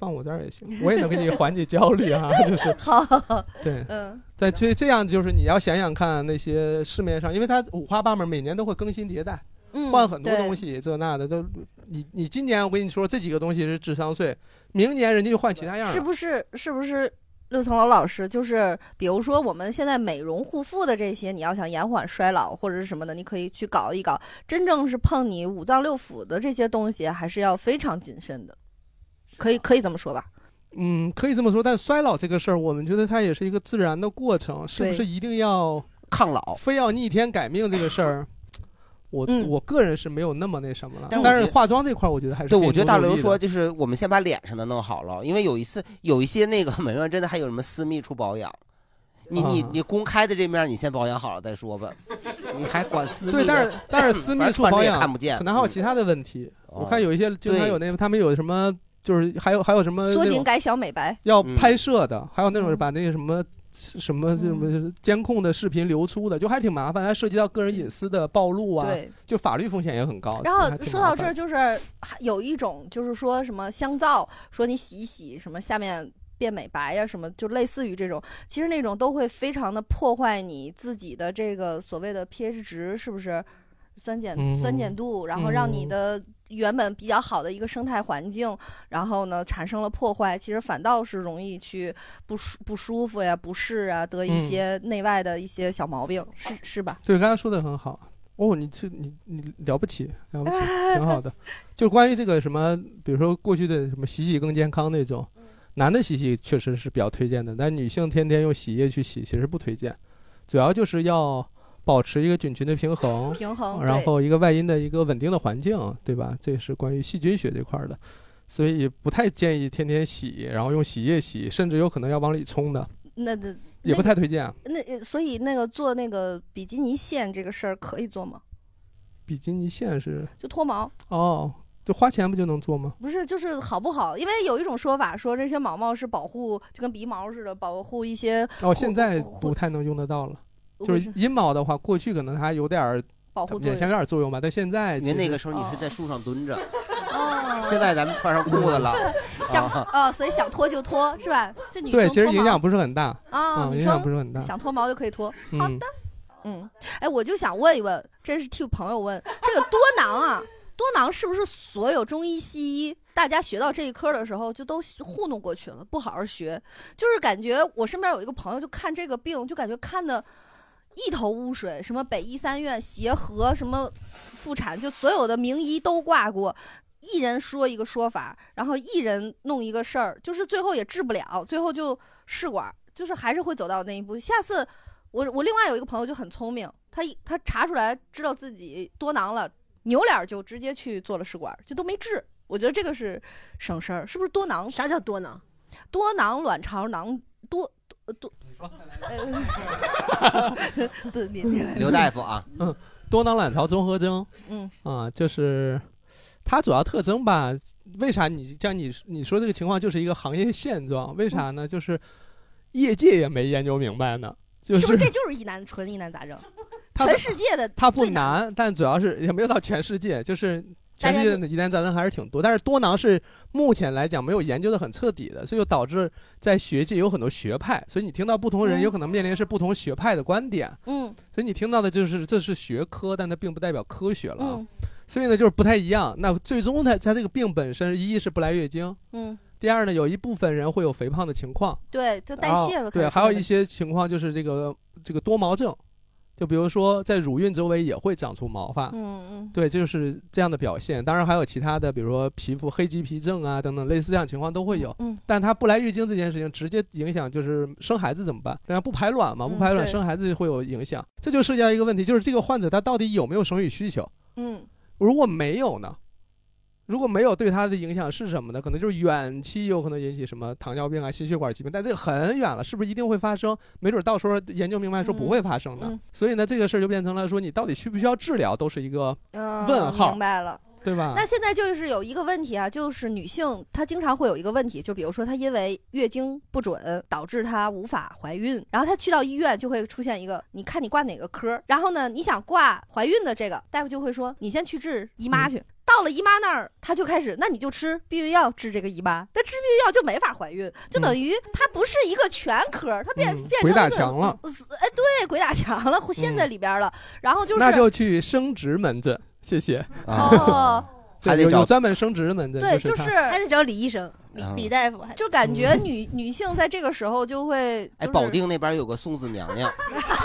放我这儿也行，我也能给你缓解焦虑哈、啊，就是好， 对， 嗯， 在这这样就是你要想想看那些市面上，因为它五花八门，每年都会更新迭代， 嗯， 换很多东西，这那的都，你你今年我跟你说这几个东西是智商税，明年人家就换其他样了， 是不是？是不是？六层楼老师，就是比如说我们现在美容护肤的这些，你要想延缓衰老或者是什么的，你可以去搞一搞。真正是碰你五脏六腑的这些东西，还是要非常谨慎的。可以可以这么说吧？ 嗯，可以这么说。但衰老这个事儿，我们觉得它也是一个自然的过程，是不是一定要抗老， 非要逆天改命这个事儿？我、嗯、我个人是没有那么那什么了， 但但是化妆这块我觉得还是对。我觉得大刘说就是我们先把脸上的弄好了，因为有一次有一些那个美容院真的还有什么私密处保养，你你你公开的这面你先保养好了再说吧，你还管私密的？ 对，但是但是私密处保养看不见， 可能还有其他的问题。 嗯、 我看有一些经常有那个他们有什么就是还有还有什么缩紧改小美白要拍摄的，嗯、还有那种把那个什么。什么什么监控的视频流出的，就还挺麻烦，还涉及到个人隐私的暴露啊， 对， 就法律风险也很高。 然后说到这儿，就是有一种就是说什么香皂，说你洗一洗，什么下面变美白呀、啊，什么就类似于这种，其实那种都会非常的破坏你自己的这个所谓的 pH 值，是不是？酸碱、嗯、酸碱度，然后让你的原本比较好的一个生态环境，嗯、然后呢产生了破坏，其实反倒是容易去不舒不舒服呀、不适啊，得一些内外的一些小毛病，嗯、是是吧？ 对，刚才说的很好哦，你这你你了不起，了不起，挺好的。就关于这个什么，比如说过去的什么洗洗更健康那种，嗯、男的洗洗确实是比较推荐的，但女性天天用洗液去洗，其实不推荐，主要就是要。保持一个菌群的平衡， 平衡， 然后一个外阴的一个稳定的环境，对吧？这是关于细菌学这块的，所以不太建议天天洗，然后用洗液洗，甚至有可能要往里冲的。 那这也不太推荐。 那, 那所以那个做那个比基尼线这个事儿可以做吗？ 比基尼线是就脱毛哦，就花钱不就能做吗？ 不是，就是好不好？因为有一种说法说这些毛毛是保护，就跟鼻毛似的，保护一些。 哦，现在不太能用得到了。就是阴毛的话，过去可能还有点保护， 勉强有点作用吧，但现在因为那个时候你是在树上蹲着，哦，现在咱们穿上裤子了， 想哦，所以想脱就脱，是吧？这女生对，其实影响不是很大啊， 影响不是很大， 想脱毛就可以脱。好的，嗯，哎，我就想问一问，真是替朋友问，这个多囊啊，多囊是不是所有中医西医？大家学到这一科的时候就都糊弄过去了，不好好学，就是感觉我身边有一个朋友就看这个病，就感觉看的。一头雾水，什么北医三院协和，什么妇产，就所有的名医都挂过，一人说一个说法，然后一人弄一个事儿，就是最后也治不了，最后就试管，就是还是会走到那一步。下次我我另外有一个朋友就很聪明，他他查出来知道自己多囊了，扭脸就直接去做了试管，这都没治。我觉得这个是省事儿，是不是多囊？ 啥叫多囊？ 多囊卵巢囊多多多。对， 刘大夫啊， 嗯，多囊卵巢综合征， 嗯啊，就是它主要特征吧？为啥你像你你说这个情况就是一个行业现状？为啥呢？就是业界也没研究明白呢。就是、 是不是这就是疑难纯疑难杂症？全世界的它不难，但主要是也没有到全世界，就是全世界的疑难杂症还是挺多。但是多囊是目前来讲没有研究的很彻底的，所以就导致在学界有很多学派，所以你听到不同人有可能面临是不同学派的观点。 嗯， 所以你听到的就是这是学科，但它并不代表科学了。 嗯， 所以呢就是不太一样。那最终它它这个病本身，一是不来月经， 嗯。 第二呢，有一部分人会有肥胖的情况， 对，就代谢。 对，还有一些情况就是这个这个多毛症，就比如说在乳晕周围也会长出毛发， 嗯嗯， 对，就是这样的表现。当然还有其他的，比如说皮肤黑棘皮症啊等等，类似这样情况都会有。 嗯， 但它不来月经这件事情直接影响就是生孩子怎么办？当然不排卵嘛，不排卵、嗯、生孩子会有影响。这就涉及到一个问题，就是这个患者他到底有没有生育需求？ 嗯， 如果没有呢？如果没有，对他的影响是什么呢？可能就是远期有可能引起什么糖尿病啊、心血管疾病，但这个很远了，是不是一定会发生？没准到时候研究明白说不会发生的。 嗯嗯、 所以呢，这个事儿就变成了说你到底需不需要治疗，都是一个问号。 嗯、明白了。 对吧？ 那现在就是有一个问题啊，就是女性她经常会有一个问题，就比如说她因为月经不准导致她无法怀孕，然后她去到医院就会出现一个，你看你挂哪个科，然后呢你想挂怀孕的这个大夫就会说你先去治姨妈去，嗯、 到了姨妈那儿，她就开始，那你就吃避孕药治这个姨妈，那吃避孕药就没法怀孕，就等于它不是一个全科，它变、嗯、变成鬼打墙了， 哎，对，鬼打墙了，陷在里边了。嗯、然后就是那就去生殖门诊，谢谢。 哦， 还得找有专门生殖门诊， 对， 就是还得找李医生。 李李大夫，就感觉女、嗯、女性在这个时候就会、就是， 哎，保定那边有个送子娘娘，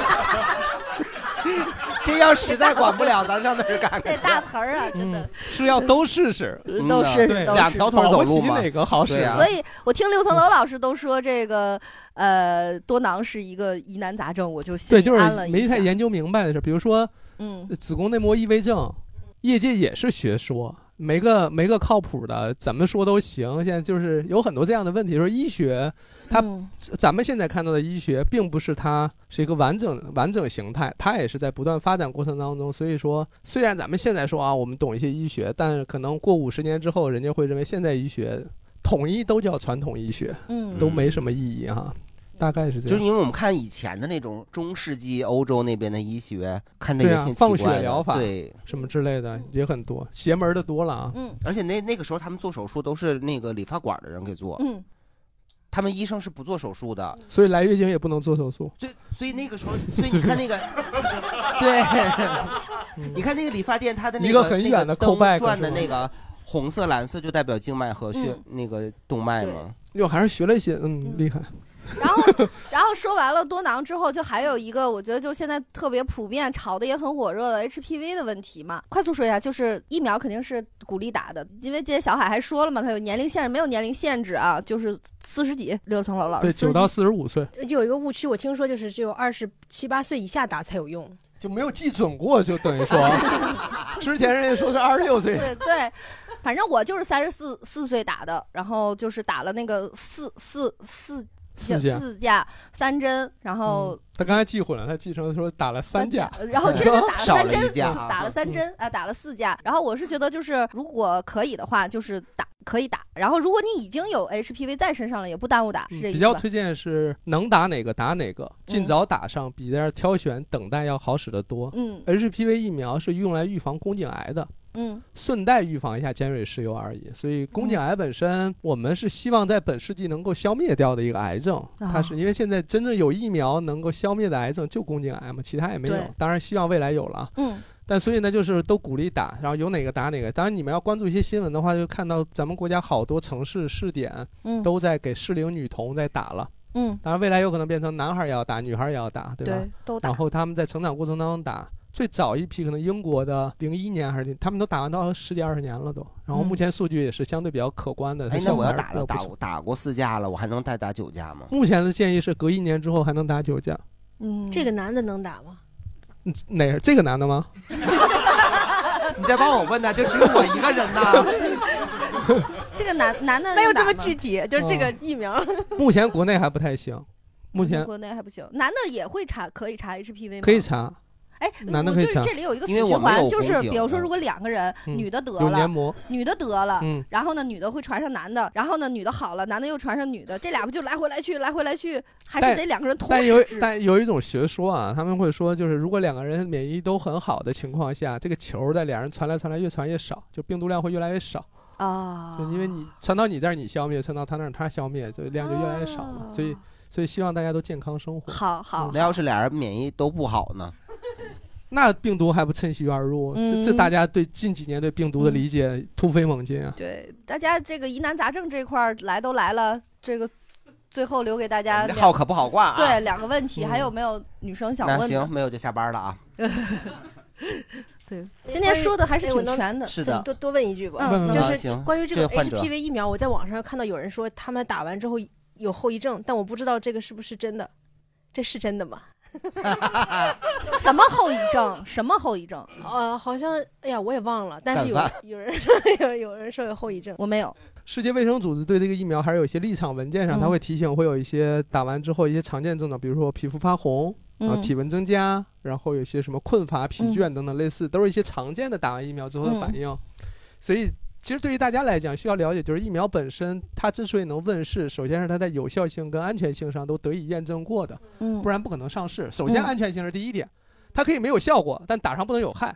这要实在管不了，咱上那儿干看。 这大盆儿啊，真的、 嗯、是要都试试， 嗯、都试试， 两条腿走路嘛， 哪个好使、 啊？ 所以我听刘层楼老师都说这个呃多囊是一个疑难杂症，我就心里安了一下。 对，就是没太研究明白的事，比如说， 嗯， 子宫内膜异位症，业界也是学说。没个没个靠谱的，怎么说都行。现在就是有很多这样的问题，说医学，它、嗯、咱们现在看到的医学，并不是它是一个完整完整形态，它也是在不断发展过程当中。所以说，虽然咱们现在说啊，我们懂一些医学，但是可能过五十年之后，人家会认为现代医学统一都叫传统医学， 嗯， 都没什么意义哈。大概是这样， 就是因为我们看以前的那种中世纪欧洲那边的医学，看这个挺奇怪的， 放血疗法， 对， 什么之类的也很多，邪门的多了啊。 嗯， 而且那那个时候他们做手术都是那个理发馆的人给做， 嗯， 他们医生是不做手术的， 所以来月经也不能做手术。 所以所以那个时候，所以你看那个，对，你看那个理发店，它的那个一个很远的扣拜转的那个红色、蓝色就代表静脉和血、嗯、那个动脉嘛。 哟，还是学了一些，嗯，厉害。 然后，然后说完了多囊之后，就还有一个，我觉得就现在特别普遍、炒的也很火热的 H P V 的问题嘛。快速说一下，就是疫苗肯定是鼓励打的，因为今天小海还说了嘛，它有年龄限制，没有年龄限制啊，就是四十几，六层楼老师对，九到四十五岁。 有一个误区，我听说就是只有二十七八岁以下打才有用， 就没有记准过，就等于说，之前人家说是二十六岁。 对对，反正我就是三十四四岁打的，然后就是打了那个四四四。 四价, 四价三针，然后、 嗯、他刚才记混了，他记成说打了三价， 然后其实打了三针， 了打了三针啊、呃，打了四价。然后我是觉得，就是如果可以的话，就是打可以打。然后如果你已经有 H P V 在身上了，也不耽误打，是这意思吧？ 比较推荐是能打哪个打哪个，尽早打上，比在这挑选等待要好使得多。 嗯 ，H P V 疫苗是用来预防宫颈癌的。 嗯， 顺带预防一下尖锐湿疣而已。所以宫颈癌本身，我们是希望在本世纪能够消灭掉的一个癌症。 嗯、 它是因为现在真正有疫苗能够消灭的癌症就宫颈癌嘛，其他也没有。当然希望未来有了。 嗯。 但所以呢，就是都鼓励打，然后有哪个打哪个。当然，你们要关注一些新闻的话，就看到咱们国家好多城市试点， 嗯， 都在给适龄女童在打了。 嗯， 当然未来有可能变成男孩也要打，女孩也要打，对吧？ 对，都打。 然后他们在成长过程当中打。最早一批可能英国的零一年还是他们都打完到十几二十年了都，然后目前数据也是相对比较可观的。 哎，那我要打了打打过四价了，我还能再打九价吗？ 目前的建议是隔一年之后还能打九价。 嗯，这个男的能打吗？ 嗯，哪这个男的吗？ 你再帮我问他，就只有我一个人呐。 这个男男的没有这么具体，就是这个疫苗。 目前国内还不太行，目前国内还不行，男的也会查，可以查 H P V 吗？ 可以查。 哎， 男的可以查， 就是这里有一个死循环，就是比如说，如果两个人， 嗯、 女的得了，黏膜女的得了， 嗯， 然后呢，女的会传上男的，然后呢，女的好了，男的又传上女的，这俩不就来回来去，来回来去，还是得两个人同时但有但有一种学说啊，他们会说，就是如果两个人免疫都很好的情况下，这个球在两人传来传来越传越少，就病毒量会越来越少啊， 就因为你传到你这儿你消灭，传到他那儿他消灭，就量就越来越少了，啊、所以所以希望大家都健康生活。 好好， 那要是俩人免疫都不好呢？ 那病毒还不趁虚而入， 嗯、 这这大家对近几年对病毒的理解、嗯、突飞猛进啊！ 对，大家这个疑难杂症这块来都来了，这个最后留给大家号可不好挂啊！ 对，两个问题， 嗯、 还有没有女生想问的？ 那行，没有就下班了啊。 对，今天说的还是挺全的。 是的， 多多问一句吧， 嗯， 就是关于这个 H P V 疫苗，我在网上看到有人说他们打完之后有后遗症，但我不知道这个是不是真的，这是真的吗？ 什么后遗症？什么后遗症？ 呃，好像，哎呀，我也忘了。但是有有人说有有人说有后遗症， 我没有。 世界卫生组织对这个疫苗还是有一些立场文件上，他、嗯、会提醒会有一些打完之后一些常见症状，比如说皮肤发红， 嗯、 啊，体温增加，然后有些什么困乏、疲倦等等，类似、嗯、都是一些常见的打完疫苗之后的反应。嗯、所以，其实对于大家来讲，需要了解就是疫苗本身，它之所以能问世，首先是它在有效性跟安全性上都得以验证过的， 嗯， 不然不可能上市。首先，安全性是第一点，它可以没有效果，但打上不能有害。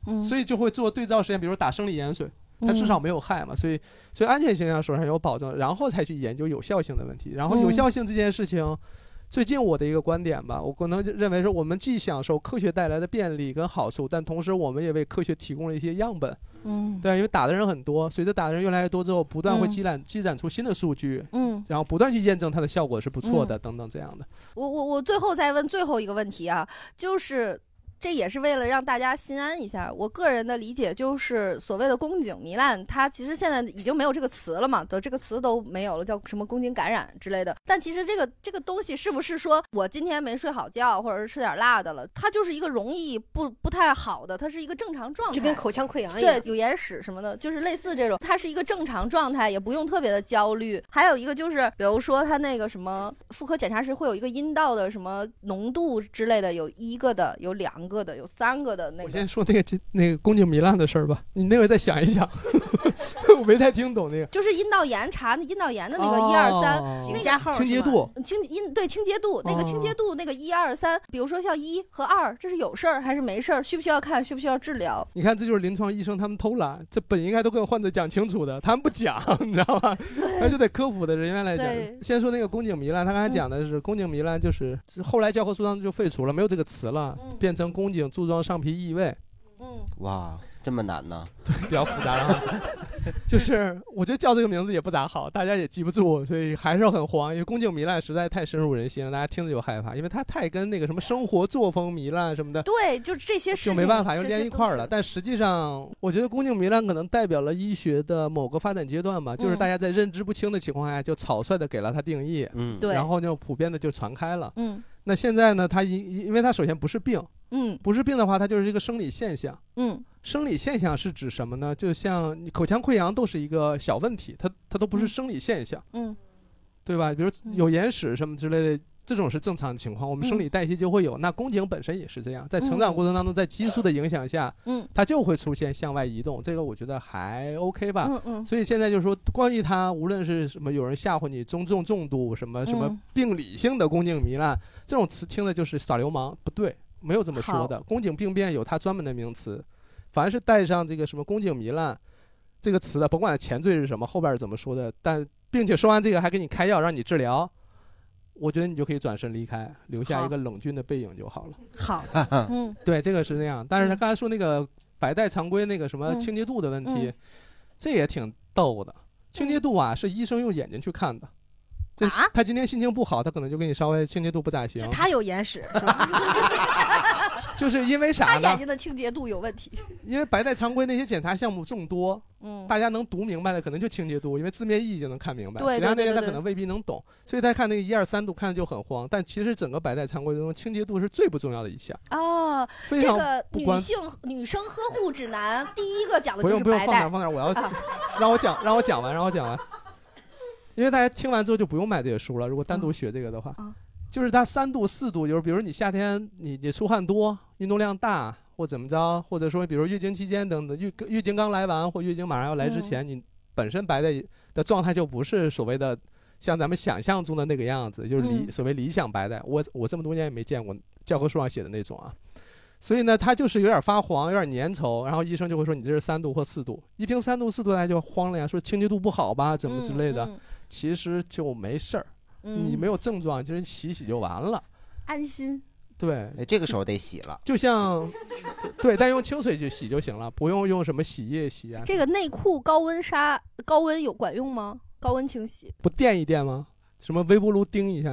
嗯，所以就会做对照实验，比如打生理盐水，它至少没有害嘛，所以所以安全性上手上有保证，然后才去研究有效性的问题。然后有效性这件事情。嗯，最近我的一个观点吧，我可能认为说，我们既享受科学带来的便利跟好处，但同时我们也为科学提供了一些样本。嗯，对，因为打的人很多，随着打的人越来越多之后，不断会积攒、嗯、积攒出新的数据，嗯，然后不断去验证它的效果是不错的，嗯、等等这样的。 我我我最后再问最后一个问题啊，就是。这也是为了让大家心安一下。我个人的理解就是，所谓的宫颈糜烂，它其实现在已经没有这个词了嘛，的这个词都没有了，叫什么宫颈感染之类的。但其实这个这个东西是不是说我今天没睡好觉，或者是吃点辣的了，它就是一个容易不不太好的，它是一个正常状态， 就跟口腔溃疡一样， 对，有眼屎什么的，就是类似这种，它是一个正常状态，也不用特别的焦虑。还有一个就是，比如说它那个什么妇科检查时会有一个阴道的什么浓度之类的，有一个的，有两个的，有三个。的那个、 我先说那个那个宫颈糜烂的事儿吧，你那会儿再想一想，我没太听懂那个。 就是阴道炎查那阴道炎的那个一二三，那个加号清洁度， 清阴对清洁度，那个清洁度那个一二三，比如说像一和二，这是有事儿还是没事儿？需不需要看？需不需要治疗？ 你看，这就是临床医生他们偷懒，这本应该都跟患者讲清楚的，他们不讲，你知道吧？那就得科普的人员来讲。先说那个宫颈糜烂，他刚才讲的是、嗯、宫颈糜烂，就是后来教科书上就废除了，没有这个词了，嗯、变成宫颈柱状上皮异位。 嗯，哇，这么难呢？ 对，比较复杂了。就是我觉得叫这个名字也不咋好，大家也记不住，所以还是很慌。因为宫颈糜烂实在太深入人心了，大家听着就害怕，因为它太跟那个什么生活作风糜烂什么的， 对，就这些事情就没办法又连一块儿了。但实际上，我觉得宫颈糜烂可能代表了医学的某个发展阶段吧，嗯、就是大家在认知不清的情况下，就草率的给了它定义，嗯，对，然后就普遍的就传开了，嗯。那现在呢？它因因为它首先不是病，嗯，不是病的话，它就是一个生理现象，嗯，生理现象是指什么呢？就像口腔溃疡都是一个小问题，它它都不是生理现象，嗯，对吧？比如有眼屎什么之类的，这种是正常的情况，我们生理代谢就会有。嗯、那宫颈本身也是这样，在成长过程当中，在激素的影响下，嗯，它就会出现向外移动，这个我觉得还 OK 吧，嗯嗯。所以现在就是说，关于它，无论是什么有人吓唬你中重重度什么什么病理性的宫颈糜烂。这种词听的就是耍流氓，不对，没有这么说的。宫颈病变有它专门的名词，凡是带上这个什么宫颈糜烂这个词的，甭管前缀是什么，后边是怎么说的，但并且说完这个还给你开药让你治疗，我觉得你就可以转身离开，留下一个冷峻的背影就好了。 好，嗯， 对，这个是那样。但是他刚才说那个白带常规那个什么清洁度的问题，嗯嗯、这也挺逗的。清洁度啊，是医生用眼睛去看的。这啊、他今天心情不好，他可能就给你稍微清洁度不咋行。 他有眼屎，是吧？ 就是因为啥呢？ 他眼睛的清洁度有问题。 因为白带常规那些检查项目众多，嗯，大家能读明白的可能就清洁度，因为字面意义就能看明白。 对， 其他那些他可能未必能懂，所以他看那个一二三度看着就很慌。但其实整个白带常规中，清洁度是最不重要的一项。 哦，这个女性女生呵护指南第一个讲的就是白带。 不用不用，放点放点，我要、啊、让我讲让我讲完让我讲完。因为大家听完之后就不用买这些书了，如果单独学这个的话，嗯、就是它三度四度，就是比如你夏天你你出汗多，运动量大或怎么着，或者说比如月经期间等等，月月经刚来完或月经马上要来之前，嗯、你本身白带的状态就不是所谓的像咱们想象中的那个样子，就是理、嗯、所谓理想白带，我我这么多年也没见过教科书上写的那种啊。所以呢，它就是有点发黄，有点粘稠，然后医生就会说你这是三度或四度。一听三度四度，大家就慌了呀，说清洁度不好吧，怎么之类的。嗯嗯、其实就没事儿，嗯、你没有症状，就是洗洗就完了， 安心。 对， 这个时候得洗了。 就像，对，但用清水去洗就行了，不用用什么洗液洗啊。 这个内裤高温杀高温有管用吗？高温清洗不垫一垫吗？什么微波炉叮一下？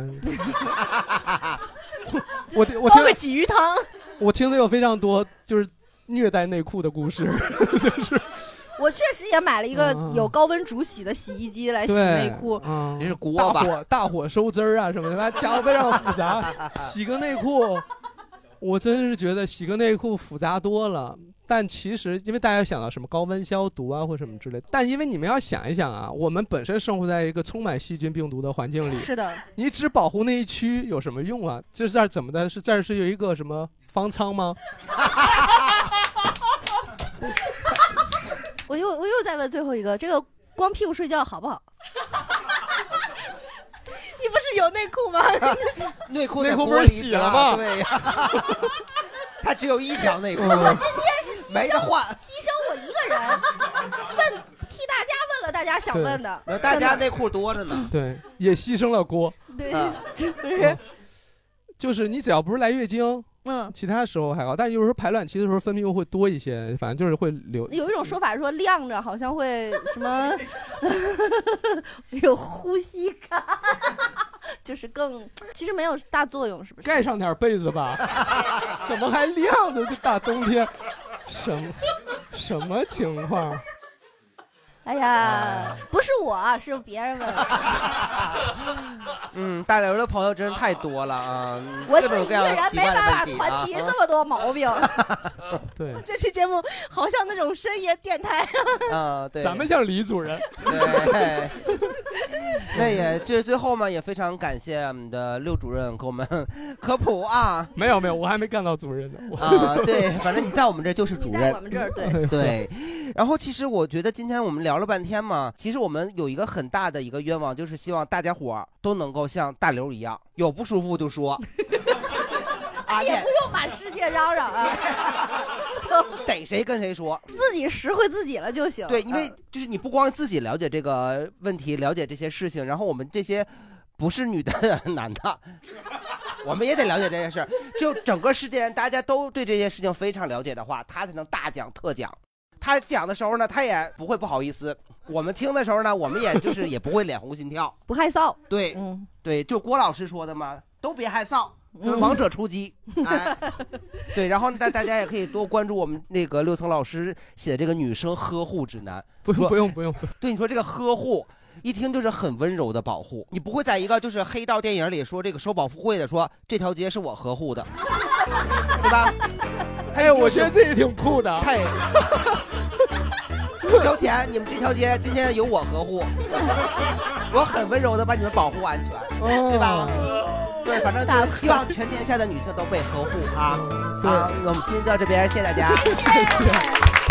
我我煲个鲫鱼汤。 我听的有非常多就是虐待内裤的故事，就是我确实也买了一个有高温煮洗的洗衣机来洗内裤， 嗯，这是锅吧？大火大火收汁儿啊什么的，家伙非常复杂。洗个内裤，我真是觉得洗个内裤复杂多了。但其实因为大家想到什么高温消毒啊或什么之类的，但因为你们要想一想啊，我们本身生活在一个充满细菌病毒的环境里， 是的， 你只保护那一区有什么用啊？这是这儿怎么的？是这儿是有一个什么方舱吗？ 我又我又再问最后一个，这个光屁股睡觉好不好？ 你不是有内裤吗？ 内裤内裤不是洗了吗？ 对呀。他只有一条内裤。 我今天是洗没得换， 牺牲我一个人，问替大家问了大家想问的， 大家内裤多着呢。 对，也牺牲了锅。 对， 就是就是你只要不是来月经。 嗯， 其他时候还好，但有时候排卵期的时候分泌物会多一些，反正就是会流。 有一种说法说晾着好像会什么有呼吸感，就是更其实没有大作用，是不是？ 盖上点被子吧，怎么还晾着？这大冬天，什么什么情况？ 哎呀，不是我，是别人问。 嗯，大刘的朋友真是太多了啊！ 我各种各样奇怪的问题没办法传奇这么多毛病。 对， 这期节目好像那种深夜电台啊，对， 咱们像李主任。 对，那也这最后嘛，也非常感谢我们的六主任给我们科普啊。 没有没有，我还没干到主任呢。 啊，对，反正你在我们这就是主任。 在我们这儿，对对。然后其实我觉得今天我们聊了半天嘛，其实我们有一个很大的一个愿望，就是希望大家伙都能够像大刘一样，有不舒服就说。 啊，也不用满世界嚷嚷啊，就逮谁跟谁说， 自己实惠自己了就行。 对，因为就是你不光自己了解这个问题，了解这些事情，然后我们这些不是女的男的，我们也得了解这件事。就整个世界人大家都对这件事情非常了解的话，他才能大讲特讲。他讲的时候呢，他也不会不好意思；我们听的时候呢，我们也就是也不会脸红心跳， 不害臊。 对， 嗯， 对，就郭老师说的嘛，都别害臊，就是王者出击。嗯、哎，对，然后大大家也可以多关注我们那个六层老师写的这个女生呵护指南。 不用不用不用。 对，你说这个呵护。一听就是很温柔的保护，你不会在一个就是黑道电影里说这个收保护费的说这条街是我呵护的，对吧？ 哎，我觉得这也挺酷的。 太交钱，你们这条街今天由我呵护，我很温柔的把你们保护安全， 哦、 对吧？对，反正就是希望全天下的女性都被呵护啊！好，我们今天到这边，谢谢大家。 谢谢。